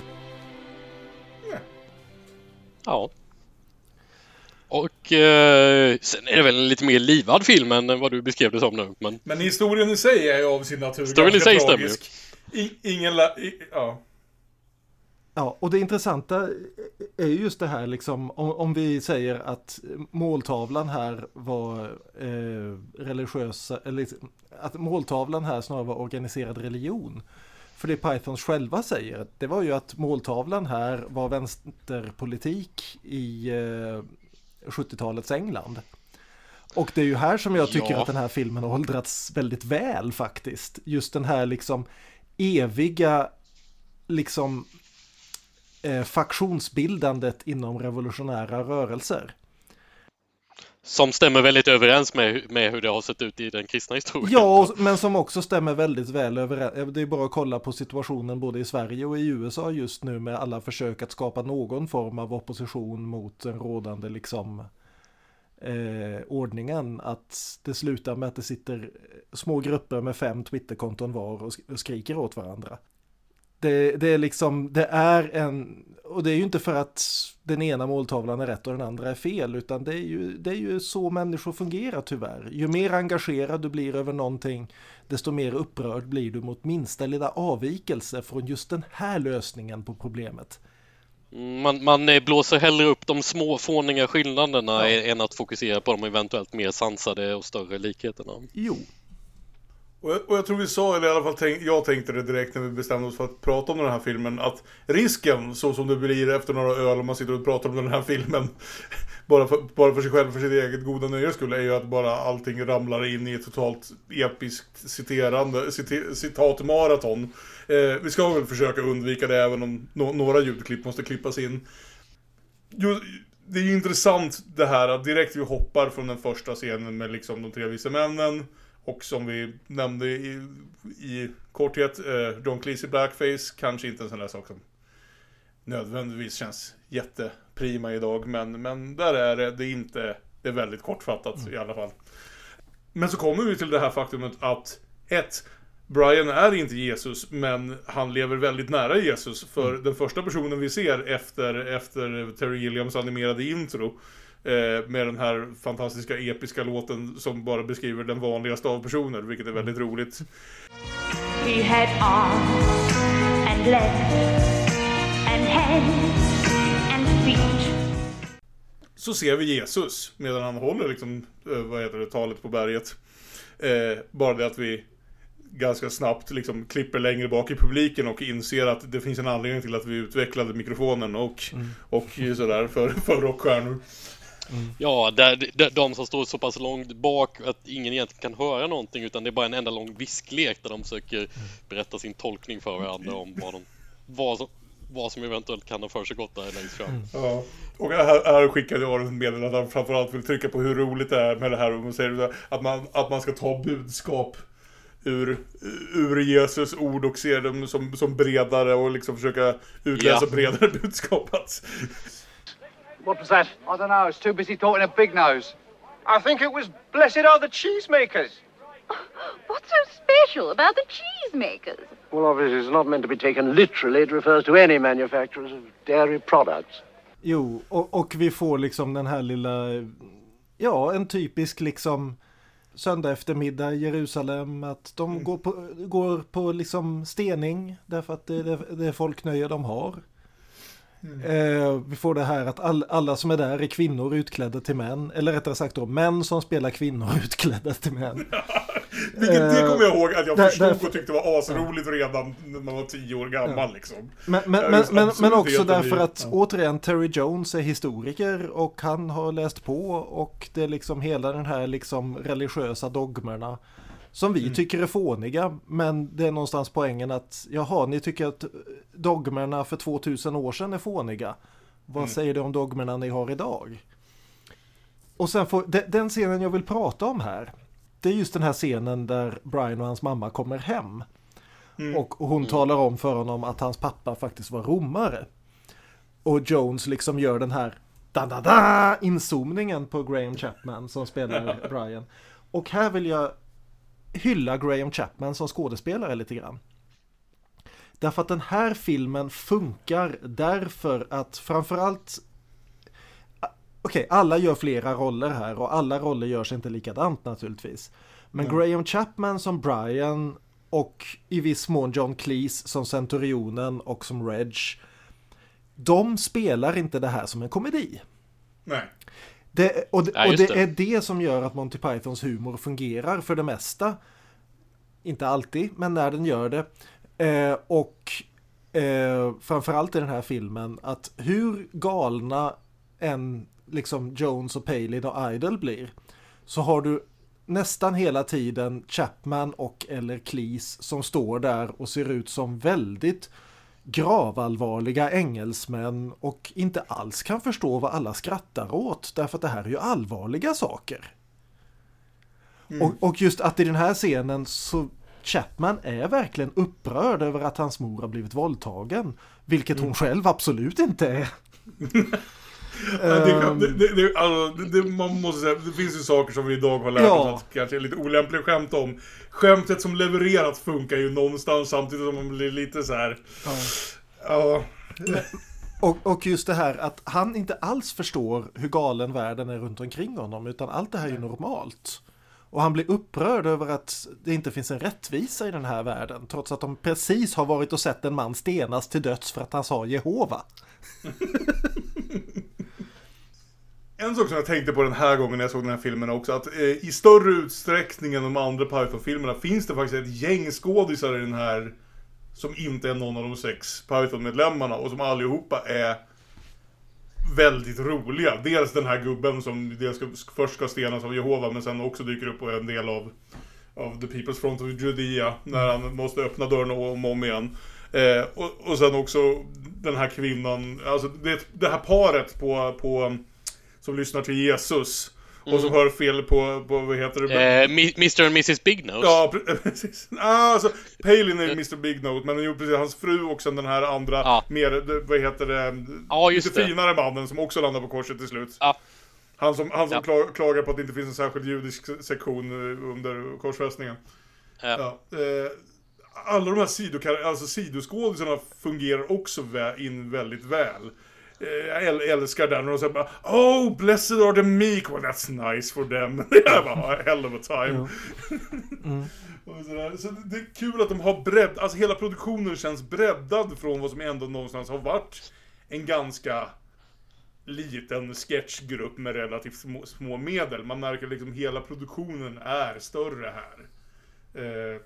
Ja. Och eh, sen är det väl en lite mer livad film än vad du beskrev det som nu. Men, men historien i sig är ju av sin natur historien ganska i sig tragisk. I, ingen... La, i, ja. Ja, och det intressanta är ju just det här liksom, om, om vi säger att måltavlan här var eh, religiösa, eller att måltavlan här snarare var organiserad religion. För det Pythons själva säger, det var ju att måltavlan här var vänsterpolitik i eh, sjuttiotalets England. Och det är ju här som jag tycker ja. att den här filmen har åldrats väldigt väl faktiskt. Just den här liksom eviga liksom eh, faktionsbildandet inom revolutionära rörelser. Som stämmer väldigt överens med, med hur det har sett ut i den kristna historien. Ja, men som också stämmer väldigt väl överens. Det är bara att kolla på situationen både i Sverige och i U S A just nu med alla försök att skapa någon form av opposition mot den rådande liksom eh, ordningen. Att det slutar med att det sitter små grupper med fem Twitterkonton var och, sk- och skriker åt varandra. Det, det är liksom, det är en, och det är ju inte för att den ena måltavlan är rätt och den andra är fel, utan det är ju, det är ju så människor fungerar tyvärr. Ju mer engagerad du blir över någonting, desto mer upprörd blir du mot minsta lilla avvikelse från just den här lösningen på problemet. Man, man blåser hellre upp de små fåniga skillnaderna ja. än att fokusera på de eventuellt mer sansade och större likheterna. Jo. Och jag, och jag tror vi sa, eller i alla fall tänk, jag tänkte det direkt när vi bestämde oss för att prata om den här filmen, att risken, så som det blir efter några öl och man sitter och pratar om den här filmen bara för, bara för sig själv, för sitt eget goda nöje skulle, är ju att bara allting ramlar in i ett totalt episkt citerande, cit, citatmaraton. Eh, vi ska väl försöka undvika det även om no, några ljudklipp måste klippas in. Jo, det är ju intressant det här att direkt vi hoppar från den första scenen med liksom de tre vise männen. Och som vi nämnde i, i korthet, eh, John Cleese i blackface, kanske inte en sån där sak som nödvändigtvis känns jätteprima idag, men, men där är det, det är inte, det är väldigt kortfattat mm. i alla fall. Men så kommer vi till det här faktumet att ett, Brian är inte Jesus, men han lever väldigt nära Jesus, för mm. den första personen vi ser efter, efter Terry Gilliams animerade intro med den här fantastiska episka låten som bara beskriver den vanligaste av personer, vilket är väldigt roligt. He had arms and legs and hands and feet. Så ser vi Jesus medan han håller liksom, vad heter det, talet på berget. Eh, bara det att vi ganska snabbt liksom klipper längre bak i publiken och inser att det finns en anledning till att vi utvecklade mikrofonen och, mm. och sådär för, för rockstjärnor. Mm. Ja, där, de, de som står så pass långt bak att ingen egentligen kan höra någonting, utan det är bara en enda lång visklek där de försöker berätta sin tolkning för varandra om vad, de, vad, som, vad som eventuellt kan ha för sig gott där längst fram. Mm. Ja, och här, här skickade jag en meddelande att han framförallt vill trycka på hur roligt det är med det här, och man säger att man, att man ska ta budskap ur, ur Jesus ord och se dem som, som bredare och liksom försöka utläsa ja. bredare budskap. What was that? I don't know. It's too busy talking a big nose. I think it was blessed are the cheesemakers. What's so special about the cheesemakers? Well, obviously it's not meant to be taken literally. It refers to any manufacturers of dairy products. Jo, och, och vi får liksom den här lilla, ja, en typisk liksom söndag eftermiddag i Jerusalem, att de mm. går på, går på liksom stening därför att det, det, det är folknöje de har. Mm. Eh, vi får det här att all, alla som är där är kvinnor utklädda till män, eller rättare sagt då män som spelar kvinnor utklädda till män. Vilket eh, det kommer jag ihåg att jag där, förstod därför, och tyckte var asroligt redan när man var tio år gammal ja. liksom. Men, men, men, men, men också därför att ja. återigen Terry Jones är historiker och han har läst på, och det är liksom hela den här liksom religiösa dogmerna som vi mm. tycker är fåniga, men det är någonstans poängen att jaha, ni tycker att dogmerna för tvåtusen år sedan är fåniga. Vad mm. säger du om dogmerna ni har idag? Och sen får, de, den scenen jag vill prata om här, det är just den här scenen där Brian och hans mamma kommer hem. Mm. Och, och hon mm. talar om för honom att hans pappa faktiskt var romare. Och Jones liksom gör den här da-da-da inzoomningen på Graham Chapman som spelar Brian. Och här vill jag hylla Graham Chapman som skådespelare lite grann. Därför att den här filmen funkar därför att framförallt okej, okay, alla gör flera roller här och alla roller görs inte likadant naturligtvis. Men mm. Graham Chapman som Brian och i viss mån John Cleese som Centurionen och som Reg, de spelar inte det här som en komedi. Nej. Det, och det, ja, och det, det är det som gör att Monty Pythons humor fungerar för det mesta. Inte alltid, men när den gör det. Eh, och eh, framförallt i den här filmen, att hur galna en liksom Jones och Palin och Idol blir, så har du nästan hela tiden Chapman och eller Cleese som står där och ser ut som väldigt gravallvarliga engelsmän och inte alls kan förstå vad alla skrattar åt, därför att det här är ju allvarliga saker. Mm. Och, och just att i den här scenen så Chapman är verkligen upprörd över att hans mor har blivit våldtagen, vilket hon mm. själv absolut inte är. det, det, det, det, alltså, det, man måste säga, det finns ju saker som vi idag har lärt ja. oss att kanske är lite olämpligt skämt om. Skämtet som levererat funkar ju någonstans, samtidigt som man blir lite så här. Ja. Ja. Och, och just det här att han inte alls förstår hur galen världen är runt omkring honom, utan allt det här är ju normalt. Och han blir upprörd över att det inte finns en rättvisa i den här världen, trots att de precis har varit och sett en man stenas till döds för att han sa Jehova. En sak som jag tänkte på den här gången när jag såg den här filmen också, att eh, i större utsträckning än de andra Python-filmerna finns det faktiskt ett gäng skådisar i den här som inte är någon av de sex Python-medlemmarna och som allihopa är väldigt roliga. Dels den här gubben som dels ska, först ska stenas av Jehova, men sen också dyker upp och är en del av, av The People's Front of Judea när han måste öppna dörren om och om igen. Eh, och, och sen också den här kvinnan, alltså det, det här paret på, på som lyssnar till Jesus och som mm. hör fel på, på vad heter det? Eh, mister and missus Big Nose. Ja, precis. Ah, alltså, Palin är mister Big Nose, men jo, precis, hans fru och sen den här andra, ja. mer, vad heter det? Ja, just lite det. finare mannen som också landar på korset till slut. Ja. Han som, han som ja. klagar på att det inte finns en särskild judisk sektion under korsfästningen. Ja. Ja. Eh, alla de här sidokar- alltså sidoskådisarna fungerar också vä- in väldigt väl. Jag älskar den och så bara, oh, blessed are the meek. Well, that's nice for them. Jag bara, hell of a time. Mm. och sådär. Så det är kul att de har bredd. Alltså hela produktionen känns breddad från vad som ändå någonstans har varit en ganska liten sketchgrupp med relativt små, små medel. Man märker liksom hela produktionen är större här. Eh,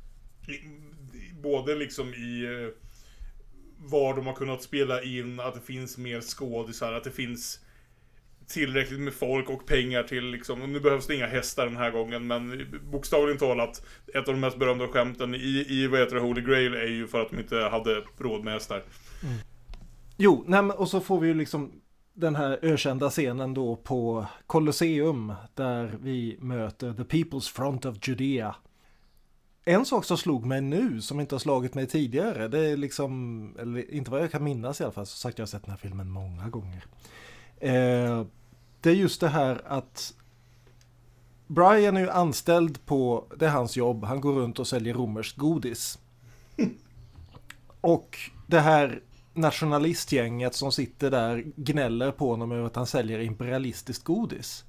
både liksom i eh, var de har kunnat spela in, att det finns mer skådisar, att det finns tillräckligt med folk och pengar till liksom, och nu behövs det inga hästar den här gången, men bokstavligen talat, ett av de mest berömda skämten i, i vad heter det, Holy Grail är ju för att de inte hade råd med hästar. Mm. Jo, nej, och så får vi ju liksom den här ökända scenen då på Colosseum där vi möter The People's Front of Judea. En sak som slog mig nu, som inte har slagit mig tidigare, det är liksom, eller inte vad jag kan minnas i alla fall, så sagt jag har sett den här filmen många gånger. Eh, det är just det här att Brian är ju anställd på, det är hans jobb, han går runt och säljer romerskt godis. Och det här nationalistgänget som sitter där gnäller på honom över att han säljer imperialistiskt godis.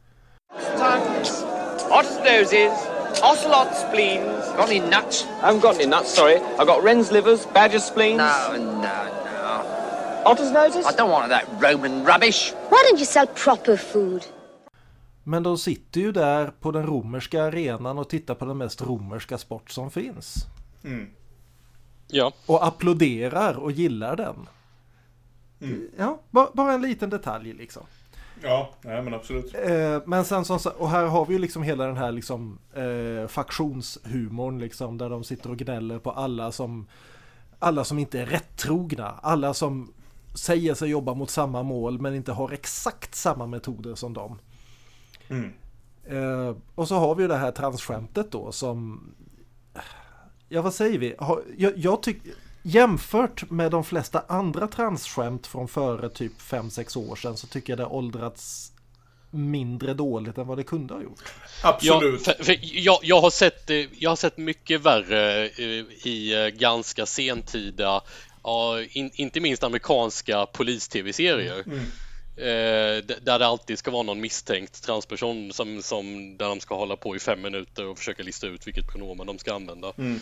Hot noses, ocelot spleens. Got any nuts? I haven't got any nuts, sorry. I've got wren's livers, badger spleens. No, no, no. Otter's noses? I don't want that Roman rubbish. Why don't you sell proper food? Men de sitter ju där på den romerska arenan och tittar på den mest romerska sport som finns. Mm. Ja. Och applåderar och gillar den. Mm. Ja, bara, bara en liten detalj liksom. Ja, nej, men absolut. Eh, men sen som, och här har vi ju liksom hela den här liksom eh, faktionshumorn liksom, där de sitter och gnäller på alla som alla som inte är rättrogna, alla som säger sig jobba mot samma mål men inte har exakt samma metoder som dem. Mm. Eh, och så har vi ju det här transskämtet då som, ja vad säger vi? Jag, jag tycker jämfört med de flesta andra transskämt från före typ fem sex år sedan så tycker jag det åldrats mindre dåligt än vad det kunde ha gjort. Absolut. Ja, för, för jag, jag, har sett, jag har sett mycket värre i ganska sentida, ja, in, inte minst amerikanska polis-tv-serier. Mm. Eh, där det alltid ska vara någon misstänkt transperson som, som, där de ska hålla på i fem minuter och försöka lista ut vilket pronomen de ska använda. Mm.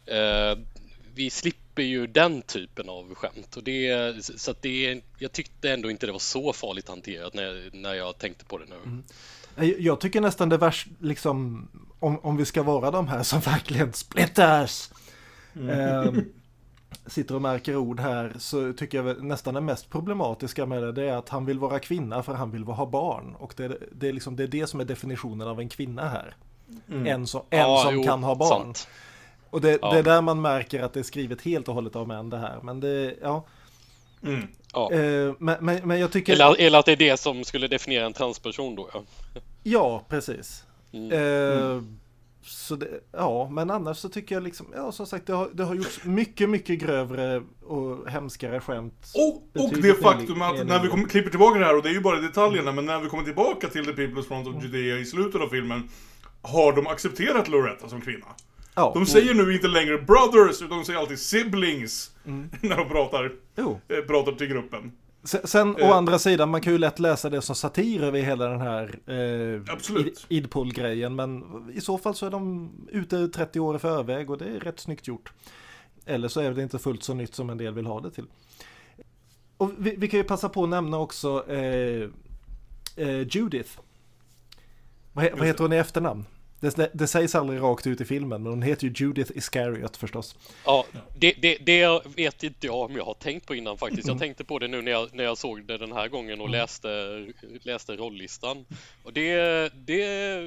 Eh, vi slipper ju den typen av skämt och det, så att det, jag tyckte ändå inte det var så farligt hanterat när, när jag tänkte på det nu. Mm. Jag tycker nästan det värsta, liksom, om, om vi ska vara de här som verkligen splitters mm. eh, sitter och märker ord här, så tycker jag nästan det mest problematiska med det, det är att han vill vara kvinna för han vill ha barn, och det, det, är, liksom, det är det som är definitionen av en kvinna här. Mm. En som, en ja, som jo, kan ha barn. Sant. Och det, ja. det är där man märker att det är skrivet helt och hållet av män det här. Men det, ja. Mm. ja. Eh, men, men, men jag tycker... Eller, eller att det är det som skulle definiera en transperson då, ja. Ja, precis. Mm. Eh, mm. Så det, ja, men annars så tycker jag liksom, ja som sagt, det har, det har gjorts mycket, mycket grövre och hemskare skämt. Och, och det faktum att när vi kommer, klipper tillbaka det här, och det är ju bara detaljerna, men när vi kommer tillbaka till The People's Front of Judea i slutet av filmen, har de accepterat Loretta som kvinna. Ja, de säger och... nu inte längre brothers, utan de säger alltid siblings mm. när de pratar, eh, pratar till gruppen. Sen, sen eh. å andra sidan, man kan ju lätt läsa det som satir över hela den här eh, Absolut. idpol-grejen, men i så fall så är de ute trettio år i förväg och det är rätt snyggt gjort. Eller så är det inte fullt så nytt som en del vill ha det till. Och vi, vi kan ju passa på att nämna också eh, eh, Judith. Vad, vad heter hon i efternamn? Det, det sägs aldrig rakt ut i filmen, men hon heter ju Judith Iscariot förstås. Ja, det, det, det vet inte jag om jag har tänkt på innan faktiskt. Jag tänkte på det nu när jag, när jag såg det den här gången och läste, läste rolllistan. Och det, det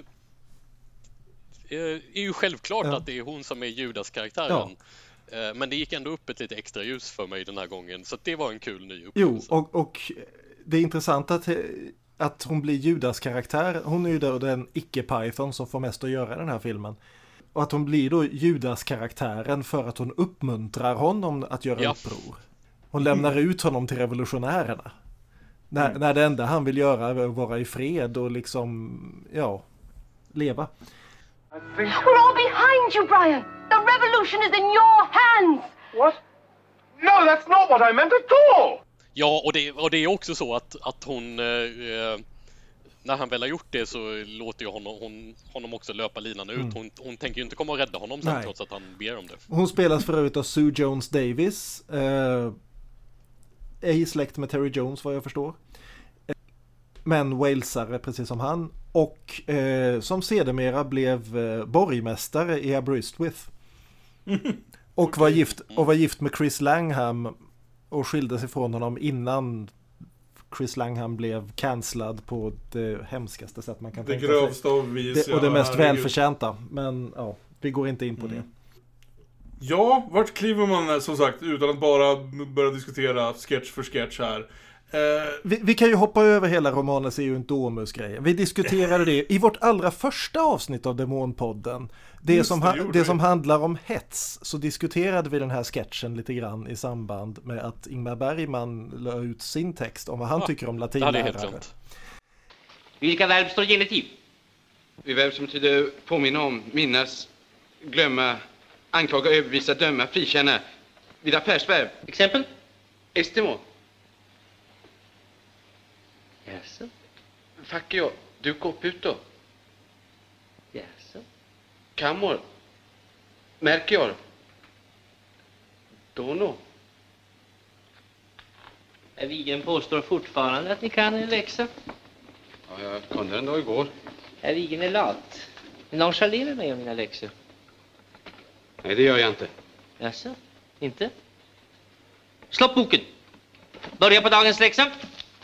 är ju självklart ja. att det är hon som är Judas-karaktären. Ja. Men det gick ändå upp ett lite extra ljus för mig den här gången. Så det var en kul ny upplevelse. Jo, och, och det är intressant att... att hon blir Judas karaktär. Hon är ju då den icke-python som får mest att göra i den här filmen. Och att hon blir då Judas karaktären för att hon uppmuntrar honom att göra ja. uppror. Hon lämnar ut honom till revolutionärerna. När, mm. när det enda han vill göra är att vara i fred och liksom, ja, leva. We're all behind you, Brian. The revolution is in your hands. What? No, that's not what I meant at all. Ja, och det, och det är också så att, att hon, eh, när han väl har gjort det så låter ju honom, hon, honom också löpa linan ut. Mm. Hon, hon tänker ju inte komma och rädda honom sen, trots att han ber om det. Hon spelas förut av Sue Jones Davis. Eh, är i släkt med Terry Jones, vad jag förstår. Men walesare, precis som han. Och eh, som sedermera blev eh, borgmästare i Aberystwyth. och, okay. var gift, och var gift med Chris Langham och skildes ifrån honom innan Chris Langham blev cancellad på det hemskaste sätt man kan det tänka grövsta sig. Av vis, det, och det ja, mest välförtjänta. Men ja, vi går inte in på mm. det. Ja, vart kliver man som sagt utan att bara börja diskutera sketch för sketch här? Eh... Vi, vi kan ju hoppa över hela Romanes Euntomus-grejen. Vi diskuterade det i vårt allra första avsnitt av Demonpodden. Det, Just, som, det, ha, det som handlar om hets, så diskuterade vi den här sketchen lite grann i samband med att Ingmar Bergman la ut sin text om vad han ja, tycker om latinlärare. Vilka verb står genitiv? Vi verb som betyder påminna om, minnas, glömma, anklaga, övervisa, döma, frikänna. Vid affärsverb. Exempel? Estimo. Jaså? Facchio, duco, puto. Jaså? Camor. Merkior. Dono. Herr Wiggen påstår fortfarande att ni kan en läxa. Ja, jag kunde den då igår. Herr Wiggen är lat. Ni nonchalerar mig om mina läxor. Nej, det gör jag inte. Jaså? Inte? Slå upp boken. Börja på dagens läxa.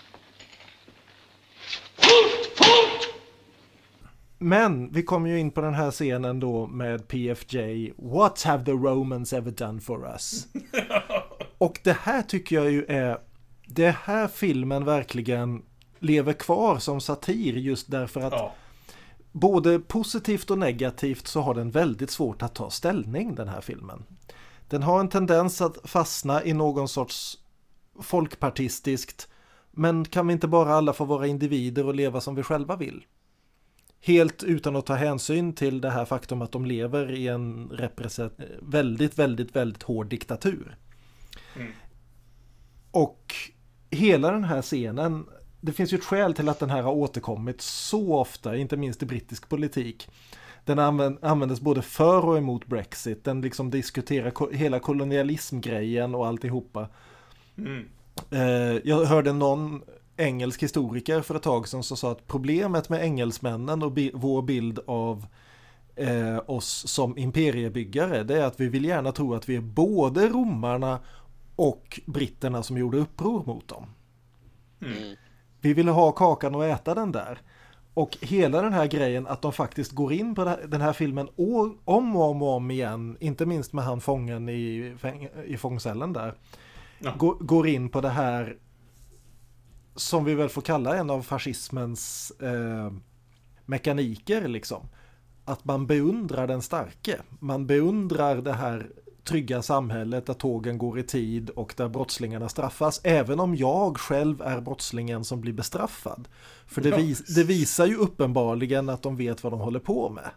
Fort, fort! Men vi kommer ju in på den här scenen då med P F J. What have the Romans ever done for us? Och det här tycker jag ju är... Det här filmen verkligen lever kvar som satir just därför att ja. både positivt och negativt så har den väldigt svårt att ta ställning, den här filmen. Den har en tendens att fastna i någon sorts folkpartistiskt, men kan vi inte bara alla få vara individer och leva som vi själva vill? Helt utan att ta hänsyn till det här faktum att de lever i en represent- väldigt, väldigt, väldigt hård diktatur. Mm. Och hela den här scenen, det finns ju ett skäl till att den här har återkommit så ofta, inte minst i brittisk politik. Den använd, användes både för och emot Brexit. Den liksom diskuterar ko- hela kolonialismgrejen och alltihopa. Mm. Eh, jag hörde någon engelsk historiker för ett tag sedan som sa att problemet med engelsmännen och bi- vår bild av eh, oss som imperiebyggare, det är att vi vill gärna tro att vi är både romarna och britterna som gjorde uppror mot dem. Mm. Vi ville ha kakan och äta den där. Och hela den här grejen att de faktiskt går in på den här filmen om och om och om igen, inte minst med han fången i, i fångcellen där, ja. går, går in på det här som vi väl får kalla en av fascismens eh, mekaniker liksom. Att man beundrar den starke. Man beundrar det här trygga samhället där tågen går i tid och där brottslingarna straffas, även om jag själv är brottslingen som blir bestraffad. För det, vis- det visar ju uppenbarligen att de vet vad de håller på med.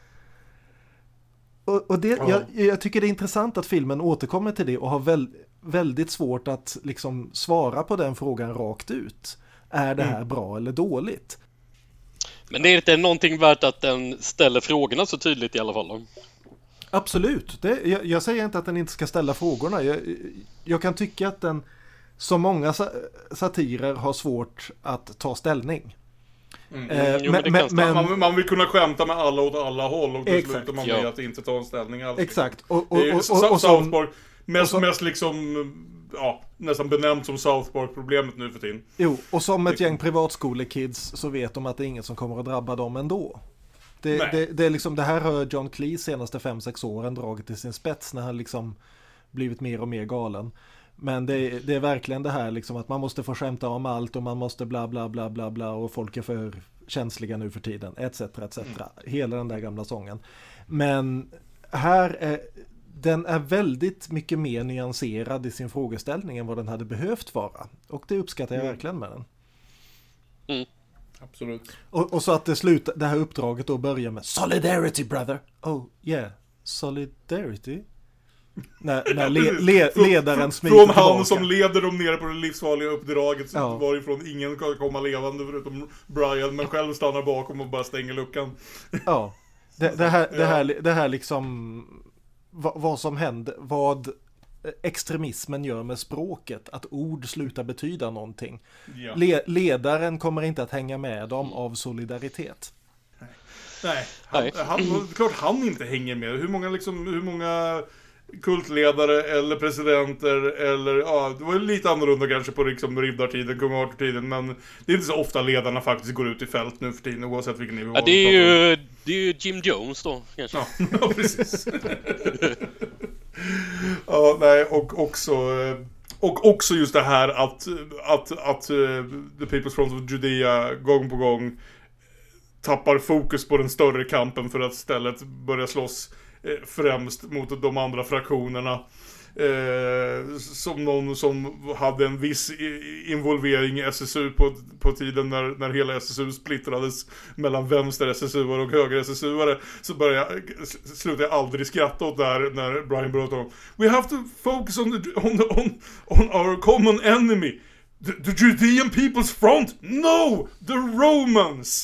Och, och det, ja. jag, jag tycker det är intressant att filmen återkommer till det och har väl, väldigt svårt att liksom svara på den frågan rakt ut. Är det här mm. bra eller dåligt? Men det är inte någonting värt att den ställer frågorna så tydligt i alla fall då? Absolut. Det, jag, jag säger inte att den inte ska ställa frågorna. Jag, jag kan tycka att den, som många satirer, har svårt att ta ställning. Mm. Eh, jo, men men, men, man, man vill kunna skämta med alla åt alla håll och då slutar man med ja. att inte ta en ställning alls. Exakt. Och, och, och, och, och, och, och South Park, mest, och mest liksom, ja, nästan benämnt som South Park-problemet nu för tiden. Jo, och som ett gäng privatskolekids så vet de att det är ingen som kommer att drabba dem ändå. Det, det, det, är liksom, det här har John Cleese senaste fem sex åren dragit till sin spets när han liksom blivit mer och mer galen. Men det, det är verkligen det här liksom att man måste få skämta om allt och man måste bla bla bla bla bla och folk är för känsliga nu för tiden, et cetera et cetera. Mm. Hela den där gamla sången. Men här är den är väldigt mycket mer nyanserad i sin frågeställning än vad den hade behövt vara. Och det uppskattar jag mm. verkligen med den. Mm. Absolut. Och, och så att det, slutar, det här uppdraget då börjar med Solidarity, brother. Oh, yeah. Solidarity. När, när le, le, ledaren smiter från tillbaka. Han som leder dem ner på det livsfarliga uppdraget ja. varifrån ingen kan komma levande förutom Brian, men själv stannar bakom och bara stänger luckan. Ja. Det, det, här, det, här, det här liksom vad, vad som händer, vad extremismen gör med språket, att ord slutar betyda någonting. Ja. Le, ledaren kommer inte att hänga med dem mm. av solidaritet. Nej, han, Nej. Han, klart han inte hänger med. Hur många, liksom, hur många kultledare eller presidenter eller, ja, det var ju lite annorlunda kanske på liksom riddartiden, kung Arthur-tiden, men det är inte så ofta ledarna faktiskt går ut i fält nu för tiden, oavsett vilken nivå. Ja, det är ju, det är ju Jim Jones då, kanske. Ja, ja precis. Ja, nej, och också och också just det här att att att uh, The People's Front of Judea gång på gång tappar fokus på den större kampen för att istället börja slåss eh, främst mot de andra fraktionerna. Eh, som någon som hade en viss involvering i S S U på, på tiden när, när hela S S U splittrades mellan vänster S S U-are och höger S S U-are, så började jag, slutade jag aldrig skratta åt där när Brian bröt om. We have to focus on, the, on, the, on, on our common enemy. The, the Judean People's Front? No! The Romans!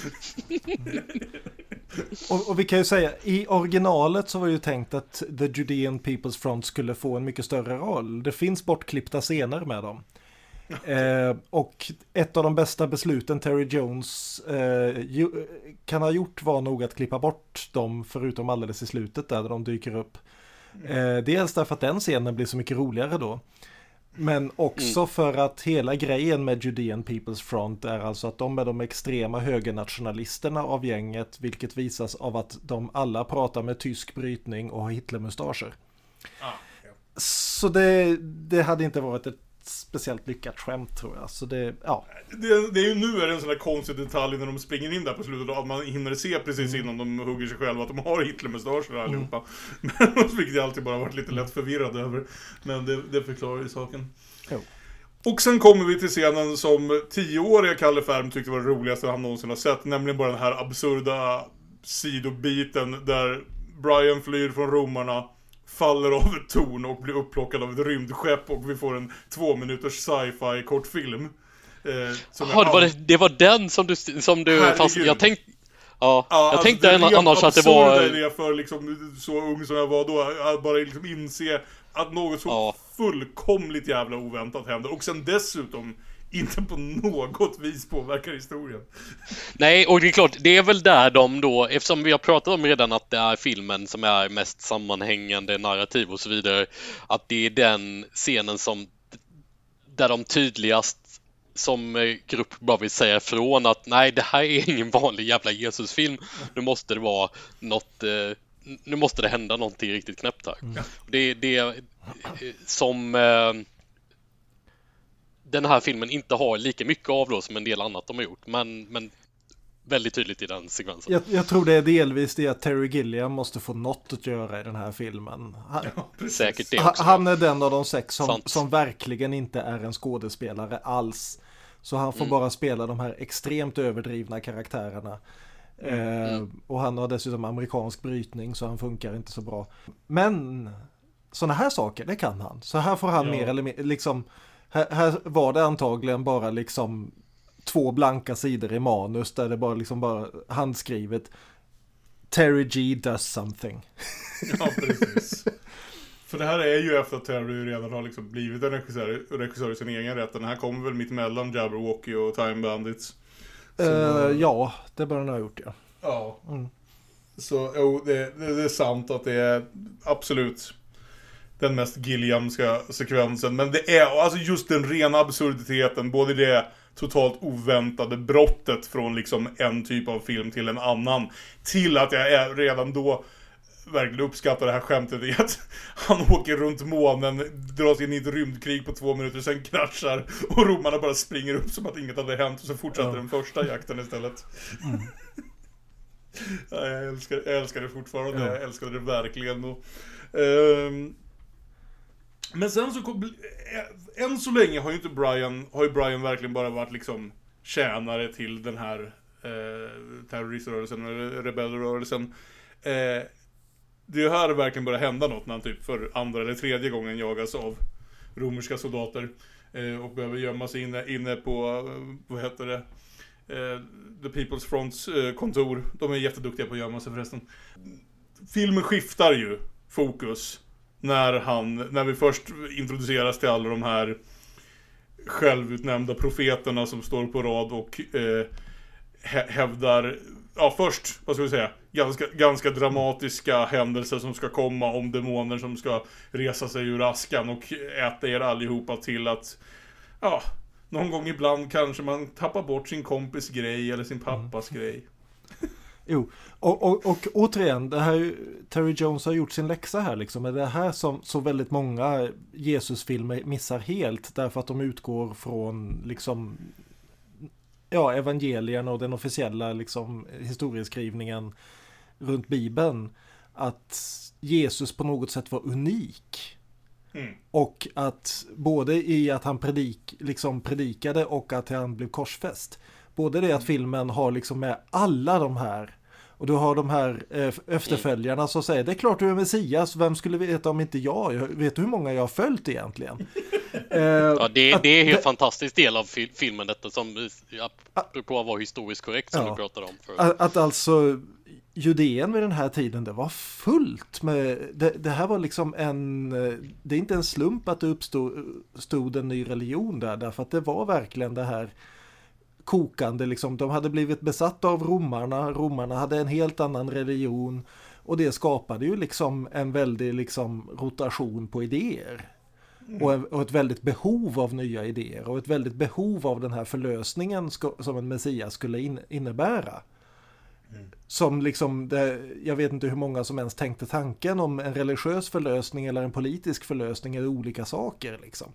och, och vi kan ju säga, i originalet så var ju tänkt att The Judean People's Front skulle få en mycket större roll. Det finns bortklippta scener med dem. eh, och ett av de bästa besluten Terry Jones eh, ju, kan ha gjort var nog att klippa bort dem, förutom alldeles i slutet där, där de dyker upp. Eh, dels därför att den scenen blir så mycket roligare då. Men också mm. för att hela grejen med Judean People's Front är alltså att de är de extrema högernationalisterna av gänget, vilket visas av att de alla pratar med tysk brytning och har Hitlermustascher. Ah, ja. Så det, det hade inte varit ett speciellt lyckat skämt, tror jag. Så det, ja. det, det är ju nu är det en sån där konstig detalj när de springer in där på slutet, att man hinner se precis innan de hugger sig själva att de har Hitlermustascher allihopa. Mm. Men vilket jag alltid bara varit lite lätt förvirrad över. Men det, det förklarar ju saken. Jo. Och sen kommer vi till scenen som tioåriga Kalle Färm tyckte var det roligaste han någonsin har sett, nämligen bara den här absurda sidobiten där Brian flyr från romarna, faller av ett torn och blir upplockad av ett rymdskepp, och vi får en två minuters sci-fi kortfilm. Eh, Jaha, det, var det, det var den som du, som du fast, jag tänkte Ja, Ja, jag alltså, tänkte det är annars att det var... absurda idé för liksom, så ung som jag var då, att bara liksom inse att något så Ja. fullkomligt jävla oväntat händer. Och sen dessutom inte på något vis påverkar historien. Nej, och det är klart, det är väl där de då, eftersom vi har pratat om redan att det är filmen som är mest sammanhängande narrativ och så vidare, att det är den scenen som där de tydligast som grupp bara vill säga ifrån att nej, det här är ingen vanlig jävla Jesusfilm. Nu måste det vara något, eh, nu måste det hända någonting riktigt knäppt här. Mm. Det, det är som eh, den här filmen inte har lika mycket av då som en del annat de har gjort, men, men väldigt tydligt i den sekvensen. Jag, jag tror det är delvis det att Terry Gilliam måste få något att göra i den här filmen. Han, ja, säkert det också. Han är den av de sex som, som verkligen inte är en skådespelare alls. Så han får mm. bara spela de här extremt överdrivna karaktärerna. Mm. Eh, och han har dessutom amerikansk brytning så han funkar inte så bra. Men såna här saker, det kan han. Så här får han ja. mer eller mer, liksom, här, här var det antagligen bara liksom två blanka sidor i manus där det bara liksom bara handskrivet Terry G does something. Ja, precis. För det här är ju efter att Terry redan har liksom blivit en regissör, regissör i sin egen rätt. Den här kommer väl mitt emellan Jabberwocky och Time Bandits. Så... Uh, ja, det bör den ha gjort, ja. Ja. Mm. Så jo, det, det, det är sant att det är absolut den mest Gilliamska sekvensen. Men det är alltså just den rena absurditeten, både det totalt oväntade brottet från liksom en typ av film till en annan, till att jag är redan då verkligen uppskattar det här skämtet i att han åker runt månen, dras in i ett rymdkrig på två minuter, sen kraschar och romarna bara springer upp som att inget hade hänt och så fortsätter ja. den första jakten istället. Mm. Ja, jag, älskar, jag älskar det fortfarande, ja. jag älskar det verkligen. Och, um, men sen så kom, än så länge har ju inte Brian, har ju Brian verkligen bara varit liksom tjänare till den här eh, terroriströrelsen eller rebellrörelsen. Eh, det är här det verkligen börjar hända något när han typ för andra eller tredje gången jagas av romerska soldater eh, och behöver gömma sig inne, inne på, eh, vad heter det, eh, The People's Fronts eh, kontor. De är jätteduktiga på att gömma sig förresten. Filmen skiftar ju fokus när han, när vi först introduceras till alla de här självutnämnda profeterna som står på rad och eh, hävdar, ja först, vad ska vi säga, ganska, ganska dramatiska händelser som ska komma om demoner som ska resa sig ur askan och äta er allihopa, till att ja, någon gång ibland kanske man tappar bort sin kompis grej eller sin pappas mm. grej. Jo, och, och, och återigen, det här, Terry Jones har gjort sin läxa här liksom. Det här som så väldigt många Jesusfilmer missar helt, därför att de utgår från liksom, ja, evangelien och den officiella liksom historieskrivningen runt Bibeln, att Jesus på något sätt var unik. Mm. Och att både i att han predik, liksom predikade och att han blev korsfäst. Både det att filmen har liksom med alla de här, och du har de här eh, efterföljarna som säger, det är klart du är Messias, vem skulle veta om inte jag? Jag vet du hur många jag har följt egentligen? eh, ja, det, att, det är en helt det, fantastisk del av fil- filmen, detta som apropå att vara historiskt korrekt som ja, du pratade om. För. Att, att alltså Judeen vid den här tiden, det var fullt med, det, det här var liksom en, det är inte en slump att det uppstod en ny religion där, därför att det var verkligen det här kokande liksom. De hade blivit besatta av romarna. Romarna hade en helt annan religion. Och det skapade ju liksom en väldig liksom rotation på idéer. Mm. Och, en, och ett väldigt behov av nya idéer. Och ett väldigt behov av den här förlösningen ska, som en Messias skulle in, innebära. Mm. Som liksom, det, jag vet inte hur många som ens tänkte tanken om en religiös förlösning eller en politisk förlösning eller olika saker liksom.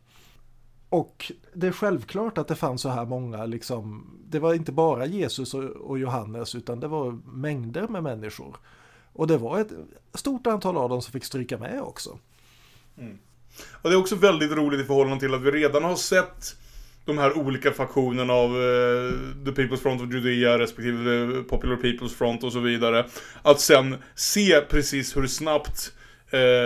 Och det är självklart att det fanns så här många, liksom, det var inte bara Jesus och, och Johannes, utan det var mängder med människor. Och det var ett stort antal av dem som fick stryka med också. Mm. Och det är också väldigt roligt i förhållande till att vi redan har sett de här olika faktionerna av uh, The People's Front of Judea respektive The Popular People's Front och så vidare. Att sen se precis hur snabbt uh,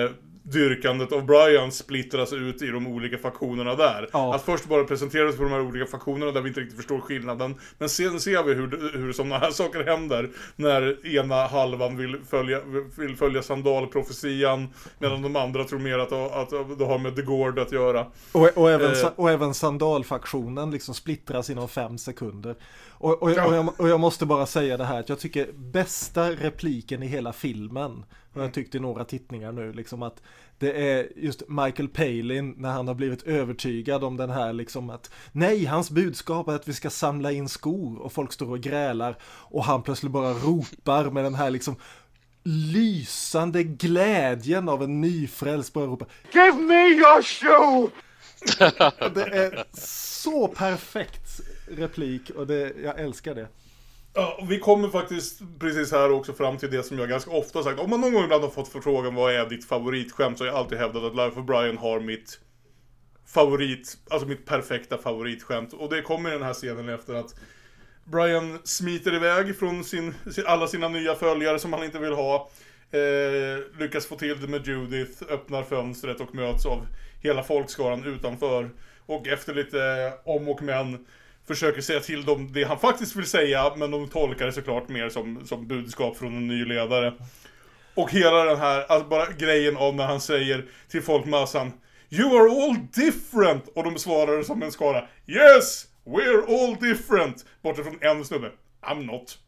dyrkandet av Brian splittras ut i de olika faktionerna där. Ja. Att först bara presenteras för de här olika faktionerna där vi inte riktigt förstår skillnaden. Men sen ser vi hur, hur sådana här saker händer när ena halvan vill följa, vill följa sandalprofetian medan de andra tror mer att, att, att det har med The Gord att göra. Och, och, även, eh. och även sandalfaktionen liksom splittras inom fem sekunder. Och, och, och, jag, och jag måste bara säga det här att jag tycker bästa repliken i hela filmen, och jag tyckte i några tittningar nu liksom, att det är just Michael Palin när han har blivit övertygad om den här liksom att nej, hans budskap är att vi ska samla in skor och folk står och grälar och han plötsligt bara ropar med den här liksom lysande glädjen av en nyfrälst, bara ropar Give me your shoe! Det är så perfekt replik och det, jag älskar det. Ja, vi kommer faktiskt precis här också fram till det som jag ganska ofta har sagt. Om man någon gång ibland har fått förfrågan vad är ditt favoritskämt, så har jag alltid hävdat att Life of Brian har mitt favorit, alltså mitt perfekta favoritskämt. Och det kommer i den här scenen efter att Brian smiter iväg från sin, alla sina nya följare som han inte vill ha. Eh, lyckas få till det med Judith, öppnar fönstret och möts av hela folkskaran utanför. Och efter lite om och men försöker säga till dem det han faktiskt vill säga, men de tolkar det såklart mer som, som budskap från en ny ledare. Och hela den här, alltså bara grejen om när han säger till folkmassan You are all different! Och de svarar som en skara Yes, we're all different! Borta från en snubbe I'm not.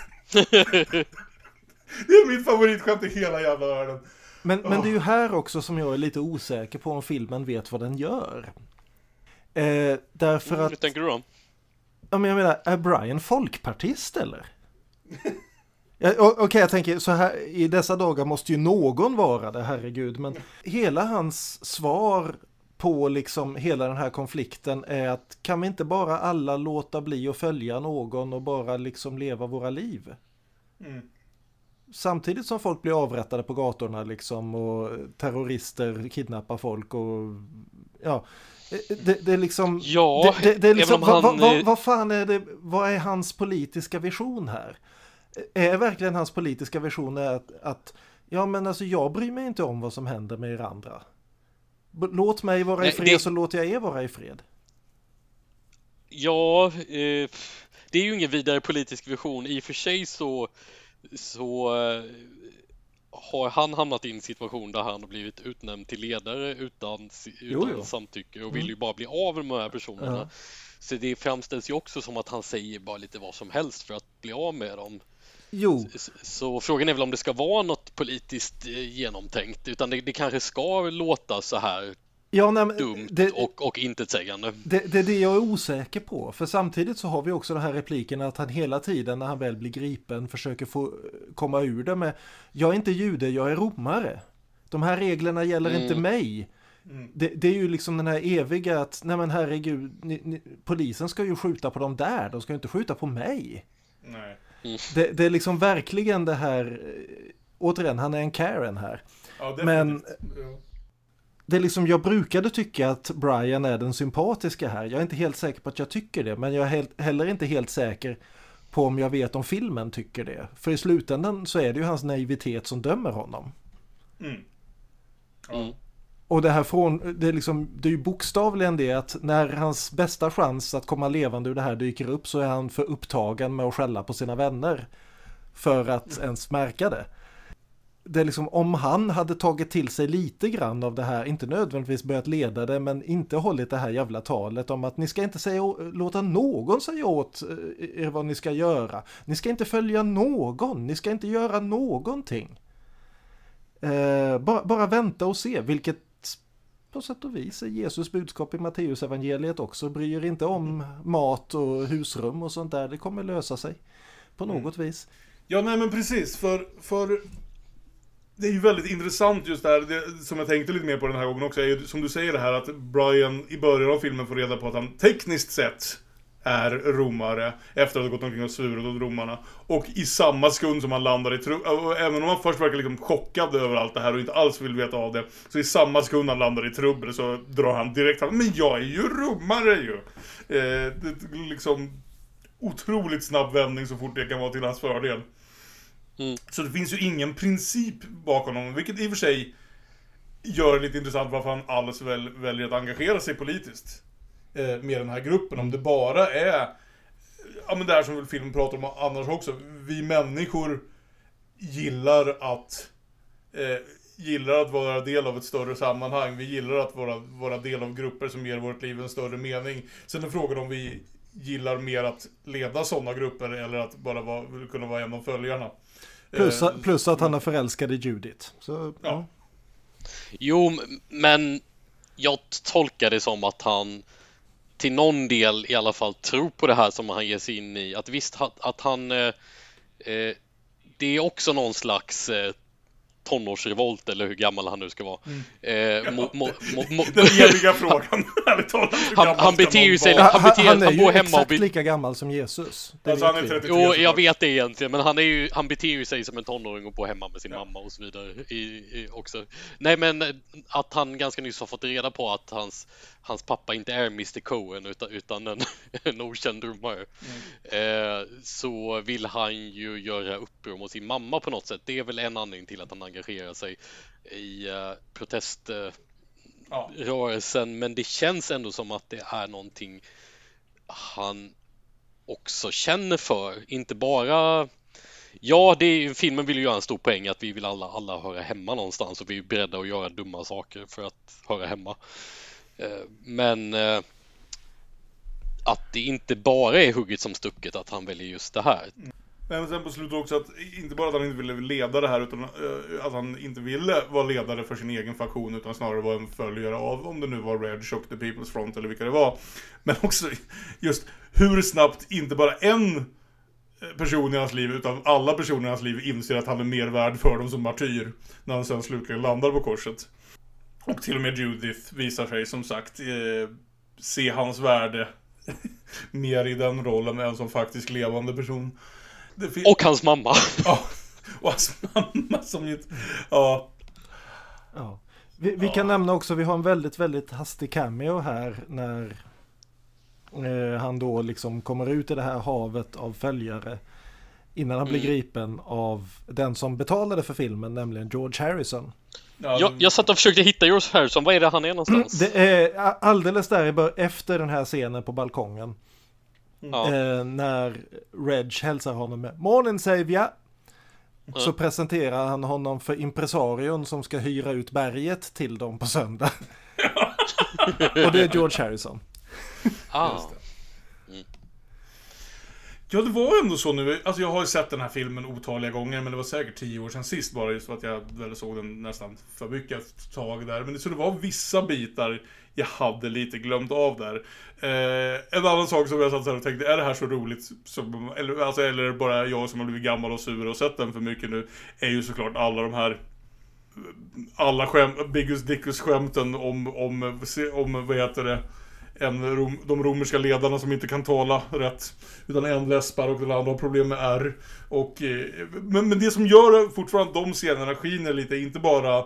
Det är mitt favoritskämt i hela jävla världen. Men, men oh. det är ju här också som jag är lite osäker på om filmen vet vad den gör. Eh, därför mm, att... Hur tänker du då? Ja, men jag menar, är Brian folkpartist eller? ja, Okej, okay, jag tänker så här, i dessa dagar måste ju någon vara det, herregud. Men hela hans svar på liksom hela den här konflikten är att kan vi inte bara alla låta bli att följa någon och bara liksom leva våra liv? Mm. Samtidigt som folk blir avrättade på gatorna liksom och terrorister kidnappar folk och ja, det, det är liksom ja, det, det, det är liksom han... vad, vad, vad fan är det, vad är hans politiska vision här? Är verkligen hans politiska vision att, att ja men alltså jag bryr mig inte om vad som händer med er andra. Låt mig vara Nej, i fred det... så låter jag er vara i fred. Ja, eh, det är ju ingen vidare politisk vision. I och för sig så så eh, har han hamnat i en situation där han har blivit utnämnd till ledare utan, utan jo, jo. samtycke och vill ju bara bli av med de här personerna. Ja. Så det framställs ju också som att han säger bara lite vad som helst för att bli av med dem. Jo. Så, så frågan är väl om det ska vara något politiskt genomtänkt, utan det, det kanske ska låta så här ja, nej, dumt det, och, och intetsägande. Det, det är det jag är osäker på. För samtidigt så har vi också den här repliken att han hela tiden när han väl blir gripen försöker få komma ur det med jag är inte jude, jag är romare. De här reglerna gäller mm. inte mig. Mm. Det, det är ju liksom den här eviga att nej men herregud, ni, ni, polisen ska ju skjuta på dem där, de ska ju inte skjuta på mig. Nej. Mm. Det, det är liksom verkligen det här, återigen, han är en Karen här. Ja, men det är liksom, jag brukade tycka att Brian är den sympatiska här. Jag är inte helt säker på att jag tycker det, men jag är helt, heller inte helt säker på om jag vet om filmen tycker det. För i slutändan så är det ju hans naivitet som dömer honom. Mm. Ja. Mm. Och det här från, det är liksom, det är ju bokstavligen det att när hans bästa chans att komma levande ur det här dyker upp så är han för upptagen med att skälla på sina vänner för att mm. ens märka det. Det är liksom, om han hade tagit till sig lite grann av det här, inte nödvändigtvis börjat leda det, men inte hållit det här jävla talet om att ni ska inte säga, låta någon säga åt er vad ni ska göra. Ni ska inte följa någon, ni ska inte göra någonting. Eh, bara, bara vänta och se, vilket på sätt och vis är Jesus budskap i Matteus evangeliet också. Bryr inte om mat och husrum och sånt där, det kommer lösa sig på något mm. vis. Ja, nej men precis, för, för det är ju väldigt intressant just där, det, som jag tänkte lite mer på den här gången också, är ju, som du säger det här att Brian i början av filmen får reda på att han tekniskt sett är romare efter att ha gått omkring och svurit åt romarna. Och i samma sekund som han landar i trubbel, även om han först verkar liksom chockad över allt det här och inte alls vill veta av det, så i samma sekund han landar i trubbel så drar han direkt fram, men jag är ju romare ju. Eh, det är liksom otroligt snabb vändning så fort det kan vara till hans fördel. Mm. Så det finns ju ingen princip bakom honom, vilket i och för sig gör det lite intressant varför han alls väl, väljer att engagera sig politiskt eh, med den här gruppen. Om det bara är, ja men det här som väl filmen pratar om annars också, vi människor gillar att eh, gillar att vara del av ett större sammanhang. Vi gillar att vara, vara del av grupper som ger vårt liv en större mening. Sen är frågan om vi gillar mer att leda sådana grupper eller att bara vara, kunna vara en av följarna. Plus, plus att han är förälskad i Judith. Så, ja. Ja. Jo, men jag tolkar det som att han till någon del i alla fall tror på det här som han ger sig in i. Att visst, att, att han... Eh, eh, det är också någon slags... Eh, tonårsrevolt eller hur gammal han nu ska vara. Mm. Eh, ja, mo, mo, mo, mo, den eviga frågan. han, han beter ju sig... Han, beter, han är han ju bor hemma exakt och be- lika gammal som Jesus. Det alltså, han är trettiotre, jo, jag vet det egentligen. Men han, är ju, han beter ju sig som en tonåring och bor hemma med sin ja. mamma och så vidare. I, i, också. Nej, men att han ganska nyss har fått reda på att hans, hans pappa inte är mister Cohen utan, utan en, en okänd domare. Mm. Eh, så vill han ju göra uppror mot sin mamma på något sätt. Det är väl en anledning till att han engagerar sig i uh, proteströrelsen, uh, ja. Men det känns ändå som att det är någonting han också känner för, inte bara ja, det är, filmen vill ju göra en stor poäng att vi vill alla, alla höra hemma någonstans och vi är beredda att göra dumma saker för att höra hemma, uh, men uh, att det inte bara är hugget som stucket att han väljer just det här. Men sen på slutet också att inte bara att han inte ville leda det här utan uh, att han inte ville vara ledare för sin egen faktion utan snarare vara en följare av, om det nu var Red Shock the People's Front eller vilka det var. Men också just hur snabbt inte bara en person i hans liv utan alla personer i hans liv inser att han är mer värd för dem som martyr när han sen slutligen landar på korset. Och till och med Judith visar sig som sagt eh, se hans värde mer i den rollen än som faktiskt levande person. Fin- och hans mamma. Ja, och hans mamma som ju... Ja. ja. Vi, vi ja. kan nämna också, vi har en väldigt, väldigt hastig cameo här när eh, han då liksom kommer ut i det här havet av följare innan han blir mm. gripen av den som betalade för filmen, nämligen George Harrison. Ja, jag, jag satt och försökte hitta George Harrison. Vad är det han är någonstans? Det är alldeles där i bör- efter den här scenen på balkongen. Mm. Eh, när Reg hälsar honom med Morning Savior, mm. så presenterar han honom för impresarion som ska hyra ut berget till dem på söndag. Och det är George Harrison. Ah. Mm. Ja, det var ändå så nu. Alltså jag har ju sett den här filmen otaliga gånger, men det var säkert tio år sedan sist bara, just för att jag väl såg den nästan för mycket ett tag där. Men det, så det var vissa bitar jag hade lite glömt av där. Eh, en annan sak som jag satt så här och tänkte, är det här så roligt som, eller, alltså, eller bara jag som har blivit gammal och sur och sett den för mycket nu, är ju såklart alla de här alla skämt, Biggus Dickus skämten om, om, om vad heter det, en rom, de romerska ledarna som inte kan tala rätt utan en läspar och den andra har problem med R och, men, men det som gör fortfarande de scenerna skiner lite, inte bara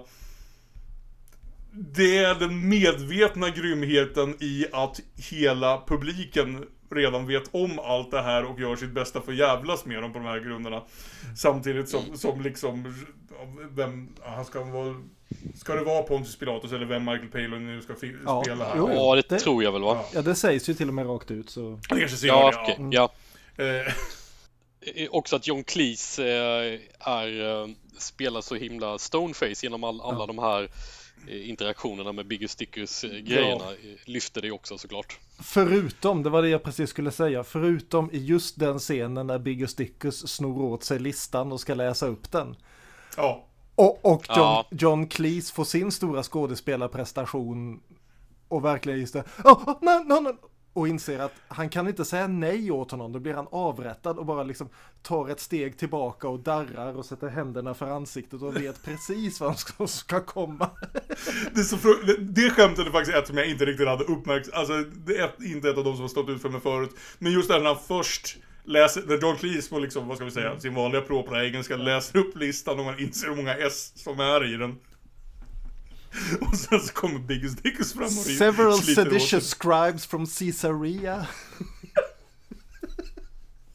det är den medvetna grymheten i att hela publiken redan vet om allt det här och gör sitt bästa för att jävlas med dem på de här grunderna. Samtidigt som, som liksom vem, han ska vara, ska det vara Pontius Pilatus eller vem Michael Palin nu ska fi- ja, spela här? Jo, ja, det, det tror jag väl va? Ja, det sägs ju till och med rakt ut så. Det kanske ser ja, det, okay, ja. ja. Eh. Också att John Cleese eh, är, eh, spelar så himla stoneface genom all, alla ja. de här interaktionerna med Biggus Dickus grejerna, ja. lyfter det också såklart. Förutom, det var det jag precis skulle säga, förutom i just den scenen när Biggus Dickus snor åt sig listan och ska läsa upp den. Ja. Och, och John, ja. John Cleese får sin stora skådespelarprestation och verkligen just det. Oh, oh, no, no, no. Och inser att han kan inte säga nej åt honom. Då blir han avrättad och bara liksom tar ett steg tillbaka och darrar och sätter händerna för ansiktet och vet precis vad han ska komma. Det, är så fru- det, det skämtet är faktiskt ett som jag inte riktigt hade uppmärkt. Alltså, det är inte ett av de som har stått ut för mig förut. Men just när han först läser, när John Cleese på liksom, vad ska vi säga, sin vanliga propra engelska läser upp listan och man inser hur många S som är i den. Och sen så kommer Biggus Dickus fram och Several seditious scribes from Caesarea.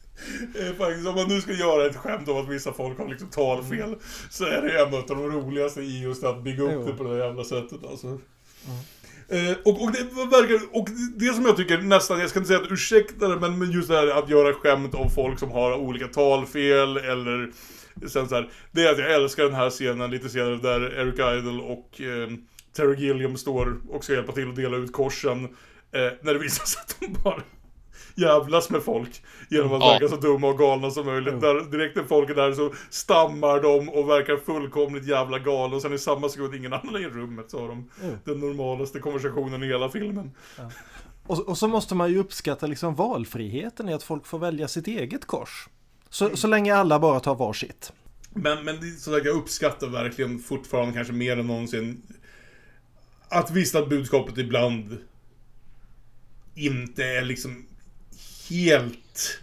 Eh, faktiskt, om man nu ska göra ett skämt om att vissa folk har liksom talfel mm. så är det en av de roligaste i just att bygga upp jo. det på det jävla sättet alltså. Mm. Eh, och, och, det verkar, och det som jag tycker nästan, jag ska inte säga att ursäkta det, men just det här att göra skämt om folk som har olika talfel eller sen så här, det är att jag älskar den här scenen lite senare där Eric Idle och eh, Terry Gilliam står och ska hjälpa till att dela ut korsen eh, när det visar sig att de bara jävlas med folk genom att ja. verka så dumma och galna som möjligt. Mm. Där, direkt när folk är där så stammar de och verkar fullkomligt jävla galna och sen i samma sekund ingen annan i rummet så har de mm. den normalaste konversationen i hela filmen. Ja. Och, och så måste man ju uppskatta liksom valfriheten i att folk får välja sitt eget kors. Så, mm. så länge alla bara tar varsitt. Men, men så jag uppskattar verkligen fortfarande kanske mer än någonsin att visst att budskapet ibland inte är liksom helt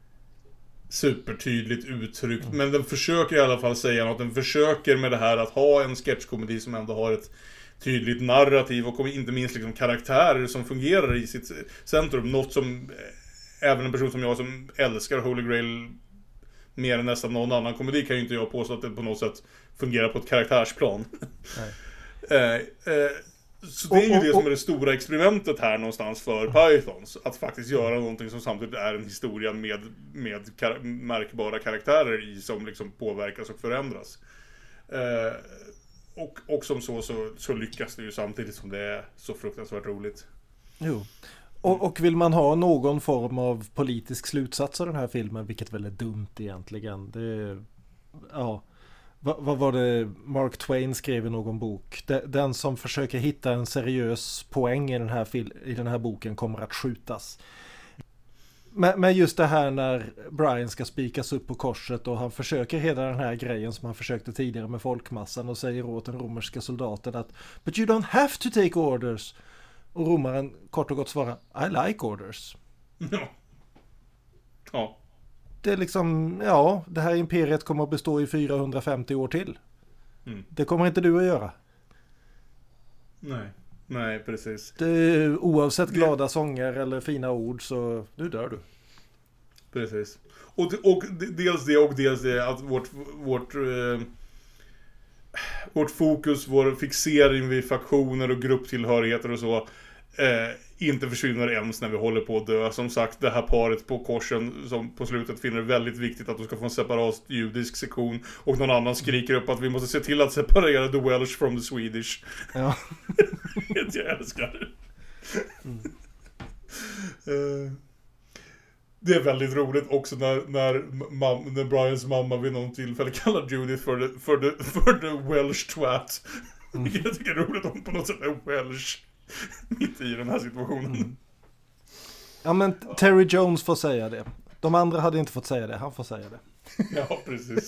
supertydligt uttryckt, mm. men den försöker i alla fall säga något. Den försöker med det här att ha en sketchkomedi som ändå har ett tydligt narrativ och inte minst liksom karaktärer som fungerar i sitt centrum. Något som även en person som jag som älskar Holy Grail mer än nästan någon annan komedi kan ju inte jag påstå att det på något sätt fungerar på ett karaktärsplan. eh, eh, Så det är ju det som är det stora experimentet här någonstans för Pythons. Att faktiskt göra någonting som samtidigt är en historia med, med kar- märkbara karaktärer i som liksom påverkas och förändras. Eh, och, och som så, så så lyckas det ju samtidigt som det är så fruktansvärt roligt. Jo. Och, och vill man ha någon form av politisk slutsats av den här filmen, vilket väl är dumt egentligen. Det, ja... Vad var det Mark Twain skrev i någon bok? Den som försöker hitta en seriös poäng i den här, fil- i den här boken kommer att skjutas. Men, men just det här när Brian ska spikas upp på korset och han försöker hela den här grejen som han försökte tidigare med folkmassan och säger åt den romerska soldaten att "But you don't have to take orders." Och romaren kort och gott svarar "I like orders." Ja. Ja. Det är liksom, ja, det här imperiet kommer att bestå i fyrahundrafemtio år till. Mm. Det kommer inte du att göra. Nej, nej precis. Det, oavsett glada sånger eller fina ord så nu dör du. Precis. Och, och dels det och dels det att vårt, vårt, eh, vårt fokus, vår fixering vid faktioner och grupptillhörigheter och så eh, inte försvinner ens när vi håller på att dö. Som sagt, det här paret på korsen som på slutet finner det väldigt viktigt att de ska få en separat judisk sektion och någon annan skriker upp att vi måste se till att separera the Welsh from the Swedish. Ja. Jag älskar det. Mm. uh, det är väldigt roligt också när, när, mam, när Brians mamma vid någon tillfälle kallar Judith för the, för the, för the Welsh twat. Mm. Jag tycker det är roligt att hon på något sätt är Welsh mitt i den här situationen. Mm. Ja, men Terry Jones får säga det. De andra hade inte fått säga det. Han får säga det. Ja, precis.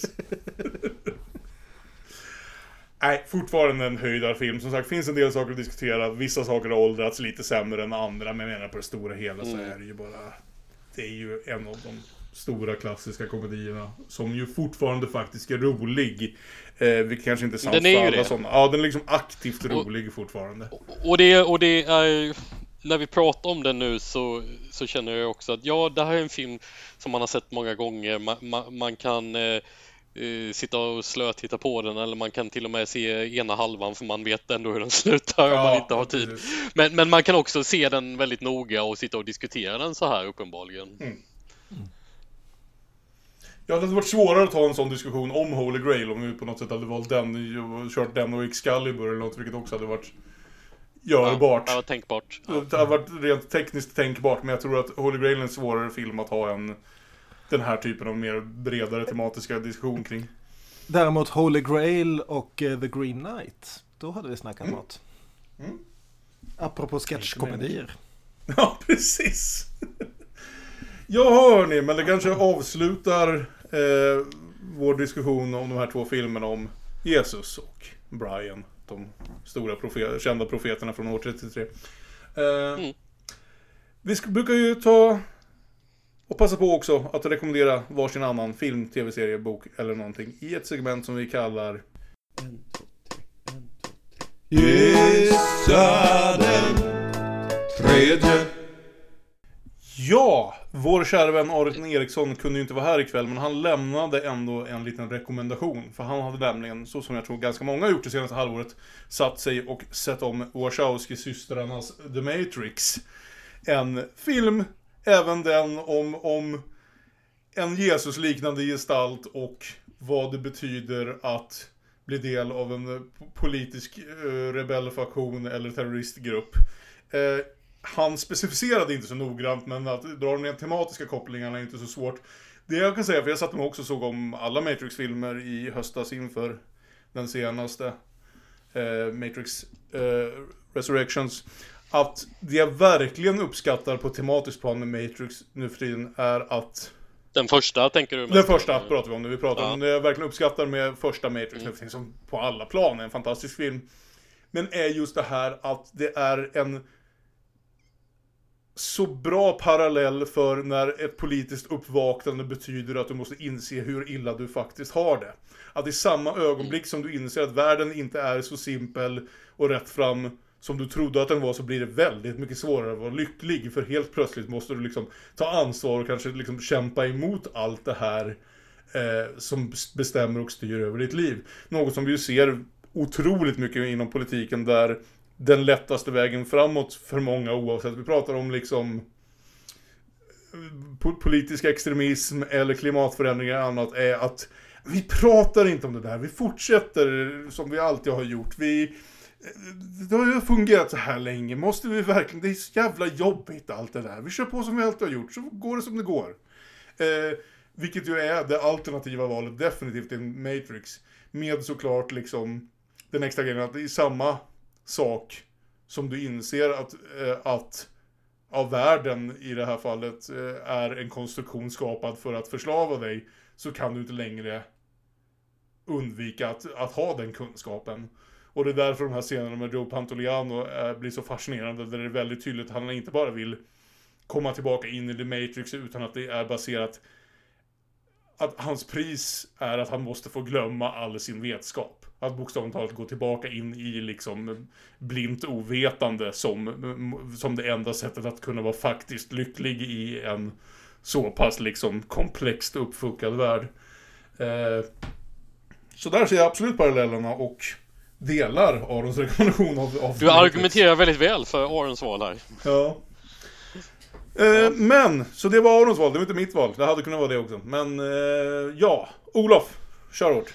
Nej, fortfarande en höjdarfilm. Som sagt, finns en del saker att diskutera. Vissa saker har åldrats lite sämre än andra. Men jag menar på det stora hela så är det ju bara... Det är ju en av de stora klassiska komedierna som ju fortfarande faktiskt är rolig. Eh, vi kanske inte sant för alla sådana. Ja, den är liksom aktivt rolig och, fortfarande. Och det, och det är... När vi pratar om den nu så, så känner jag också att ja, det här är en film som man har sett många gånger. Man, man, man kan eh, sitta och slötitta på den eller man kan till och med se ena halvan för man vet ändå hur den slutar ja, om man inte har tid. Men, men man kan också se den väldigt noga och sitta och diskutera den så här uppenbarligen. Mm. Mm. Ja, det hade varit svårare att ta en sån diskussion om Holy Grail om vi på något sätt hade valt den och kört den och Excalibur eller något, vilket också hade varit görbart. Ja, tänkbart. Ja. Det har varit rent tekniskt tänkbart, men jag tror att Holy Grail är en svårare film att ha en den här typen av mer bredare tematiska diskussion kring. Däremot Holy Grail och uh, The Green Knight, då hade vi snackat mm. något. Mm. Apropå sketchkomedier. Ja, precis. Ja, hörni, men det kanske avslutar eh, vår diskussion om de här två filmerna om Jesus och Brian. De stora profet- kända profeterna från år trettiotre. Eh, mm. Vi sk- brukar ju ta och passa på också att rekommendera varsin annan film, tv-serie, bok eller någonting i ett segment som vi kallar Gissa den tredje. Ja, vår kära vän Arne Eriksson kunde ju inte vara här ikväll, men han lämnade ändå en liten rekommendation. För han hade nämligen, så som jag tror ganska många har gjort det senaste halvåret, satt sig och sett om Wachowski-systrarnas The Matrix. En film, även den om, om en Jesus-liknande gestalt och vad det betyder att bli del av en politisk uh, rebellfaktion eller terroristgrupp. Uh, han specificerade inte så noggrant, men att dra de tematiska kopplingarna är inte så svårt. Det jag kan säga, för jag satt mig också såg om alla Matrix-filmer i höstas inför den senaste uh, Matrix uh, Resurrections, att det jag verkligen uppskattar på tematisk plan med Matrix nu för tiden är att den första tänker du? Den första pratar vi om nu. Vi pratar ja. om det jag verkligen uppskattar med första Matrix. Mm. Det som på alla plan är en fantastisk film. Men är just det här att det är en så bra parallell för när ett politiskt uppvaknande betyder att du måste inse hur illa du faktiskt har det. Att i samma ögonblick som du inser att världen inte är så simpel och rätt fram som du trodde att den var, så blir det väldigt mycket svårare att vara lycklig. För helt plötsligt måste du liksom ta ansvar och kanske liksom kämpa emot allt det här eh, som bestämmer och styr över ditt liv. Något som vi ju ser otroligt mycket inom politiken, där den lättaste vägen framåt för många, oavsett vi pratar om liksom politisk extremism eller klimatförändringar och annat, är att vi pratar inte om det där. Vi fortsätter som vi alltid har gjort. Vi Det har ju fungerat så här länge. Måste vi verkligen, det är så jävla jobbigt allt det där. Vi kör på som vi alltid har gjort, så går det som det går. Eh, vilket ju är det alternativa valet definitivt i Matrix. Med såklart liksom den extra grejen att det är samma sak som du inser att, eh, att av världen i det här fallet eh, är en konstruktion skapad för att förslava dig, så kan du inte längre undvika att, att ha den kunskapen. Och det är därför de här scenerna med Joe Pantoliano äh, blir så fascinerande, där det är väldigt tydligt att han inte bara vill komma tillbaka in i The Matrix, utan att det är baserat att hans pris är att han måste få glömma all sin vetskap. Att bokstavligt talat gå tillbaka in i liksom blint ovetande som, som det enda sättet att kunna vara faktiskt lycklig i en så pass liksom komplext uppfuckad värld. Eh, så där ser jag absolut parallellerna och delar Arons rekommendation av, av du argumenterar väldigt väl för Arons val här. Ja. Eh, men, så det var Arons val, det var inte mitt val. Det hade kunnat vara det också. Men eh, ja, Olof, kör hårt.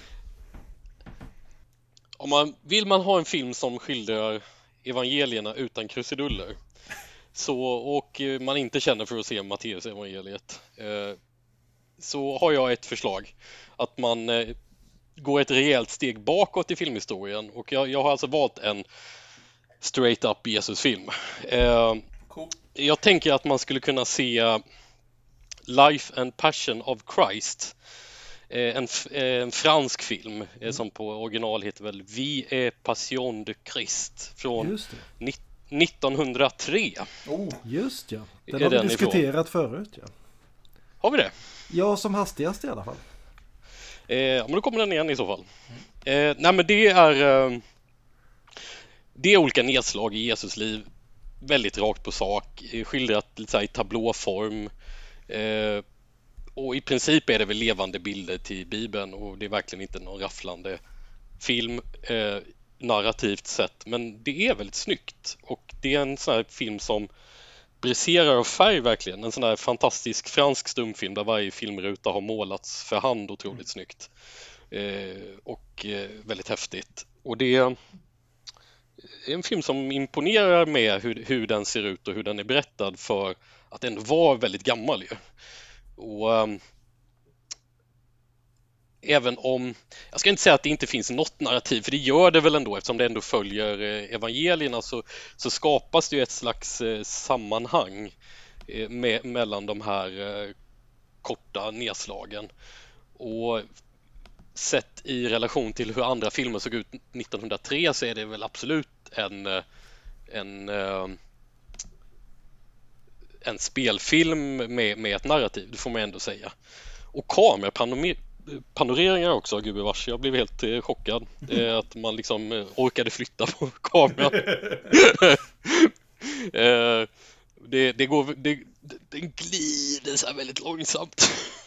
Om man, vill man ha en film som skildrar evangelierna utan krusiduller, så, och man inte känner för att se Matteus evangeliet, eh, så har jag ett förslag. Att man eh, går ett rejält steg bakåt i filmhistorien. Och jag, jag har alltså valt en straight up Jesus-film. Eh, cool. Jag tänker att man skulle kunna se Life and Passion of Christ. Eh, en, en fransk film mm. eh, som på original heter väl Vie et Passion de Christ från ni, nittonhundratre. Oh, just ja. Den är har vi den diskuterat ifrån. förut. Ja. Har vi det? Ja, som hastigast i alla fall. Eh, men då kommer den igen i så fall. Eh, nej men det är eh, det är olika nedslag i Jesus liv, väldigt rakt på sak, skildrat lite så här i tablåform, eh, och i princip är det väl levande bilder till Bibeln, och det är verkligen inte någon rafflande film eh, narrativt sett, men det är väldigt snyggt, och det är en sån här film som briserar av färg verkligen. En sån där fantastisk fransk stumfilm där varje filmruta har målats för hand otroligt mm. snyggt. Eh, och eh, väldigt häftigt. Och det är en film som imponerar med hur, hur den ser ut och hur den är berättad, för att den var väldigt gammal ju. Och eh, även om, jag ska inte säga att det inte finns något narrativ, för det gör det väl ändå, eftersom det ändå följer eh, evangelierna, så, så skapas det ju ett slags eh, sammanhang eh, med, mellan de här eh, korta nedslagen. Och sett i relation till hur andra filmer såg ut nittonhundratre, så är det väl absolut en en, eh, en spelfilm med, med ett narrativ, det får man ändå säga. Och kamerapanoreringar panoreringar också, gubevars. Jag blev helt eh, chockad eh, att man liksom eh, orkade flytta på kameran. eh, Det, det går, det, den glider så här väldigt långsamt.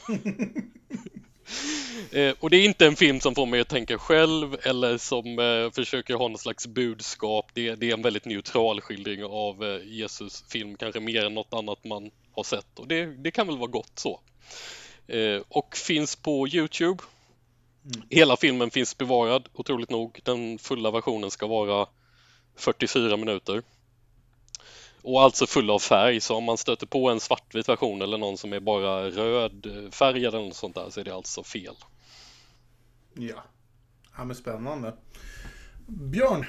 eh, och det är inte en film som får mig att tänka själv eller som eh, försöker ha någon slags budskap. Det, det är en väldigt neutral skildring av eh, Jesus film, kanske mer än något annat man har sett. Och det, det kan väl vara gott så. Eh, och finns på YouTube. Mm. Hela filmen finns bevarad, otroligt nog. Den fulla versionen ska vara fyrtiofyra minuter. Och alltså full av färg, så om man stöter på en svartvit version eller någon som är bara röd färgad eller något sånt där, så är det alltså fel. Ja, ja men spännande. Björn?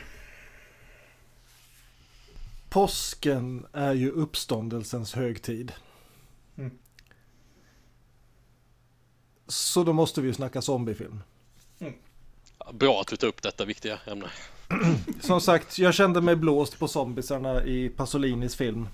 Påsken är ju uppståndelsens högtid. Mm. Så då måste vi ju snacka zombiefilm. Mm. Ja, bra att du tar upp detta viktiga ämne. Som sagt, jag kände mig blåst på zombiesarna i Pasolinis film.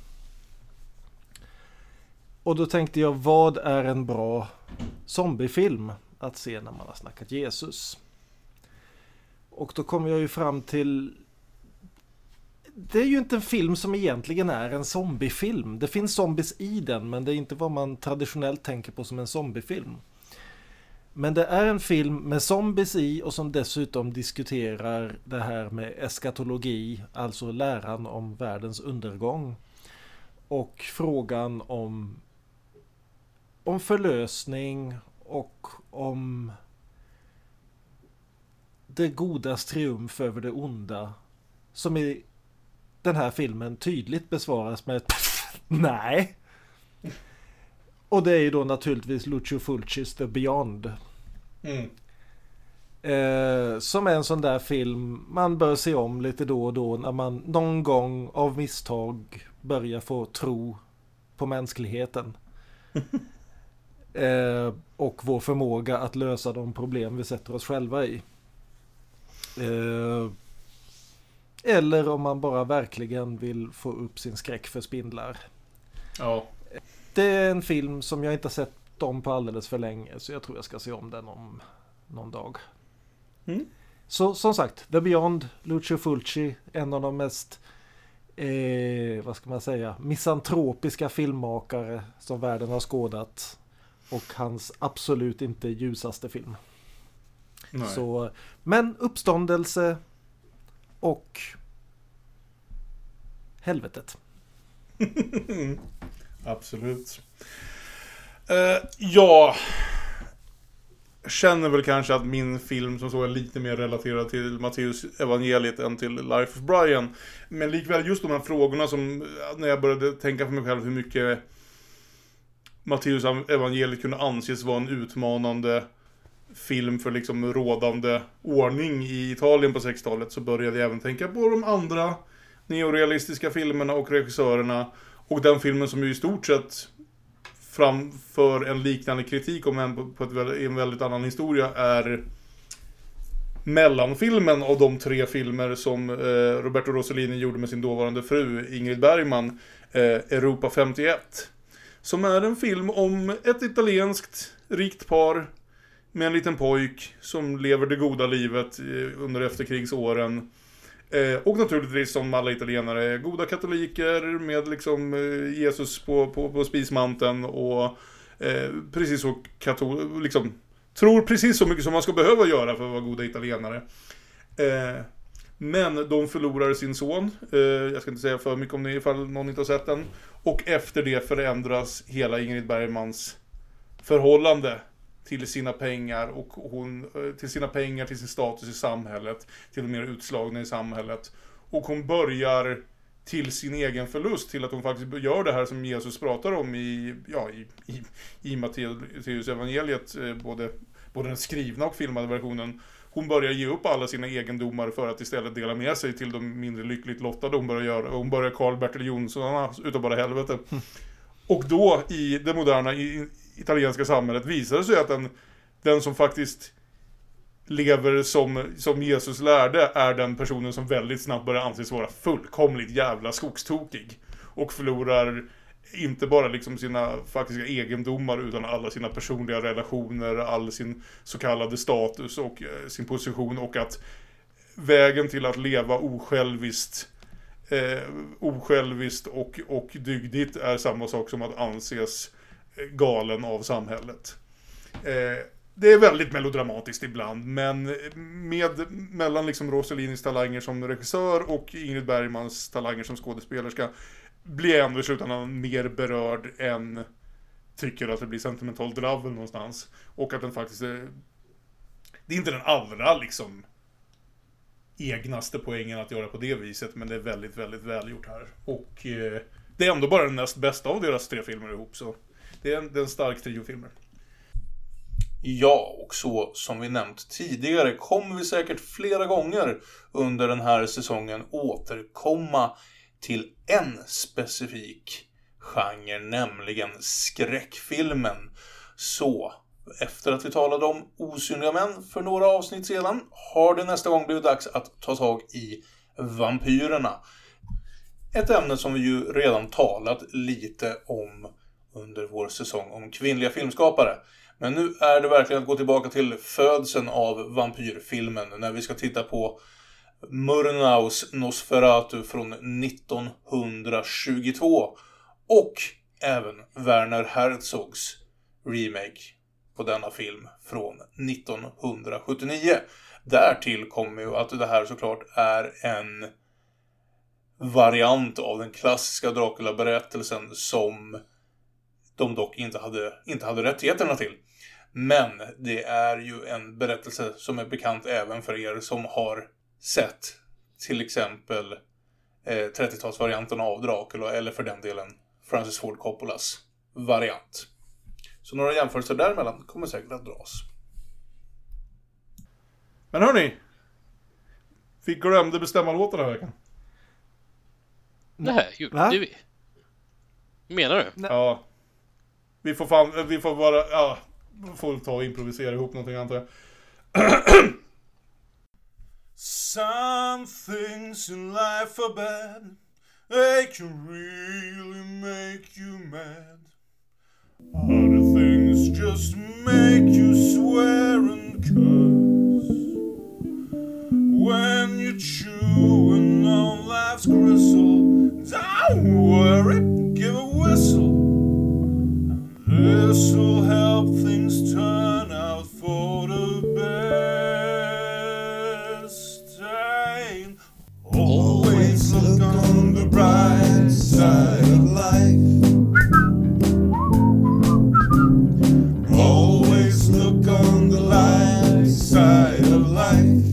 Och då tänkte jag, vad är en bra zombiefilm att se när man har snackat Jesus? Och då kom jag ju fram till... Det är ju inte en film som egentligen är en zombiefilm. Det finns zombies i den, men det är inte vad man traditionellt tänker på som en zombiefilm. Men det är en film med zombies i och som dessutom diskuterar det här med eskatologi, alltså läran om världens undergång. Och frågan om, om förlösning och om det godas triumf över det onda, som i den här filmen tydligt besvaras med ett nej. Och det är ju då naturligtvis Lucio Fulcis The Beyond. Mm. Eh, som är en sån där film man bör se om lite då och då när man någon gång av misstag börjar få tro på mänskligheten. eh, och vår förmåga att lösa de problem vi sätter oss själva i. Eh, eller om man bara verkligen vill få upp sin skräck för spindlar. Ja. Det är en film som jag inte har sett om på alldeles för länge, så jag tror jag ska se om den om någon dag. Mm. Så som sagt, The Beyond, Lucio Fulci, en av de mest eh, vad ska man säga, misantropiska filmmakare som världen har skådat, och hans absolut inte ljusaste film. Nej. Så, men uppståndelse och helvetet. Absolut. Uh, ja, känner väl kanske att min film som så är lite mer relaterad till Matteus evangeliet än till Life of Brian. Men likväl just de här frågorna som, när jag började tänka för mig själv hur mycket Matteus evangeliet kunde anses vara en utmanande film för liksom rådande ordning i Italien på sextiotalet, så började jag även tänka på de andra neorealistiska filmerna och regissörerna. Och den filmen som ju i stort sett framför en liknande kritik om en på ett, en väldigt annan historia är mellanfilmen av de tre filmer som eh, Roberto Rossellini gjorde med sin dåvarande fru Ingrid Bergman, eh, Europa femtioett. Som är en film om ett italienskt rikt par med en liten pojk som lever det goda livet eh, under efterkrigsåren. Eh, och naturligtvis som alla italienare, goda katoliker med liksom eh, Jesus på, på, på spismanteln och eh, precis så katol- liksom, tror precis så mycket som man ska behöva göra för att vara goda italienare. Eh, men de förlorar sin son, eh, jag ska inte säga för mycket om det ifall någon inte har sett den, och efter det förändras hela Ingrid Bergmans förhållande till sina pengar och hon till sina pengar, till sin status i samhället, till de mer utslagna i samhället. Och hon börjar till sin egen förlust, till att hon faktiskt gör det här som Jesus pratar om i ja i i, i Matteus evangeliet, både både den skrivna och filmade versionen. Hon börjar ge upp alla sina egendomar för att istället dela med sig till de mindre lyckligt lottade. Hon börjar göra hon börjar Carl Bertil Jonsson utav bara helvete. Mm. Och då i det moderna i italienska samhället visar det sig att den, den som faktiskt lever som, som Jesus lärde är den personen som väldigt snabbt börjar anses vara fullkomligt jävla skogstokig och förlorar inte bara liksom sina faktiska egendomar utan alla sina personliga relationer, all sin så kallade status och eh, sin position, och att vägen till att leva osjälviskt eh, osjälviskt och, och dygdigt är samma sak som att anses galen av samhället. Eh, det är väldigt melodramatiskt ibland, men med, mellan liksom Rossellinis talanger som regissör och Ingrid Bergmans talanger som skådespelerska blir jag ändå i slutändan mer berörd än tycker att det blir sentimental dravel någonstans. Och att den faktiskt är... Det är inte den allra liksom egnaste poängen att göra på det viset, men det är väldigt, väldigt välgjort här. Och eh, det är ändå bara den näst bästa av deras tre filmer ihop, så det är en, det är en stark triofilmer. Ja, och så som vi nämnt tidigare kommer vi säkert flera gånger under den här säsongen återkomma till en specifik genre, nämligen skräckfilmen. Så, efter att vi talade om osynliga män för några avsnitt sedan har det nästa gång blivit dags att ta tag i vampyrerna. Ett ämne som vi ju redan talat lite om under vår säsong om kvinnliga filmskapare. Men nu är det verkligen att gå tillbaka till födseln av vampyrfilmen när vi ska titta på Murnaus Nosferatu från nittonhundratjugotvå och även Werner Herzogs remake på denna film från nittonhundrasjuttionio. Därtill kommer ju att det här såklart är en variant av den klassiska Dracula-berättelsen som de dock inte hade, inte hade rättigheterna till. Men det är ju en berättelse som är bekant även för er som har sett till exempel eh, trettiotalsvarianten av Dracula eller för den delen Francis Ford Coppolas variant. Så några jämförelser däremellan kommer säkert att dras. Men hörni, vi glömde bestämma låten den här veckan. Nej, gjorde vi? Menar du? Ja. Vi får fan, vi får bara, ja, får ta och improvisera ihop någonting antar jag. Some things in life are bad. They can really make you mad. Other things just make you swear and curse. When you're chewing on life's gristle, don't worry, give a whistle. This'll help things turn out for the best. And always look on the bright side of life. Always look on the light side of life.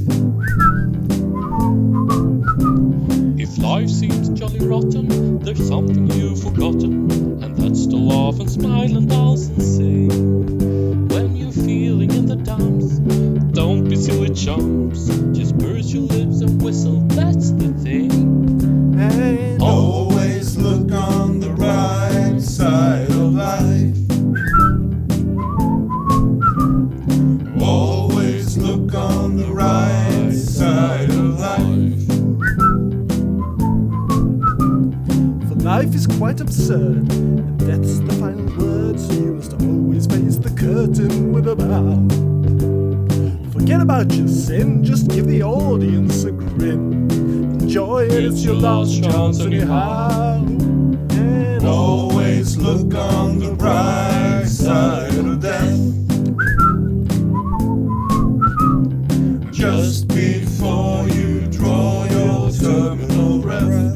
If life seems jolly rotten, there's something you've forgotten, and that's to laugh and smile and dance and sing. When you're feeling in the dumps, don't be silly chumps, just purse your lips and whistle, that's the thing. And always look on the right side of life. Always look on the right side of life. For life is quite absurd, and that's the final word, so you must always face the curtain with a bow. Forget about your sin, just give the audience a grin. Enjoy it, it's your last chance anyhow. And always look on the bright side of death. Just before you draw your terminal breath.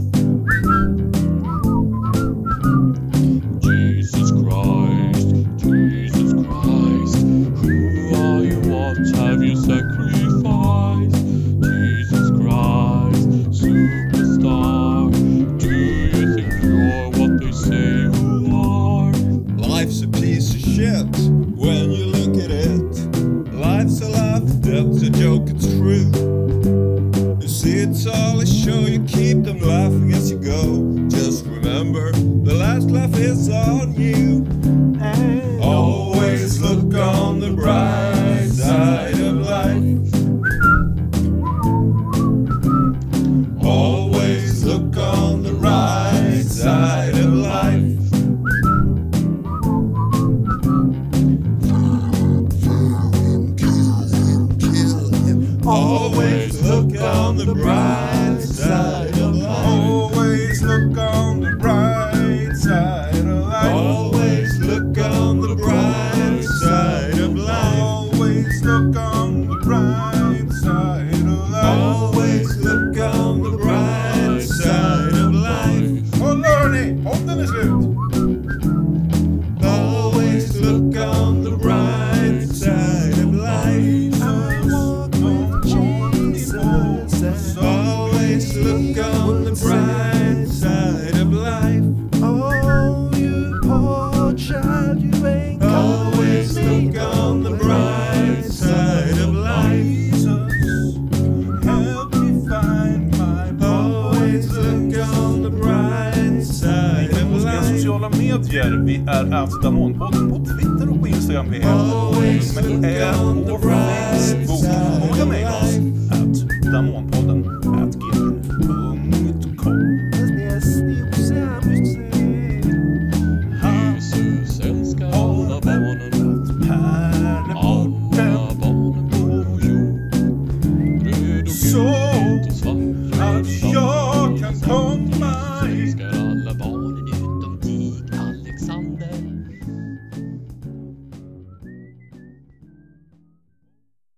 Jesus Christ, Jesus Christ, who are you, what have you sacrificed? Jesus Christ, superstar, do you think you're what they say you are? Life's a piece of shit when you look at it. Life's a laugh, death's a joke, it's true. You see, it's all a show, you keep them laughing as you go. Just remember, the last laugh is on you. And always look on the bright side of life. Always look on the right side of life. Always look on the bright side of life. look on the bright side of life. Always look on the bright side of life. Håll hörni, podden är slut. Always look on the bright side of life. I walk with Jesus. Always look on the bright side of life. Oh, you poor child, you ain't got always look on the bright side of life. Jesus, help me find my boy. Always look on the bright side of life. Sociala medier, vi är Afdamonpodden på Twitter och på Instagram. Vi är Always men är på Facebook. Följ mig oss, Afdamonpodden.